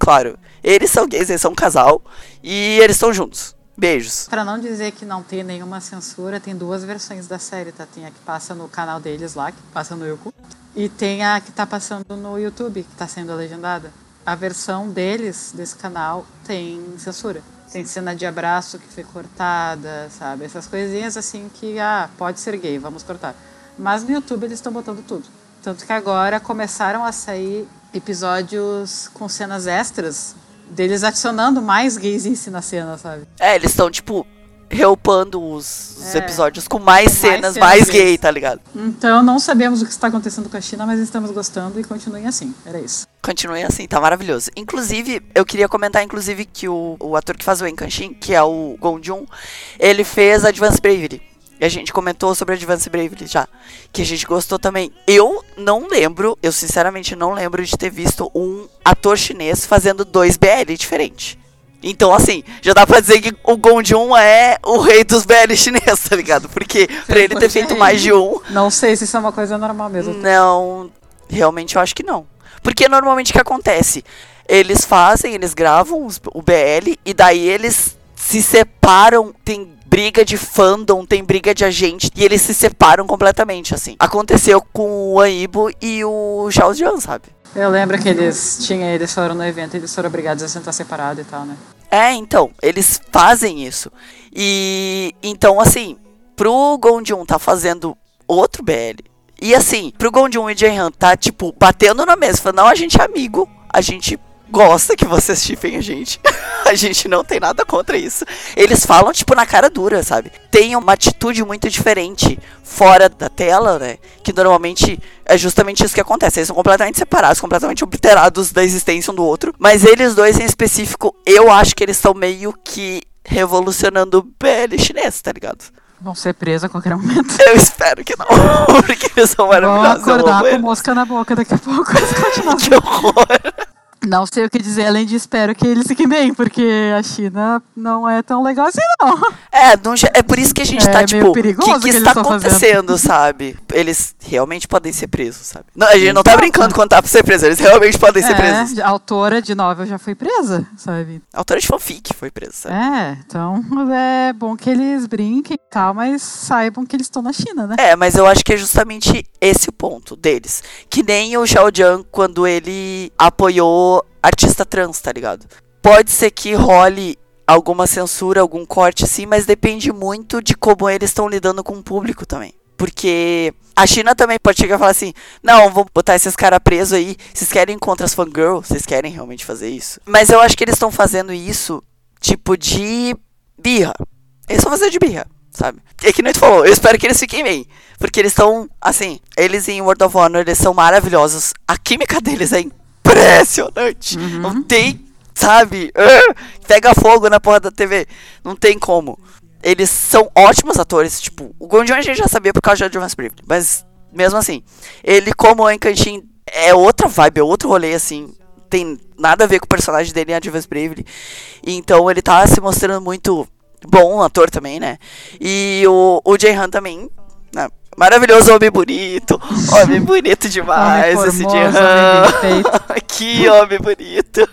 Eles são gays, eles são um casal. E eles estão juntos. Beijos. Pra não dizer que não tem nenhuma censura, tem 2 versões da série, tá? Tem a que passa no canal deles lá, que passa no Youku. E tem a que tá passando no YouTube, que tá sendo legendada. A versão deles, desse canal, tem censura. Tem cena de abraço que foi cortada, sabe? Essas coisinhas assim que, pode ser gay, vamos cortar. Mas no YouTube eles estão botando tudo. Tanto que agora começaram a sair episódios com cenas extras deles adicionando mais gaysice na cena, sabe? Eles estão, tipo, reupando os episódios com mais cenas mais gay, tá ligado? Então não sabemos o que está acontecendo com a China, mas estamos gostando e continuem assim. Era isso. Continuem assim, tá maravilhoso. Inclusive, eu queria comentar, que o ator que faz o Enkanshin, que é o Gong Joon, ele fez Advance Bravery. E a gente comentou sobre Advance Bravery já, que a gente gostou também. Eu sinceramente não lembro de ter visto um ator chinês fazendo 2 BL diferentes. Então, assim, já dá pra dizer que o Gong Joon é o rei dos BL chineses, tá ligado? Porque pra ele ter feito mais de um... Não sei se isso é uma coisa normal mesmo. Não, realmente eu acho que não. Porque normalmente o que acontece? Eles gravam o BL e daí eles se separam, tem briga de fandom, tem briga de agente, e eles se separam completamente, assim. Aconteceu com o Aibo e o Zhao Jian, sabe? Eu lembro que eles foram no evento e eles foram obrigados a sentar separado e tal, né? Então, eles fazem isso. E, então, assim, pro Gong Joon tá fazendo outro BL, e assim, pro Gong Joon e Jae Han tá, tipo, batendo na mesa, falando, não, a gente é amigo, a gente gosta que vocês chipem a gente. A gente não tem nada contra isso. Eles falam, tipo, na cara dura, sabe? Tem uma atitude muito diferente fora da tela, né? Que normalmente é justamente isso que acontece. Eles são completamente separados, completamente obliterados da existência um do outro. Mas eles dois em específico, eu acho que eles estão meio que revolucionando o BL chinês, tá ligado? Vão ser presos a qualquer momento. Eu espero que não, porque eles são maravilhosos. Vão acordar com mosca na boca daqui a pouco. Que horror. Não sei o que dizer, além de espero que eles fiquem bem, porque a China não é tão legal assim, não. É por isso que a gente tá, tipo, o que está acontecendo, sabe? Eles realmente podem ser presos, sabe? Não, a gente não tá brincando quando tá pra ser preso, eles realmente podem ser presos. A autora de novel já foi presa, sabe? A autora de fanfic foi presa, sabe? Então é bom que eles brinquem e tal, mas saibam que eles estão na China, né? Mas eu acho que é justamente esse o ponto deles. Que nem o Xiao Jian, quando ele apoiou artista trans, tá ligado? Pode ser que role alguma censura, algum corte sim, mas depende muito de como eles estão lidando com o público também. Porque a China também pode chegar e falar assim, não, vou botar esses caras presos aí, vocês querem contra as fangirls? Vocês querem realmente fazer isso? Mas eu acho que eles estão fazendo isso, tipo, de birra. Eles estão fazendo de birra, sabe? É que nem tu falou, eu espero que eles fiquem bem. Porque eles estão, assim, eles em World of Honor, eles são maravilhosos. A química deles é impressionante. Não tem, sabe? Pega fogo na porra da TV. Não tem como. Eles são ótimos atores. Tipo, o Gon Joon a gente já sabia por causa de Advance Bravely. Mas, mesmo assim, ele como o Encantin é outra vibe, é outro rolê, assim. Tem nada a ver com o personagem dele em Advance Bravely. Então, ele tá se mostrando muito bom ator também, né? E o Jae-han também, né? Maravilhoso, homem bonito. Homem bonito demais, homem esse formoso, Jae-han. Que homem bonito.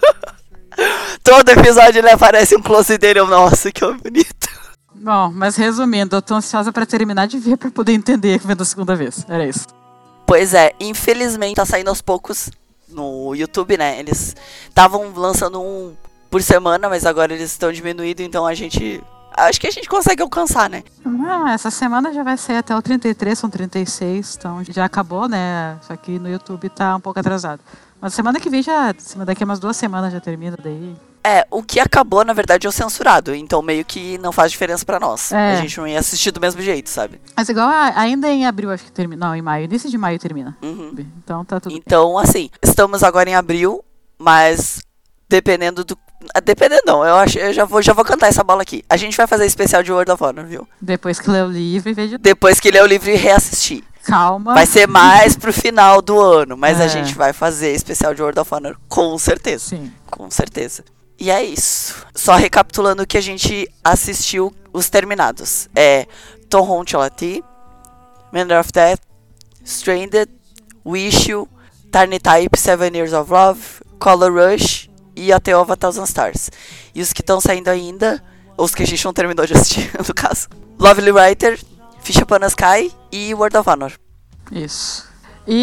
Todo episódio ele aparece um close dele. Nossa, que homem bonito. Bom, mas resumindo, eu tô ansiosa pra terminar de ver pra poder entender vendo a segunda vez. Era isso. Pois é, infelizmente tá saindo aos poucos no YouTube, né? Eles estavam lançando um por semana, mas agora eles estão diminuindo, então acho que a gente consegue alcançar, né? Essa semana já vai ser até o 33, são 36, então já acabou, né? Só que no YouTube tá um pouco atrasado. Mas semana que vem daqui a umas 2 semanas já termina daí. O que acabou, na verdade, é o censurado, então meio que não faz diferença pra nós. A gente não ia assistir do mesmo jeito, sabe? Mas igual ainda em abril, acho que termina. Não, em maio, início de maio termina. Então tá tudo Então, assim, estamos agora em abril, mas dependendo não, eu já vou cantar essa bola aqui. A gente vai fazer especial de World of Honor, viu? Depois que ler o livro e ver de... Depois que ler o livro e reassistir. Calma. Vai ser mais pro final do ano, mas a gente vai fazer especial de World of Honor, com certeza. Sim. Com certeza. E é isso. Só recapitulando o que a gente assistiu, os terminados. Torrent Cholati, Manner of Death, Stranded, Wish You, Tiny Type, 7 Years of Love, Color Rush e A Tale of a Thousand Stars. E os que estão saindo ainda, os que a gente não terminou de assistir, no caso. Lovely Writer, Fish Upon a Sky e World of Honor. Isso.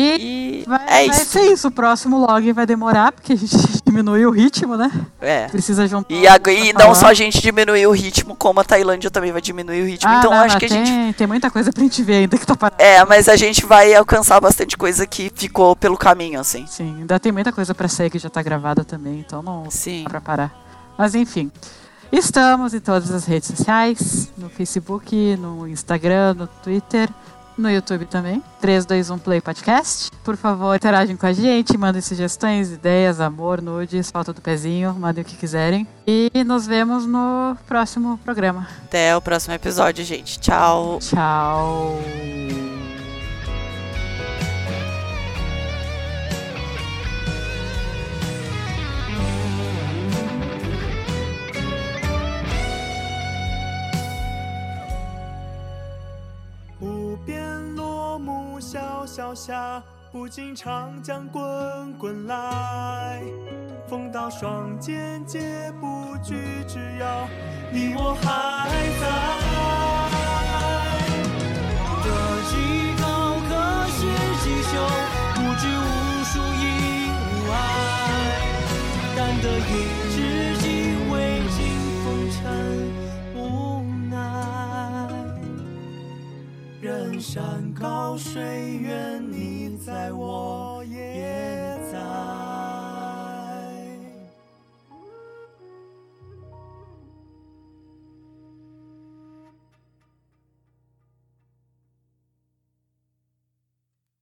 E vai ser isso. O próximo log vai demorar, porque a gente diminuiu o ritmo, né? Precisa juntar. E não só a gente diminuiu o ritmo, como a Tailândia também vai diminuir o ritmo. Então acho que a gente. Tem muita coisa pra gente ver ainda que tá parado. Mas a gente vai alcançar bastante coisa que ficou pelo caminho, assim. Sim, ainda tem muita coisa pra sair que já tá gravada também, então não dá pra parar. Mas enfim. Estamos em todas as redes sociais, no Facebook, no Instagram, no Twitter, no YouTube também, 321 Play Podcast. Por favor, interagem com a gente, mandem sugestões, ideias, amor, nudes, falta do pezinho, mandem o que quiserem. E nos vemos no próximo programa. Até o próximo episódio, gente. Tchau. Tchau. 小夏，不尽长江滚滚来，风刀霜剑皆不惧，只要你我还在。得几高可是几休，不知无数因无爱，但得一知己为尽风尘无奈。人山高水远，你在我